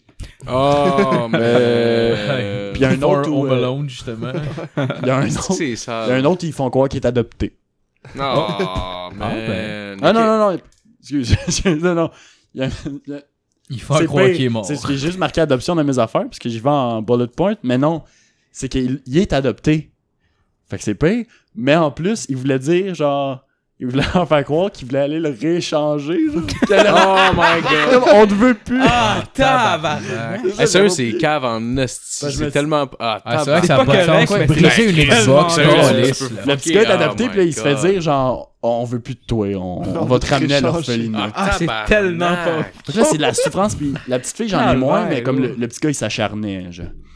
Oh, mais. Euh, Puis il y a un autre où, Home euh, Alone, justement. il y a un autre, C'est il ça. y a un autre, ils font croire qu'il est adopté. Oh, man. ben. Ah Ok. non, non, non. Excuse, excuse, non, non. Il y a- il y a- Il faut c'est croire pire. qu'il est mort. C'est ce qui est juste marqué adoption dans mes affaires, parce que j'y vais en bullet point, mais non. C'est qu'il il est adopté. Fait que c'est pire. Mais en plus, il voulait dire, genre, il voulait en faire croire qu'il voulait aller le rééchanger, genre. Qu'elle- Oh my god. On ne veut plus. Ah, tabarnak. Hey, sérieux, c'est cave en esti. Ben, je me C'est dis- tellement. Ah, Ah, c'est vrai que tabarnak. ça pas a pas de correct, sens. mais Briser c'est une tellement Xbox, sérieux, là, tu lisse, peux là. Le petit gars est Oh adopté, my puis là, il se fait God. dire, genre, on veut plus de toi, on, on On va veut te te ramener à réchanger. l'orphelinat. Ah, c'est tabarnak. tellement pas. Fait que là, c'est de la souffrance, puis la petite fille, j'en ai moins, Calvaire, mais comme là. le, le petit gars, il s'acharnait, genre.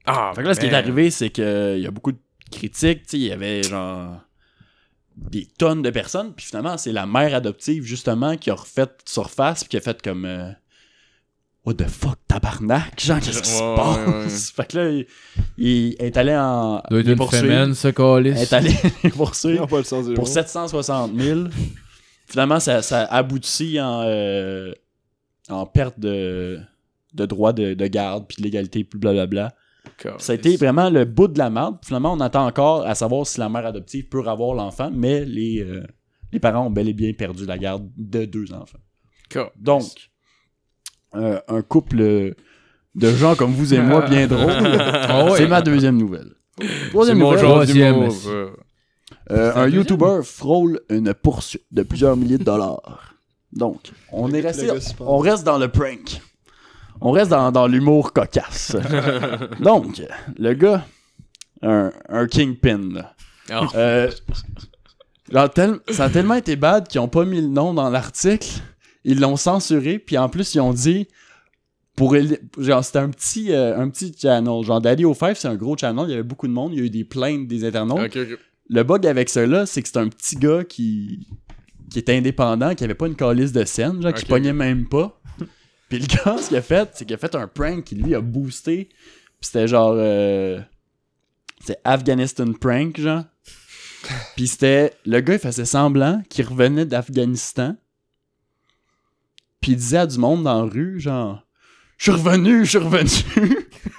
Ah, Fait que là, ce qui est man. arrivé, c'est qu'il y a beaucoup de critiques. Tu sais, il y avait genre des tonnes de personnes. Puis finalement, c'est la mère adoptive, justement, qui a refait surface. Puis qui a fait comme euh, what the fuck, tabarnak? Genre, qu'est-ce qui se Ouais, passe? ouais, ouais. Fait que là, il, il est allé en. Doit être les une poursuivre. fémène, ce Il calice. est allé les Ils poursuivre n'ont pas le sens du pour mot. sept cent soixante mille. Finalement, ça, ça aboutit en, euh, en perte de, de droit de, de garde, puis de légalité, puis blablabla. Ça a été vraiment le bout de la merde. Finalement, on attend encore à savoir si la mère adoptive peut avoir l'enfant, mais les, euh, les parents ont bel et bien perdu la garde de deux enfants. Donc, euh, un couple de gens comme vous et moi, bien drôle, c'est ma deuxième nouvelle. C'est Troisième mon nouvelle, genre troisième, d'humour. aussi. euh. euh, un YouTuber frôle une poursuite de plusieurs milliers de dollars. Donc, on est Le resté, gars se passe. on reste dans le prank. On reste dans, dans l'humour cocasse. Donc, le gars, un, un kingpin, là. Oh. Euh, genre, tel- ça a tellement été bad qu'ils ont pas mis le nom dans l'article. Ils l'ont censuré, puis en plus, ils ont dit... Pour éli- genre, c'était un petit, euh, un petit channel. Genre, Daddy O cinq, c'est un gros channel. Il y avait beaucoup de monde. Il y a eu des plaintes des internautes. Ok, ok. Le bug avec cela, c'est que c'est un petit gars qui, qui était indépendant, qui avait pas une calice de scène, genre, qui Ok. pognait même pas. Puis le gars, ce qu'il a fait, c'est qu'il a fait un prank qui, lui, a boosté. Puis c'était genre... Euh, c'est Afghanistan prank, genre. Puis c'était... Le gars, il faisait semblant qu'il revenait d'Afghanistan. Puis il disait à du monde dans la rue, genre... Je suis revenu, je suis revenu.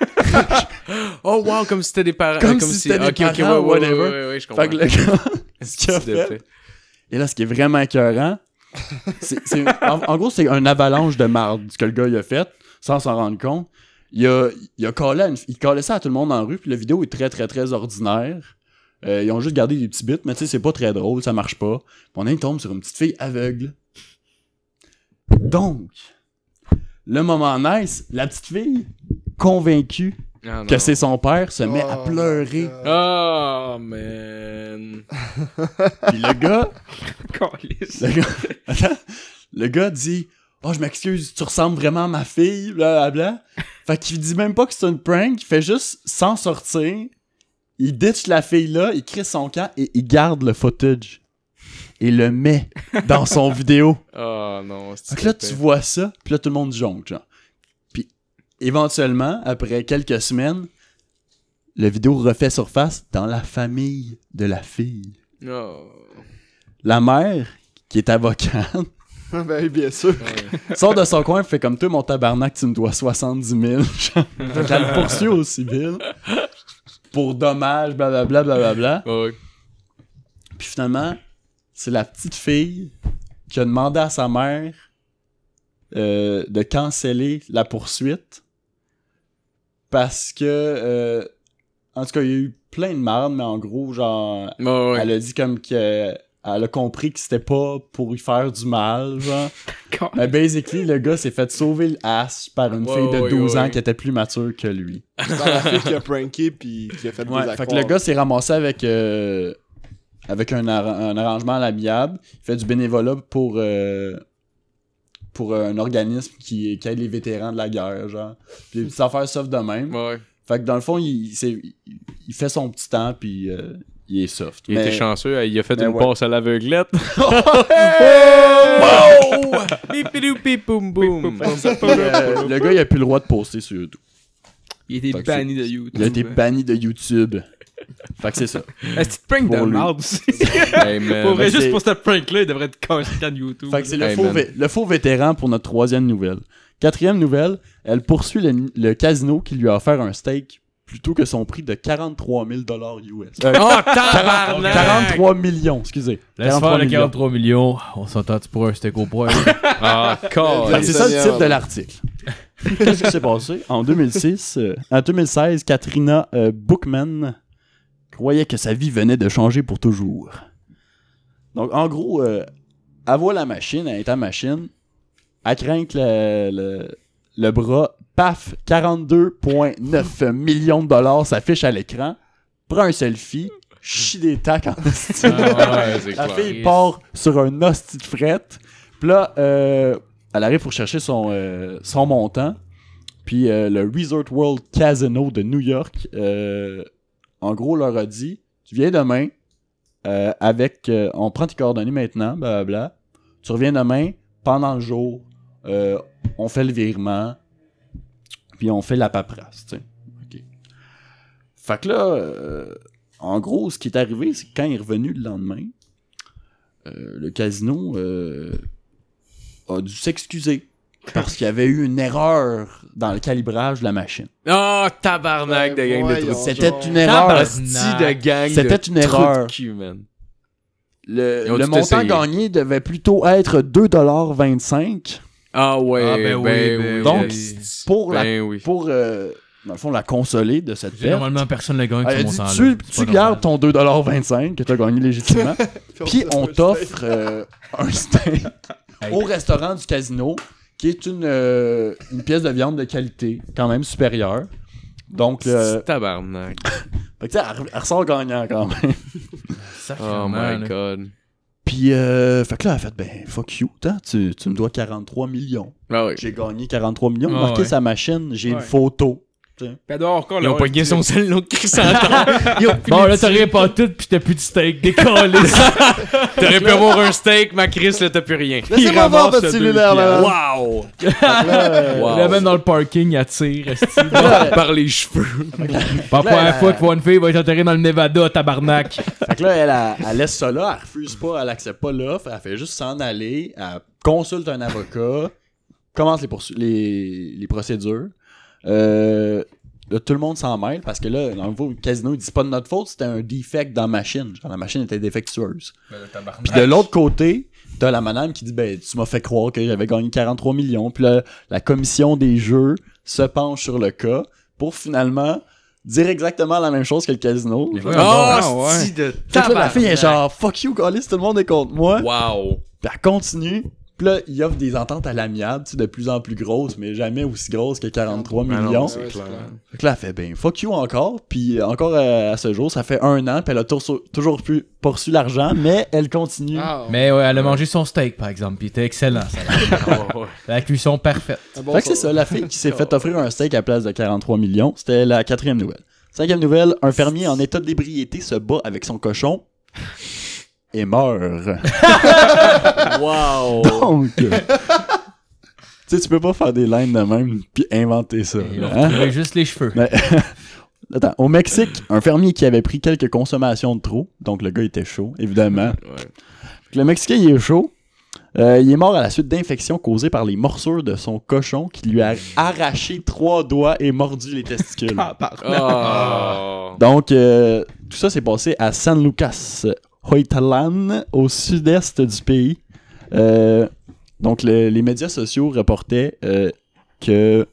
Oh wow, comme si c'était des parents. Comme euh, si c'était des ok, ok, parents, ouais, ouais, whatever. ouais, ouais, ouais, je comprends. Fait que le gars, ce qu'il a Petit de fait... fait. Et là, ce qui est vraiment écœurant, c'est, c'est- en, en gros, c'est un avalanche de marde, ce que le gars il a fait, sans s'en rendre compte. Il a, il a collé, à une- il collait ça à tout le monde en rue, puis la vidéo est très, très, très ordinaire. Euh, ils ont juste gardé des petits bits, mais tu sais, c'est pas très drôle, ça marche pas. Puis on il tombe sur une petite fille aveugle. Donc, le moment nice, la petite fille, convaincue Ah, non. que c'est son père, se met à Oh pleurer. my God. Oh man. Puis le gars, Calice. Le gars, attends, le gars dit « Oh, je m'excuse, tu ressembles vraiment à ma fille, blablabla. » Fait qu'il dit même pas que c'est une prank, il fait juste s'en sortir, il ditch la fille là, il crée son camp et il garde le footage. Et le met dans son vidéo. Oh non. Fait que là, tu vois ça, puis là, tout le monde jonque, genre. Puis, éventuellement, après quelques semaines, le vidéo refait surface dans la famille de la fille. Oh. La mère, qui est avocate, Ben oui, bien sûr. sort de son coin et fait comme toi, mon tabarnak, tu me dois soixante-dix mille. Fait qu'elle le poursuit au civil pour dommages, blablabla, blablabla. Ouais. Puis finalement, c'est la petite fille qui a demandé à sa mère euh, de canceller la poursuite parce que, euh, en tout cas, il y a eu plein de marde, mais en gros, genre, Ouais, ouais. elle a dit comme que elle a compris que c'était pas pour y faire du mal, genre. Mais basically, le gars s'est fait sauver le ass par une Ouais, fille de ouais, douze ouais, ans ouais. qui était plus mature que lui. Dans la fille qui a pranké puis qui a fait Ouais, des fait que le gars s'est ramassé avec, euh, avec un, arra- un arrangement à l'amiable. Il fait du bénévolat pour, euh, pour un organisme qui, qui aide les vétérans de la guerre, genre. Puis des petites affaires sauf de même. Ouais. Fait que dans le fond, il, il, s'est- il fait son petit temps, puis euh, il est soft. Il Mais- était chanceux, il a fait Mais une ouais. passe à l'aveuglette. Wow! Bipidou pip boum boum. Puis, euh, le gars, il a plus le droit de poster sur YouTube. Il a été Fait que banni de YouTube. Il a été banni de YouTube. Fait que c'est ça. Est-ce que tu te prank de Pour lui. merde aussi? Hey man. Pour vrai, mais juste c'est- pour ce prank-là, il devrait être cancellé de YouTube. Fait que c'est le, Hey, faux man. vé- le faux vétéran pour notre troisième nouvelle. Quatrième nouvelle, elle poursuit le, le casino qui lui a offert un steak plutôt que son prix de quarante-trois mille dollars U S. Euh, Oh quarante- tabarnak! quarante-trois millions, excusez. Laisse faire quarante-trois le millions. quarante-trois millions. On s'entend-tu pour un steak au poil? Ah, Fait car. que c'est ça le Seigneur. titre de l'article. Qu'est-ce qui s'est passé? En deux mille six, euh, en deux mille seize, Katrina euh, Bookman croyait que sa vie venait de changer pour toujours. Donc, en gros, euh, elle voit la machine, elle est à machine, elle craint que le, le, le bras, paf, quarante-deux virgule neuf millions de dollars s'affiche à l'écran, prend un selfie, chie des tacs en esti. Ah ouais, c'est La clair. fille part sur un hostie de frette. Puis là, euh, elle arrive pour chercher son, euh, son montant. Puis euh, le Resort World Casino de New York, euh, en gros, leur a dit, tu viens demain, euh, avec, euh, on prend tes coordonnées maintenant, blablabla, tu reviens demain, pendant le jour, euh, on fait le virement, puis on fait la paperasse, tu sais. OK. Fait que là, euh, en gros, ce qui est arrivé, c'est que quand il est revenu le lendemain, euh, le casino euh, a dû s'excuser. Parce qu'il y avait eu une erreur dans le calibrage de la machine. Oh, tabarnak Ben, de gang de voyons trous. C'était donc. une erreur. Hostie de gang C'était de une erreur. trous de cul, man. Le, Ils ont le tout montant essayé. gagné devait plutôt être deux dollars vingt-cinq Ah ouais, Ah, ben, ben oui, oui. ben Donc, oui. pour, la, Ben oui. pour euh, dans le fond, la consoler de cette C'est perte. Normalement, personne ne gagne Elle a ce dit, montant-là. tu, C'est tu pas gardes normal. ton deux dollars vingt-cinq que tu as gagné légitimement, puis on t'offre euh, un steak au restaurant du casino, qui est une, euh, une pièce de viande de qualité, quand même supérieure. Donc, euh, C'est tabarnak. fait que, tu sais, elle, elle ressort gagnant quand même. Oh Sacrément, my là. god. Puis, euh, fait que là, elle a fait, ben, fuck you, hein, tu, tu me dois quarante-trois millions. Ah oui. J'ai gagné quarante-trois millions. Ah, Marqué ouais. sa machine, j'ai une Ouais. photo. Puis elle doit encore Ils ont l'avoir pogné utilisé. son sel, l'autre qui s'entend. Bon, là, t'aurais pas tout, pis t'as plus de steak. Décollé. T'aurais pu avoir un steak, ma Chris, là, t'as plus rien. Laissez-moi voir ramasse votre le cellulaire, deux là. Wow! Là, euh, Wow. Là, même dans le parking, elle tire. esti. Par les cheveux. Pas la première Là, fois elle- que tu vois une fille va être enterrée dans le Nevada, tabarnak. Fait que là, elle, elle, elle laisse ça là, elle refuse pas, elle accepte pas l'offre, elle fait juste s'en aller, elle consulte un avocat, commence les, poursu- les, les procédures. Euh, là, tout le monde s'en mêle parce que là, dans le nouveau casino, il dit c'est pas de notre faute, c'était un defect dans la machine. Genre, la machine était défectueuse. Puis de l'autre côté, t'as la madame qui dit ben, tu m'as fait croire que j'avais gagné quarante-trois millions. Puis là, la commission des jeux se penche sur le cas pour finalement dire exactement la même chose que le casino. Mais Fait voyons Oh, Ah, ouais. c'est de que là, la fille est genre fuck you, Callis, tout le monde est contre moi. Wow. Puis elle continue. Puis là, il offre des ententes à l'amiable, tu sais, de plus en plus grosses, mais jamais aussi grosses que quarante-trois Ah non, millions. c'est Ouais, clair. c'est clair. Fait que là, elle fait ben fuck you encore. Puis euh, encore à, à ce jour, ça fait un an, puis elle a toujours, toujours pu poursu l'argent, mais elle continue. Ah, Mais ouais, elle a mangé son steak, par exemple, pis il était excellent, ça. Oh, ouais. La cuisson parfaite. un bon Fait que c'est sort. ça, la fille qui s'est fait offrir un steak à la place de quarante-trois millions, c'était la quatrième nouvelle. Cinquième nouvelle, un fermier en état d'ébriété se bat avec son cochon et meurt. Wow. Donc, euh, tu sais, tu peux pas faire des lines de même puis inventer ça. Et là, on hein? retrouverait juste les cheveux. Mais- Attends, au Mexique, un fermier qui avait pris quelques consommations de trop, donc le gars était chaud, évidemment. Ouais. Fait que le Mexicain, il est chaud. Euh, il est mort à la suite d'infections causées par les morsures de son cochon qui lui a arraché trois doigts et mordu les testicules. Oh. Donc, euh, tout ça s'est passé à San Lucas, Hoytalan, au sud-est du pays. Euh, donc, le- les médias sociaux reportaient euh, que,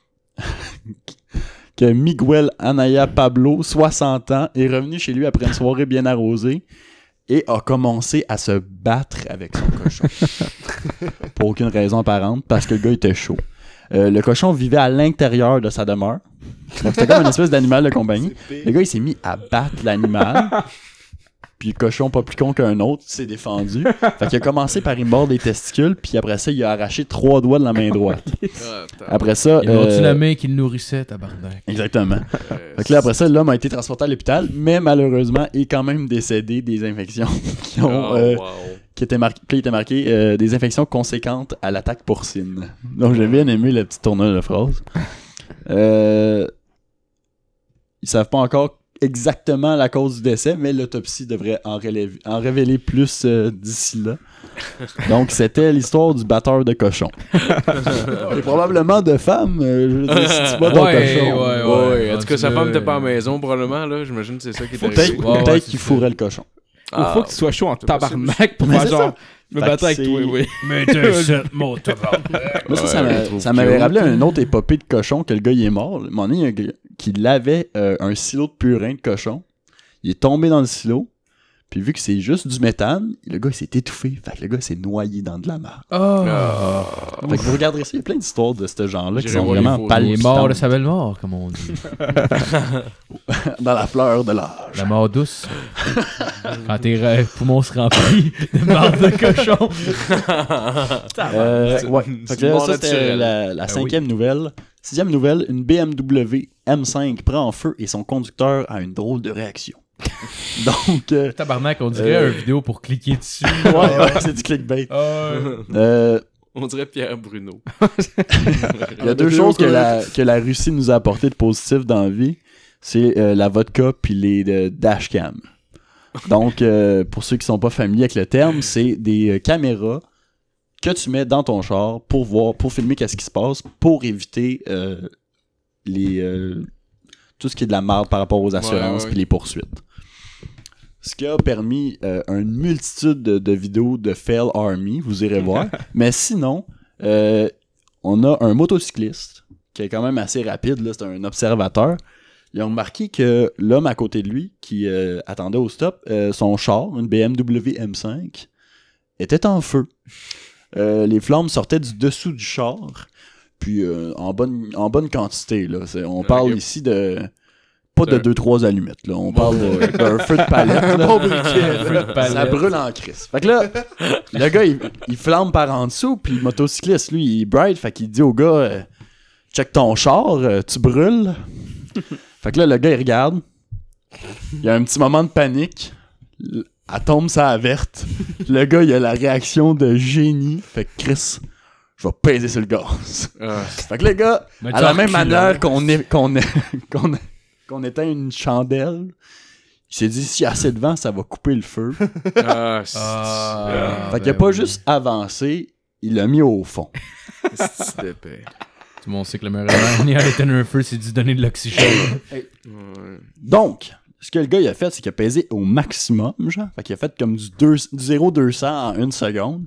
que Miguel Anaya Pablo, soixante ans, est revenu chez lui après une soirée bien arrosée et a commencé à se battre avec son cochon. Pour aucune raison apparente, parce que le gars était chaud. Euh, le cochon vivait à l'intérieur de sa demeure. Donc, c'était comme une espèce d'animal de compagnie. C'est pire. Le gars, il s'est mis à battre l'animal. Puis le cochon, pas plus con qu'un autre, s'est défendu. Fait qu'il a commencé par y mordre des testicules, puis après ça, il a arraché trois doigts de la main droite. Après ça... Ils l'ont-tu euh, nommé qu'il le nourrissait, tabarnak? Exactement. Fait que là, après ça, l'homme a été transporté à l'hôpital, mais malheureusement, est quand même décédé des infections qui ont... Oh, euh, wow. qui était marqué, puis il était marqué euh, des infections conséquentes à l'attaque porcine. Donc j'ai bien aimé la petite tournure de phrase. Euh, ils savent pas encore exactement la cause du décès, mais l'autopsie devrait en, révéler, en révéler plus euh, d'ici là. Donc c'était l'histoire du batteur de cochon. Et probablement de femme, euh, je veux dire, si tu bats ton Ouais, cochon. ouais, Ouais, ouais. en tout cas, sa rendu femme là, était pas à la euh, maison, probablement, là. J'imagine que c'est ça qui est Peut-être arrivé. Ouais, ouais, peut-être c'est qu'il ça. fourrait le cochon. Faut, faut que tu sois chaud en c'est possible. tabarnak pour Mais faire c'est genre. ça. Je me Fait battre que avec c'est- toi, oui. Mais t'es sept mots, tabarnak. Moi, ça, ça Ouais, m'a- je trouve ça m'avait cute. rappelé une autre épopée de cochon que le gars il est mort. À un moment donné, il y a un gars qui lavait euh, un silo de purin de cochon. Il est tombé dans le silo. Puis vu que c'est juste du méthane, le gars il s'est étouffé. Fait que le gars s'est noyé dans de la mare. Oh! Fait que vous regarderez ça, il y a plein d'histoires de ce genre-là qui J'irai sont voir les vraiment photos. Il est mort de palpitantes. sa belle mort, comme on dit. Dans la fleur de l'âge. La mort douce. Quand tes euh, poumons se remplissent de marde de cochon. Euh, C'est- ouais. c'est Fait que une là, mort ça, c'était naturelle. la, la Ben cinquième nouvelle. Sixième nouvelle, une B M W M cinq prend en feu et son conducteur a une drôle de réaction. Donc, euh, Tabarnak, on dirait Euh. une vidéo pour cliquer dessus. ouais, ouais, c'est du clickbait. Ah, Euh, On dirait Pierre Bruno. Il y a deux choses que la, que la Russie nous a apporté de positif dans la vie. C'est euh, la vodka puis les euh, dashcams. Donc, euh, pour ceux qui sont pas familiers avec le terme, c'est des euh, caméras que tu mets dans ton char pour voir, pour filmer qu'est-ce qui se passe, pour éviter euh, les euh, tout ce qui est de la merde par rapport aux assurances Ouais, ouais. puis les poursuites. Ce qui a permis euh, une multitude de, de vidéos de Fail Army, vous irez voir. Mais sinon, euh, on a un motocycliste qui est quand même assez rapide, là, c'est un observateur. Il a remarqué que l'homme à côté de lui, qui euh, attendait au stop, euh, son char, une B M W M cinq, était en feu. Euh, les flammes sortaient du dessous du char, puis euh, en, bonne, en bonne quantité. Là. C'est- on parle Ok. ici de... Pas de C'est un- deux trois allumettes, là. On parle de- d'un feu de palette. là. Bon briquet, feu de palette. Ça brûle en crise. Fait que là, le gars, il, il flambe par en dessous, puis le motocycliste, lui, il est bright, fait qu'il dit au gars, euh, check ton char, euh, tu brûles. Fait que là, le gars, il regarde. Il y a un petit moment de panique. L- Elle tombe, ça averte. Le gars, il a la réaction de génie. Fait que Chris, je vais peser sur le gaz. Ah, Fait que le gars, Mais à la tu même recules, manière là. qu'on est, qu'on est, qu'on est- qu'on éteint une chandelle, il s'est dit, s'il y a assez de vent, ça va couper le feu. ah, c'est- Ah, Fait qu'il a ben pas oui. juste avancé, il l'a mis au fond. c'est épais. Tout le monde sait que le meilleur moyen d'éteindre un feu, c'est d'y donner de l'oxygène. Ouais. Donc, ce que le gars il a fait, c'est qu'il a pesé au maximum, genre. Fait qu'il a fait comme du, deux- du zéro à deux cents en une seconde.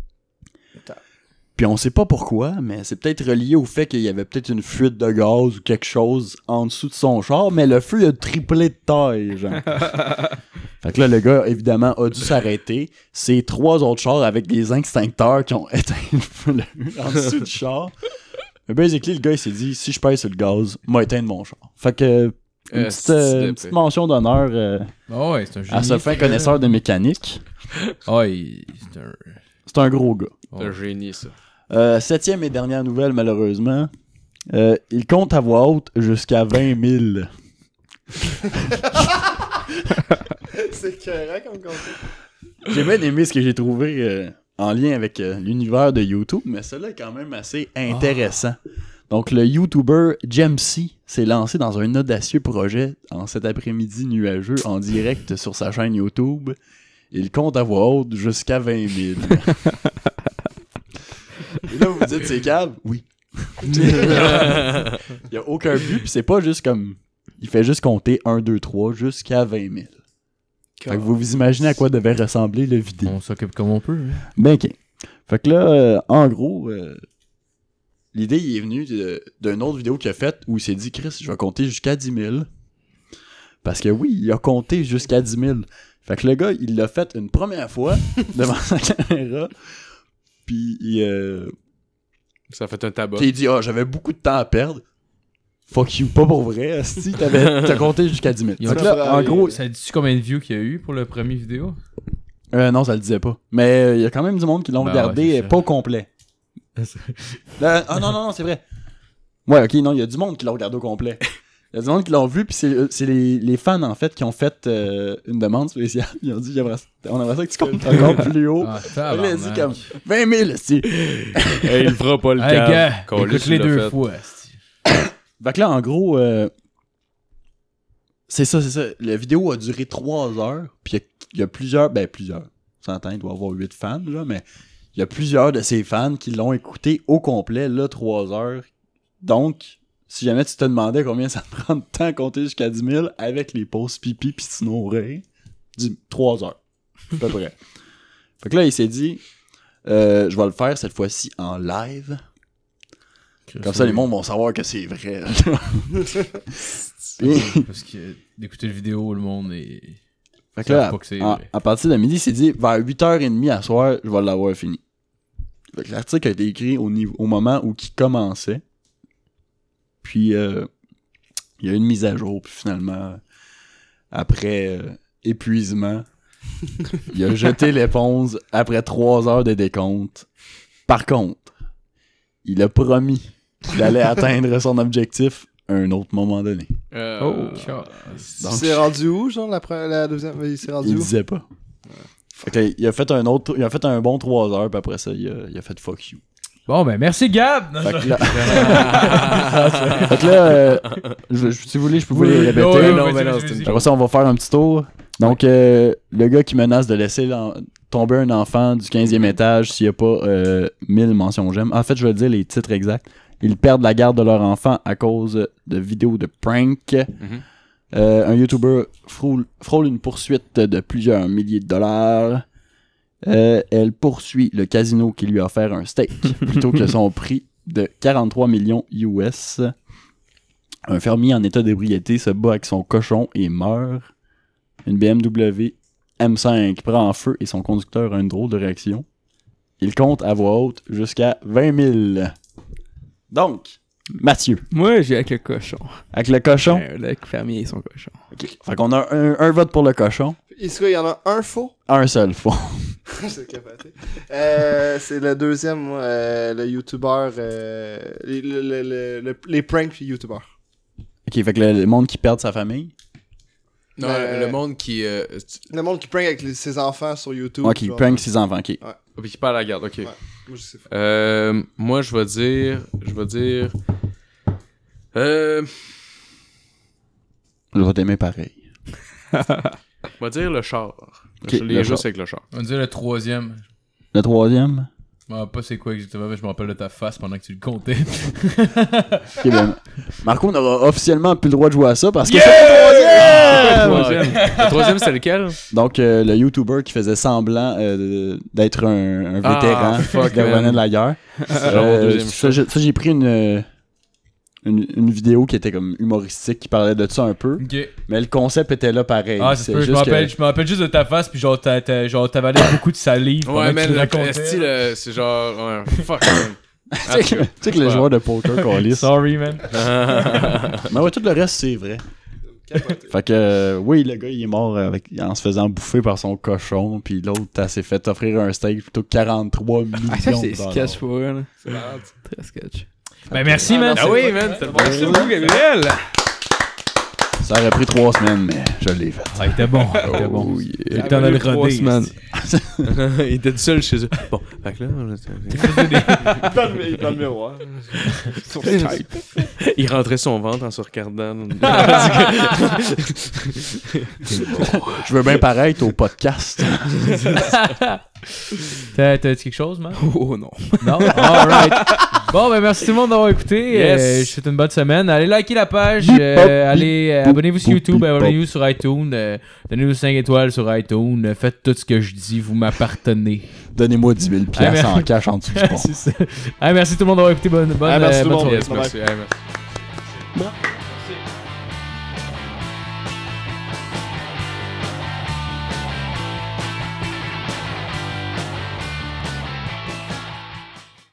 Puis on sait pas pourquoi, mais c'est peut-être relié au fait qu'il y avait peut-être une fuite de gaz ou quelque chose en dessous de son char, mais le feu il a triplé de taille, genre. Fait que là, le gars, évidemment, a dû s'arrêter. C'est trois autres chars avec des extincteurs qui ont éteint le feu le- en dessous du char. Mais basically, le gars, il s'est dit, si je pèse sur le gaz, moi éteindre mon char. Fait que, une, Euh, petite, c'est euh, une épais. petite mention d'honneur euh, Ah ouais, c'est un génie. à ce fin connaisseur de mécanique. Ah ouais, il- c'est un... C'est un gros gars. C'est un génie, ça. Euh, septième et dernière nouvelle, malheureusement. Euh, il compte à voix haute jusqu'à vingt mille. C'est écœurant comme concept. J'ai bien aimé ce que j'ai trouvé euh, en lien avec euh, l'univers de YouTube, mais celui-là est quand même assez intéressant. Donc, le YouTuber Jemsy s'est lancé dans un audacieux projet en cet après-midi nuageux en direct sur sa chaîne YouTube. Il compte à voix haute jusqu'à vingt mille. Et là, vous vous dites, c'est calme? Oui. Il n'y a aucun but, puis c'est pas juste comme... Il fait juste compter un, deux, trois jusqu'à vingt mille. Fait que vous vous imaginez à quoi devait ressembler le vidéo. On s'occupe comme on peut. hein. Ben, ok. Fait que là, euh, en gros, euh, l'idée il est venue de- d'une autre vidéo qu'il a faite où il s'est dit, Chris, je vais compter jusqu'à dix mille. Parce que oui, il a compté jusqu'à dix mille. Fait que le gars, il l'a fait une première fois devant sa caméra. Puis il, euh, Ça fait un tabac. puis il dit, ah, j'avais beaucoup de temps à perdre. Fuck you, pas pour vrai, si t'avais t'as compté jusqu'à dix mille. Ils Fait ont que là, en gros, Ça dit-tu combien de views qu'il y a eu pour le premier vidéo? euh, non, ça le disait pas. Mais euh, il y a quand même du monde qui l'ont Ben regardé ouais, c'est euh, ça. pas au complet. Euh, ah non, non, non, c'est vrai. Ouais, ok, non, il y a du monde qui l'a regardé au complet. Il y a du monde qui l'ont vu, puis c'est, euh, c'est les, les fans, en fait, qui ont fait euh, une demande spéciale. Ils ont dit, J'aimerais- on aimerait ça que tu comptes encore plus haut. Ah, Fait que là, il a dit tabarnak. comme vingt mille, c'est. Hey, il fera pas le Hey cave. gars, Caliste, écoute-les il l'a deux fait. fois. esti. Fait que là, en gros, euh, c'est ça, c'est ça. La vidéo a duré trois heures, puis il y a- il y, a plusieurs, ben plusieurs, on s'entend, il doit y avoir huit fans, là, mais il y a plusieurs de ces fans qui l'ont écouté au complet, là, trois heures. Donc, si jamais tu te demandais combien ça te prend de temps à compter jusqu'à dix mille avec les pauses pipi pis snorer, dis trois heures, à peu près. Fait que là, il s'est dit, euh, je vais le faire cette fois-ci en live. Comme ça, les mondes vont savoir que c'est vrai. Puis- Parce que d'écouter la vidéo, le monde est. Fait que Savent là, pas que c'est à, vrai. à partir de midi, il s'est dit, vers huit heures trente à soir, je vais l'avoir fini. Fait que l'article a été écrit au, niveau, au moment où il commençait. Puis, euh, il y a eu une mise à jour, puis finalement, après euh, épuisement, il a jeté l'éponge après trois heures de décompte. Par contre, il a promis qu'il allait atteindre son objectif à un autre moment donné. Euh, Oh, Donc, Il s'est rendu où, genre, la, pre- la deuxième? Il s'est rendu il où? disait pas. Fait que, il a fait un autre, il a fait un bon trois heures, puis après ça, il a, il a fait fuck you. Bon, ben merci Gab! Non, Fait je- que là, fait que là euh, je- je- si vous voulez, je peux vous les répéter. Ouais, ouais, non, vas-y, mais non, vas-y, c'est vas-y. une Après ça, on va faire un petit tour. Donc, euh, le gars qui menace de laisser l'en- tomber un enfant du quinzième étage s'il n'y a pas euh, mille mentions j'aime. En fait, je vais dire les titres exacts. Ils perdent la garde de leur enfant à cause de vidéos de prank. Euh, un YouTuber frôle, frôle une poursuite de plusieurs milliers de dollars. Euh, elle poursuit le casino qui lui a offert un steak plutôt que son prix de quarante-trois millions U S. Un fermier en état d'ébriété se bat avec son cochon et meurt. Une B M W M cinq prend en feu et son conducteur a une drôle de réaction. Il compte à voix haute jusqu'à vingt mille. Donc, Mathieu, Moi, j'ai avec le cochon. avec le cochon. Euh, le fermier et son cochon. Ok. Fait qu'on a un, un vote pour le cochon, Est-ce qu'il y en a un faux? un seul faux. C'est capoté. Euh, c'est le deuxième, moi, euh, le YouTuber, euh, les, le- le- le- le- les pranks YouTubers. Ok, fait que le, le monde qui perd sa famille. Non, Euh, le monde qui. Euh, Le monde qui prank avec les- ses enfants sur YouTube. Ok, il genre. prank ses enfants, ok. qui perd la garde, ok. Ouais. Moi, je sais pas. Euh, moi, je vais dire. Je vais dire. Euh. Je vais t'aimer pareil. Je vais dire le char. Ok, je le l'ai char. juste avec le char. On va dire le troisième. Le troisième. Je me rappelle pas c'est quoi exactement, mais je me rappelle de ta face pendant que tu le comptais. Ok, ben, Marco n'aura officiellement plus le droit de jouer à ça parce que Yeah! c'est le troisième! Troisième. Le troisième, c'était lequel? Donc, euh, le YouTuber qui faisait semblant euh, de- d'être un, un Ah, vétéran fuck, qui revenait man. de la guerre. C'est genre mon Euh, deuxième ça, j'ai ça, j'ai pris une, euh, une, une vidéo qui était comme humoristique qui parlait de ça un peu, Ok. mais le concept était là pareil. Ah, ça se C'est peut, je me juste que- rappelle, je me rappelle juste de ta face, puis genre, t'as- t'as- genre t'avalais beaucoup de salive. pendant Ouais, que tu man, le le racontais. esti, le- c'est genre. Ouais, fuck, man. Tu sais que, tu sais que le joueur de poker qu'on lit. Sorry, man. Mais ouais, tout le reste, c'est vrai. Fait que, euh, oui, le gars, il est mort avec, en se faisant bouffer par son cochon, puis l'autre, elle s'est fait offrir un steak plutôt que quarante-trois millions Ah, ça, c'est de dollars. sketch pour elle. C'est malade. Très sketch. Ben merci, man. Ah oui, man, c'était bon. Merci beaucoup, Gabriel. Ça aurait pris trois semaines, mais je l'ai fait. Ça a été bon. Ça a été bon. Oh, yeah. J'ai le temps de le Trois roder. semaines. Il était tout seul chez eux. Bon, fait que là, on Il parle le- il parle le miroir. Sur Skype. il rentrait son ventre en se regardant. Je veux bien paraître au podcast. T'as t'as dit quelque chose, man? Oh non. Non? Alright. Bon, ben merci tout le monde d'avoir écouté. Yes. Euh, je vous souhaite une bonne semaine. Allez liker la page. euh, allez, euh, abonnez-vous sur YouTube. Abonnez-vous sur iTunes. euh, Donnez-nous cinq étoiles sur iTunes. euh, Faites tout ce que je dis. Vous m'appartenez. Donnez-moi dix mille Ah, mais- en cash en dessous du pont. C'est ça. Allez, merci tout le monde d'avoir écouté. Bonne, bonne, Ah, merci euh, tout le bonne monde. soirée. Yes, merci. Hey, merci. Bye.